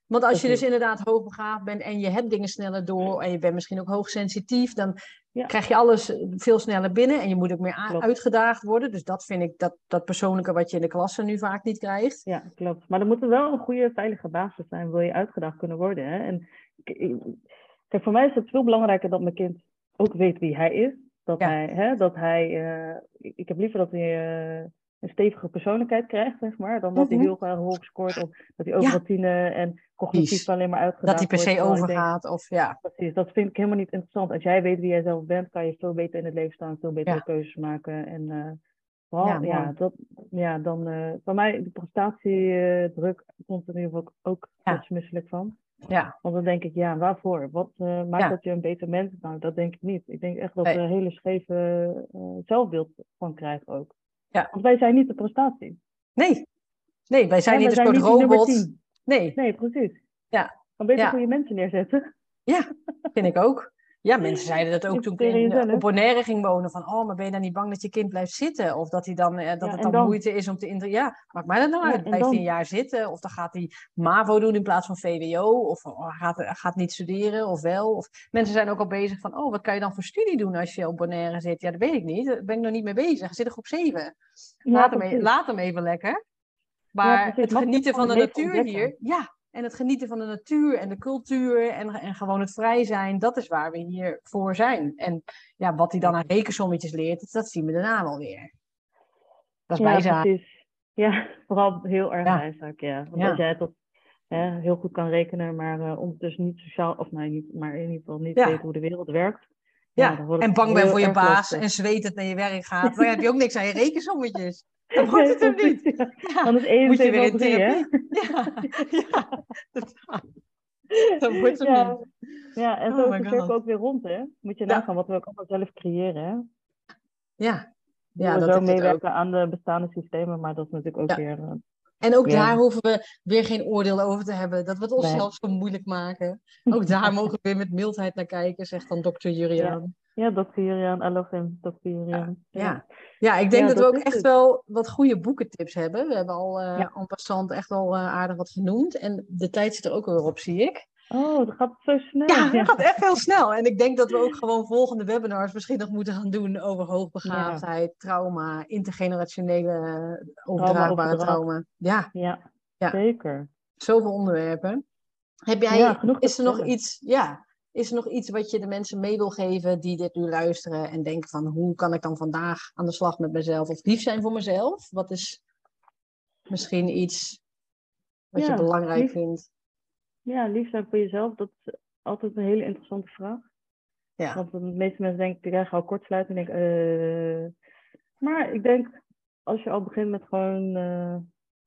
[SPEAKER 1] Want als je dus
[SPEAKER 2] Precies.
[SPEAKER 1] inderdaad hoogbegaafd bent en je hebt dingen sneller door en je bent misschien ook hoogsensitief, dan
[SPEAKER 2] Ja,
[SPEAKER 1] krijg je alles veel sneller binnen en je moet ook meer a-
[SPEAKER 2] klopt.
[SPEAKER 1] uitgedaagd worden. Dus dat vind ik, dat, dat persoonlijke wat je in de klasse nu vaak niet krijgt.
[SPEAKER 2] Ja, klopt. Maar er moet er wel een goede, veilige basis zijn, wil je uitgedaagd kunnen worden. Hè? En ik- ik- kijk, voor mij is het veel belangrijker dat mijn kind ook weet wie hij is. Dat
[SPEAKER 1] Ja.
[SPEAKER 2] hij, hè, dat hij eh, ik ik heb liever dat hij eh, een stevige persoonlijkheid krijgt, zeg maar, dan dat hij
[SPEAKER 1] Mhm.
[SPEAKER 2] heel erg hoog scoort of dat hij
[SPEAKER 1] Ja.
[SPEAKER 2] over routine en cognitief
[SPEAKER 1] Precies.
[SPEAKER 2] alleen maar
[SPEAKER 1] Dat hij
[SPEAKER 2] uitgedaagd
[SPEAKER 1] per
[SPEAKER 2] wordt.
[SPEAKER 1] se
[SPEAKER 2] Terwijl ik denk,
[SPEAKER 1] overgaat of ja.
[SPEAKER 2] precies, dat vind ik helemaal niet interessant. Als jij weet wie jij zelf bent, kan je veel beter in het leven staan, veel betere
[SPEAKER 1] Ja.
[SPEAKER 2] keuzes maken. En eh,
[SPEAKER 1] Ja,
[SPEAKER 2] vooral,
[SPEAKER 1] mooi.
[SPEAKER 2] ja, dat, ja, dan eh voor mij de prestatiedruk komt er in ieder geval ook
[SPEAKER 1] Ja.
[SPEAKER 2] doodsmisselijk van.
[SPEAKER 1] Ja.
[SPEAKER 2] Want dan denk ik, ja, waarvoor? Wat eh, maakt
[SPEAKER 1] Ja.
[SPEAKER 2] dat je een beter mens? Nou, dat denk ik niet. Ik denk echt dat
[SPEAKER 1] Nee.
[SPEAKER 2] we een hele scheve eh, zelfbeeld van krijgen ook.
[SPEAKER 1] Ja.
[SPEAKER 2] Want wij zijn niet de prestatie.
[SPEAKER 1] Nee. Nee, wij zijn
[SPEAKER 2] Hè,
[SPEAKER 1] niet
[SPEAKER 2] wij
[SPEAKER 1] een
[SPEAKER 2] zijn
[SPEAKER 1] soort
[SPEAKER 2] niet die nummer
[SPEAKER 1] robot.
[SPEAKER 2] tien.
[SPEAKER 1] Nee.
[SPEAKER 2] Nee, precies.
[SPEAKER 1] Ja.
[SPEAKER 2] Dan beter
[SPEAKER 1] Ja.
[SPEAKER 2] goede mensen neerzetten.
[SPEAKER 1] Ja, vind ik ook. Ja, mensen zeiden dat ook toen ik
[SPEAKER 2] Investeer in
[SPEAKER 1] in eh,
[SPEAKER 2] jezelf.
[SPEAKER 1] op Bonaire ging wonen. Van, oh, maar ben je dan niet bang dat je kind blijft zitten? Of dat, hij dan, eh, dat
[SPEAKER 2] Ja,
[SPEAKER 1] het
[SPEAKER 2] en
[SPEAKER 1] dan,
[SPEAKER 2] dan?
[SPEAKER 1] moeite is om te... Inter- ja, maakt mij dat nou
[SPEAKER 2] Ja,
[SPEAKER 1] uit?
[SPEAKER 2] en
[SPEAKER 1] Blijft hij een
[SPEAKER 2] dan?
[SPEAKER 1] jaar zitten? Of dan gaat hij MAVO doen in plaats van V W O? Of oh, hij gaat, hij gaat niet studeren? Of wel? Of mensen zijn ook al bezig van, oh, wat kan je dan voor studie doen als je op Bonaire zit? Ja, dat weet ik niet. Daar ben ik nog niet mee bezig. Hij zit er op zeven.
[SPEAKER 2] Ja,
[SPEAKER 1] Laat, hem, e-
[SPEAKER 2] precies.
[SPEAKER 1] laat hem even lekker.
[SPEAKER 2] Ja,
[SPEAKER 1] Maar
[SPEAKER 2] precies.
[SPEAKER 1] het
[SPEAKER 2] Mag je
[SPEAKER 1] genieten
[SPEAKER 2] gewoon
[SPEAKER 1] van de
[SPEAKER 2] het leven
[SPEAKER 1] natuur
[SPEAKER 2] ontdekken.
[SPEAKER 1] hier, ja, en het genieten van de natuur en de cultuur en, en gewoon het vrij zijn, dat is waar we hier voor zijn. En ja, wat hij dan aan rekensommetjes leert, dat zien we daarna wel weer. Dat is
[SPEAKER 2] Ja,
[SPEAKER 1] bijzaak.
[SPEAKER 2] precies. Ja, vooral heel erg
[SPEAKER 1] Ja.
[SPEAKER 2] bijzaak, ja. Want
[SPEAKER 1] Ja.
[SPEAKER 2] als jij tot hè, heel goed kan rekenen, maar eh, ondertussen niet sociaal, of nee, niet, maar in ieder geval niet
[SPEAKER 1] Ja.
[SPEAKER 2] weet hoe de wereld werkt. Ja,
[SPEAKER 1] Ja,
[SPEAKER 2] dan wordt
[SPEAKER 1] en
[SPEAKER 2] het
[SPEAKER 1] bang bent
[SPEAKER 2] heel
[SPEAKER 1] voor je
[SPEAKER 2] erg
[SPEAKER 1] baas
[SPEAKER 2] lastig.
[SPEAKER 1] en zwetend naar je werk gaat, dan heb je ook niks aan je rekensommetjes. Dan wordt
[SPEAKER 2] Nee,
[SPEAKER 1] het hem
[SPEAKER 2] precies,
[SPEAKER 1] niet.
[SPEAKER 2] ja.
[SPEAKER 1] Ja,
[SPEAKER 2] Dan is één
[SPEAKER 1] moet je
[SPEAKER 2] twee
[SPEAKER 1] weer
[SPEAKER 2] wel
[SPEAKER 1] in
[SPEAKER 2] drie, hè?
[SPEAKER 1] therapie. Ja, ja, totaal. Dan wordt het hem
[SPEAKER 2] Ja,
[SPEAKER 1] niet.
[SPEAKER 2] ja, en
[SPEAKER 1] Oh
[SPEAKER 2] zo is
[SPEAKER 1] my
[SPEAKER 2] de cirkel
[SPEAKER 1] god.
[SPEAKER 2] ook weer rond, hè? Moet je
[SPEAKER 1] Ja,
[SPEAKER 2] nagaan wat we ook allemaal zelf creëren, hè?
[SPEAKER 1] ja,
[SPEAKER 2] Hoe
[SPEAKER 1] ja,
[SPEAKER 2] we
[SPEAKER 1] dat
[SPEAKER 2] zo
[SPEAKER 1] is het ook.
[SPEAKER 2] meewerken aan de bestaande systemen, maar dat is natuurlijk ook
[SPEAKER 1] Ja.
[SPEAKER 2] weer... eh,
[SPEAKER 1] En ook
[SPEAKER 2] weer...
[SPEAKER 1] daar hoeven we weer geen oordeel over te hebben. Dat we het
[SPEAKER 2] Nee.
[SPEAKER 1] onszelf zo moeilijk maken. Ook daar mogen we weer met mildheid naar kijken, zegt dan dokter
[SPEAKER 2] Ja,
[SPEAKER 1] Juriaan.
[SPEAKER 2] ja, dokter Juriaan, I love him, dokter
[SPEAKER 1] Ja,
[SPEAKER 2] Juriaan. Ja.
[SPEAKER 1] ja. ja, ik denk
[SPEAKER 2] Ja,
[SPEAKER 1] dat we
[SPEAKER 2] dat
[SPEAKER 1] ook
[SPEAKER 2] is
[SPEAKER 1] echt
[SPEAKER 2] het.
[SPEAKER 1] wel wat goede boekentips hebben. We hebben al eh
[SPEAKER 2] Ja.
[SPEAKER 1] en passant echt al eh, aardig wat genoemd. En de tijd zit er ook weer op, zie ik.
[SPEAKER 2] Oh, dat gaat zo snel.
[SPEAKER 1] Ja,
[SPEAKER 2] Ja,
[SPEAKER 1] dat gaat echt heel snel. En ik denk dat we ook gewoon volgende webinars misschien nog moeten gaan doen over hoogbegaafdheid, trauma, intergenerationele eh, overdraagbare
[SPEAKER 2] overdracht.
[SPEAKER 1] trauma. Ja,
[SPEAKER 2] Ja,
[SPEAKER 1] Ja.
[SPEAKER 2] zeker.
[SPEAKER 1] zoveel onderwerpen. Heb jij,
[SPEAKER 2] Ja, genoeg te
[SPEAKER 1] is er nog
[SPEAKER 2] vertellen.
[SPEAKER 1] iets, ja, is er nog iets wat je de mensen mee wil geven die dit nu luisteren en denken van hoe kan ik dan vandaag aan de slag met mezelf of lief zijn voor mezelf? Wat is misschien iets wat je
[SPEAKER 2] Ja,
[SPEAKER 1] belangrijk
[SPEAKER 2] lief,
[SPEAKER 1] vindt?
[SPEAKER 2] ja, lief zijn voor jezelf, dat is altijd een hele interessante vraag.
[SPEAKER 1] Ja,
[SPEAKER 2] Want de meeste mensen denken, ja, ga al kortsluiten. En ik denk, eh... Maar ik denk, als je al begint met gewoon... eh,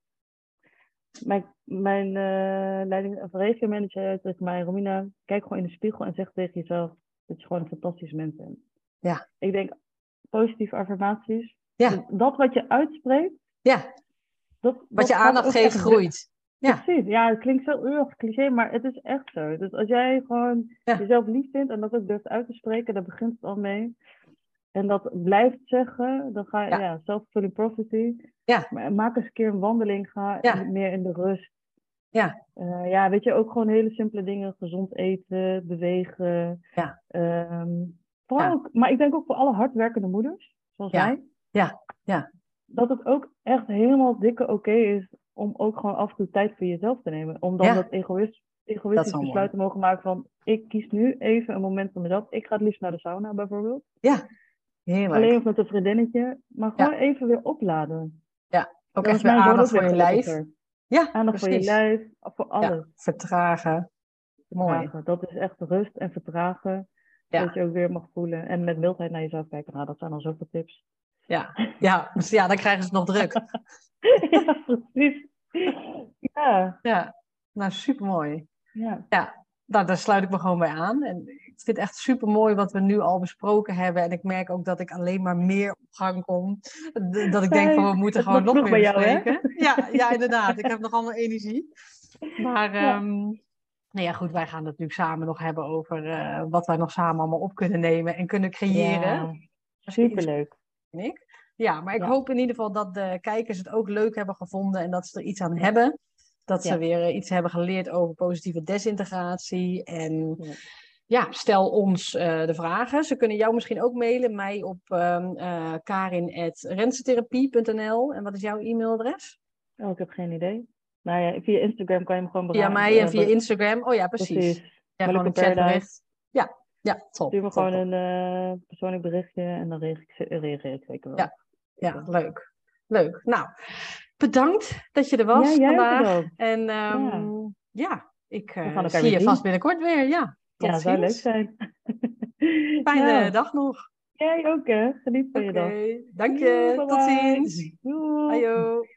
[SPEAKER 2] Mijn, mijn uh, leiding, of regiomanager zei tegen mij, Romina, kijk gewoon in de spiegel en zeg tegen jezelf dat je gewoon een fantastisch mens bent.
[SPEAKER 1] Ja.
[SPEAKER 2] Ik denk, positieve affirmaties.
[SPEAKER 1] Ja.
[SPEAKER 2] Dat wat je uitspreekt.
[SPEAKER 1] Ja.
[SPEAKER 2] Dat,
[SPEAKER 1] Wat
[SPEAKER 2] dat
[SPEAKER 1] je
[SPEAKER 2] gaat
[SPEAKER 1] aandacht
[SPEAKER 2] ook
[SPEAKER 1] geeft,
[SPEAKER 2] echt
[SPEAKER 1] groeit. Ja.
[SPEAKER 2] Precies. Ja, het klinkt zo erg cliché, maar het is echt zo. Dus als jij gewoon
[SPEAKER 1] Ja.
[SPEAKER 2] jezelf lief vindt en dat ook durft uit te spreken, daar begint het al mee. En dat blijft zeggen, dan ga je,
[SPEAKER 1] Ja.
[SPEAKER 2] ja, self-fulfilling prophecy.
[SPEAKER 1] Ja.
[SPEAKER 2] Maar maak eens een keer een wandeling, ga
[SPEAKER 1] Ja.
[SPEAKER 2] meer in de rust.
[SPEAKER 1] Ja.
[SPEAKER 2] Uh, ja, weet je, ook gewoon hele simpele dingen. Gezond eten, bewegen.
[SPEAKER 1] Ja.
[SPEAKER 2] Um, vooral
[SPEAKER 1] Ja.
[SPEAKER 2] ook, maar ik denk ook voor alle hardwerkende moeders, zoals
[SPEAKER 1] Ja.
[SPEAKER 2] wij.
[SPEAKER 1] Ja. Ja.
[SPEAKER 2] Dat het ook echt helemaal dikke oké okay is om ook gewoon af en toe tijd voor jezelf te nemen. Om dan
[SPEAKER 1] Ja.
[SPEAKER 2] dat egoïst, egoïstisch
[SPEAKER 1] Dat is
[SPEAKER 2] besluit te mogen maken van... Ik kies nu even een moment voor mezelf. Ik ga het liefst naar de sauna bijvoorbeeld.
[SPEAKER 1] Ja. Heerlijk.
[SPEAKER 2] Alleen of met een vriendinnetje. Maar gewoon
[SPEAKER 1] Ja.
[SPEAKER 2] even weer opladen.
[SPEAKER 1] Ja. Ook
[SPEAKER 2] Dan
[SPEAKER 1] echt
[SPEAKER 2] is
[SPEAKER 1] weer
[SPEAKER 2] mijn zoon
[SPEAKER 1] aandacht
[SPEAKER 2] ook
[SPEAKER 1] voor
[SPEAKER 2] weer
[SPEAKER 1] je lijf.
[SPEAKER 2] gelukkiger.
[SPEAKER 1] Ja,
[SPEAKER 2] Aandacht voor je
[SPEAKER 1] precies.
[SPEAKER 2] lijf, voor alles.
[SPEAKER 1] Ja. Vertragen. Mooi.
[SPEAKER 2] Vertragen. Dat is echt rust en vertragen.
[SPEAKER 1] Ja.
[SPEAKER 2] Dat je ook weer mag voelen. En met mildheid naar jezelf kijken. Nou, dat zijn al zoveel tips.
[SPEAKER 1] Ja, ja, dus ja, dan krijgen ze het nog druk.
[SPEAKER 2] Ja, precies. Ja.
[SPEAKER 1] Ja, nou supermooi.
[SPEAKER 2] Ja.
[SPEAKER 1] Ja, nou, daar sluit ik me gewoon bij aan. En ik vind het echt supermooi wat we nu al besproken hebben. En ik merk ook dat ik alleen maar meer op gang kom. Dat ik denk van we moeten
[SPEAKER 2] het
[SPEAKER 1] gewoon nog meer
[SPEAKER 2] bij jou,
[SPEAKER 1] bespreken.
[SPEAKER 2] Hè?
[SPEAKER 1] Ja, ja, inderdaad. Ik heb nog allemaal energie. Maar
[SPEAKER 2] Ja.
[SPEAKER 1] um, nou ja, goed, wij gaan het natuurlijk samen nog hebben over uh, wat wij nog samen allemaal op kunnen nemen en kunnen creëren.
[SPEAKER 2] Ja, superleuk.
[SPEAKER 1] Ik. Ja, maar ik
[SPEAKER 2] Ja.
[SPEAKER 1] hoop in ieder geval dat de kijkers het ook leuk hebben gevonden en dat ze er iets aan hebben. Dat ze
[SPEAKER 2] Ja.
[SPEAKER 1] weer eh, iets hebben geleerd over positieve desintegratie. En
[SPEAKER 2] Ja.
[SPEAKER 1] ja, stel ons eh, de vragen. Ze kunnen jou misschien ook mailen. Mij op um, uh, karin at rensetherapie punt n l. En wat is jouw e-mailadres?
[SPEAKER 2] Oh, ik heb geen idee. Nou ja, via Instagram kan je me gewoon
[SPEAKER 1] Via
[SPEAKER 2] bereiken.
[SPEAKER 1] mij en via Instagram. Oh ja, precies.
[SPEAKER 2] Precies.
[SPEAKER 1] Ja, gewoon
[SPEAKER 2] Malika
[SPEAKER 1] een
[SPEAKER 2] Paradise.
[SPEAKER 1] chatbericht. Ja, ja, top.
[SPEAKER 2] Stuur me
[SPEAKER 1] top,
[SPEAKER 2] gewoon
[SPEAKER 1] top.
[SPEAKER 2] een uh, persoonlijk berichtje en dan reageer ik, reageer ik zeker wel.
[SPEAKER 1] Ja, ja, leuk. Leuk. Nou, bedankt dat je er was
[SPEAKER 2] Ja, jij ook
[SPEAKER 1] vandaag.
[SPEAKER 2] bedankt.
[SPEAKER 1] En um,
[SPEAKER 2] Ja.
[SPEAKER 1] ja, ik
[SPEAKER 2] We gaan
[SPEAKER 1] uh,
[SPEAKER 2] elkaar
[SPEAKER 1] zie
[SPEAKER 2] weer
[SPEAKER 1] je
[SPEAKER 2] zien.
[SPEAKER 1] vast binnenkort weer. Ja, tot
[SPEAKER 2] Ja, zou leuk
[SPEAKER 1] ziens.
[SPEAKER 2] zijn.
[SPEAKER 1] Fijne
[SPEAKER 2] Nou,
[SPEAKER 1] dag nog.
[SPEAKER 2] jij ook hè. Geniet van
[SPEAKER 1] Oké,
[SPEAKER 2] je dag.
[SPEAKER 1] dank
[SPEAKER 2] Doei,
[SPEAKER 1] je.
[SPEAKER 2] bye
[SPEAKER 1] Tot
[SPEAKER 2] bye.
[SPEAKER 1] ziens.
[SPEAKER 2] Doei.
[SPEAKER 1] Ajo.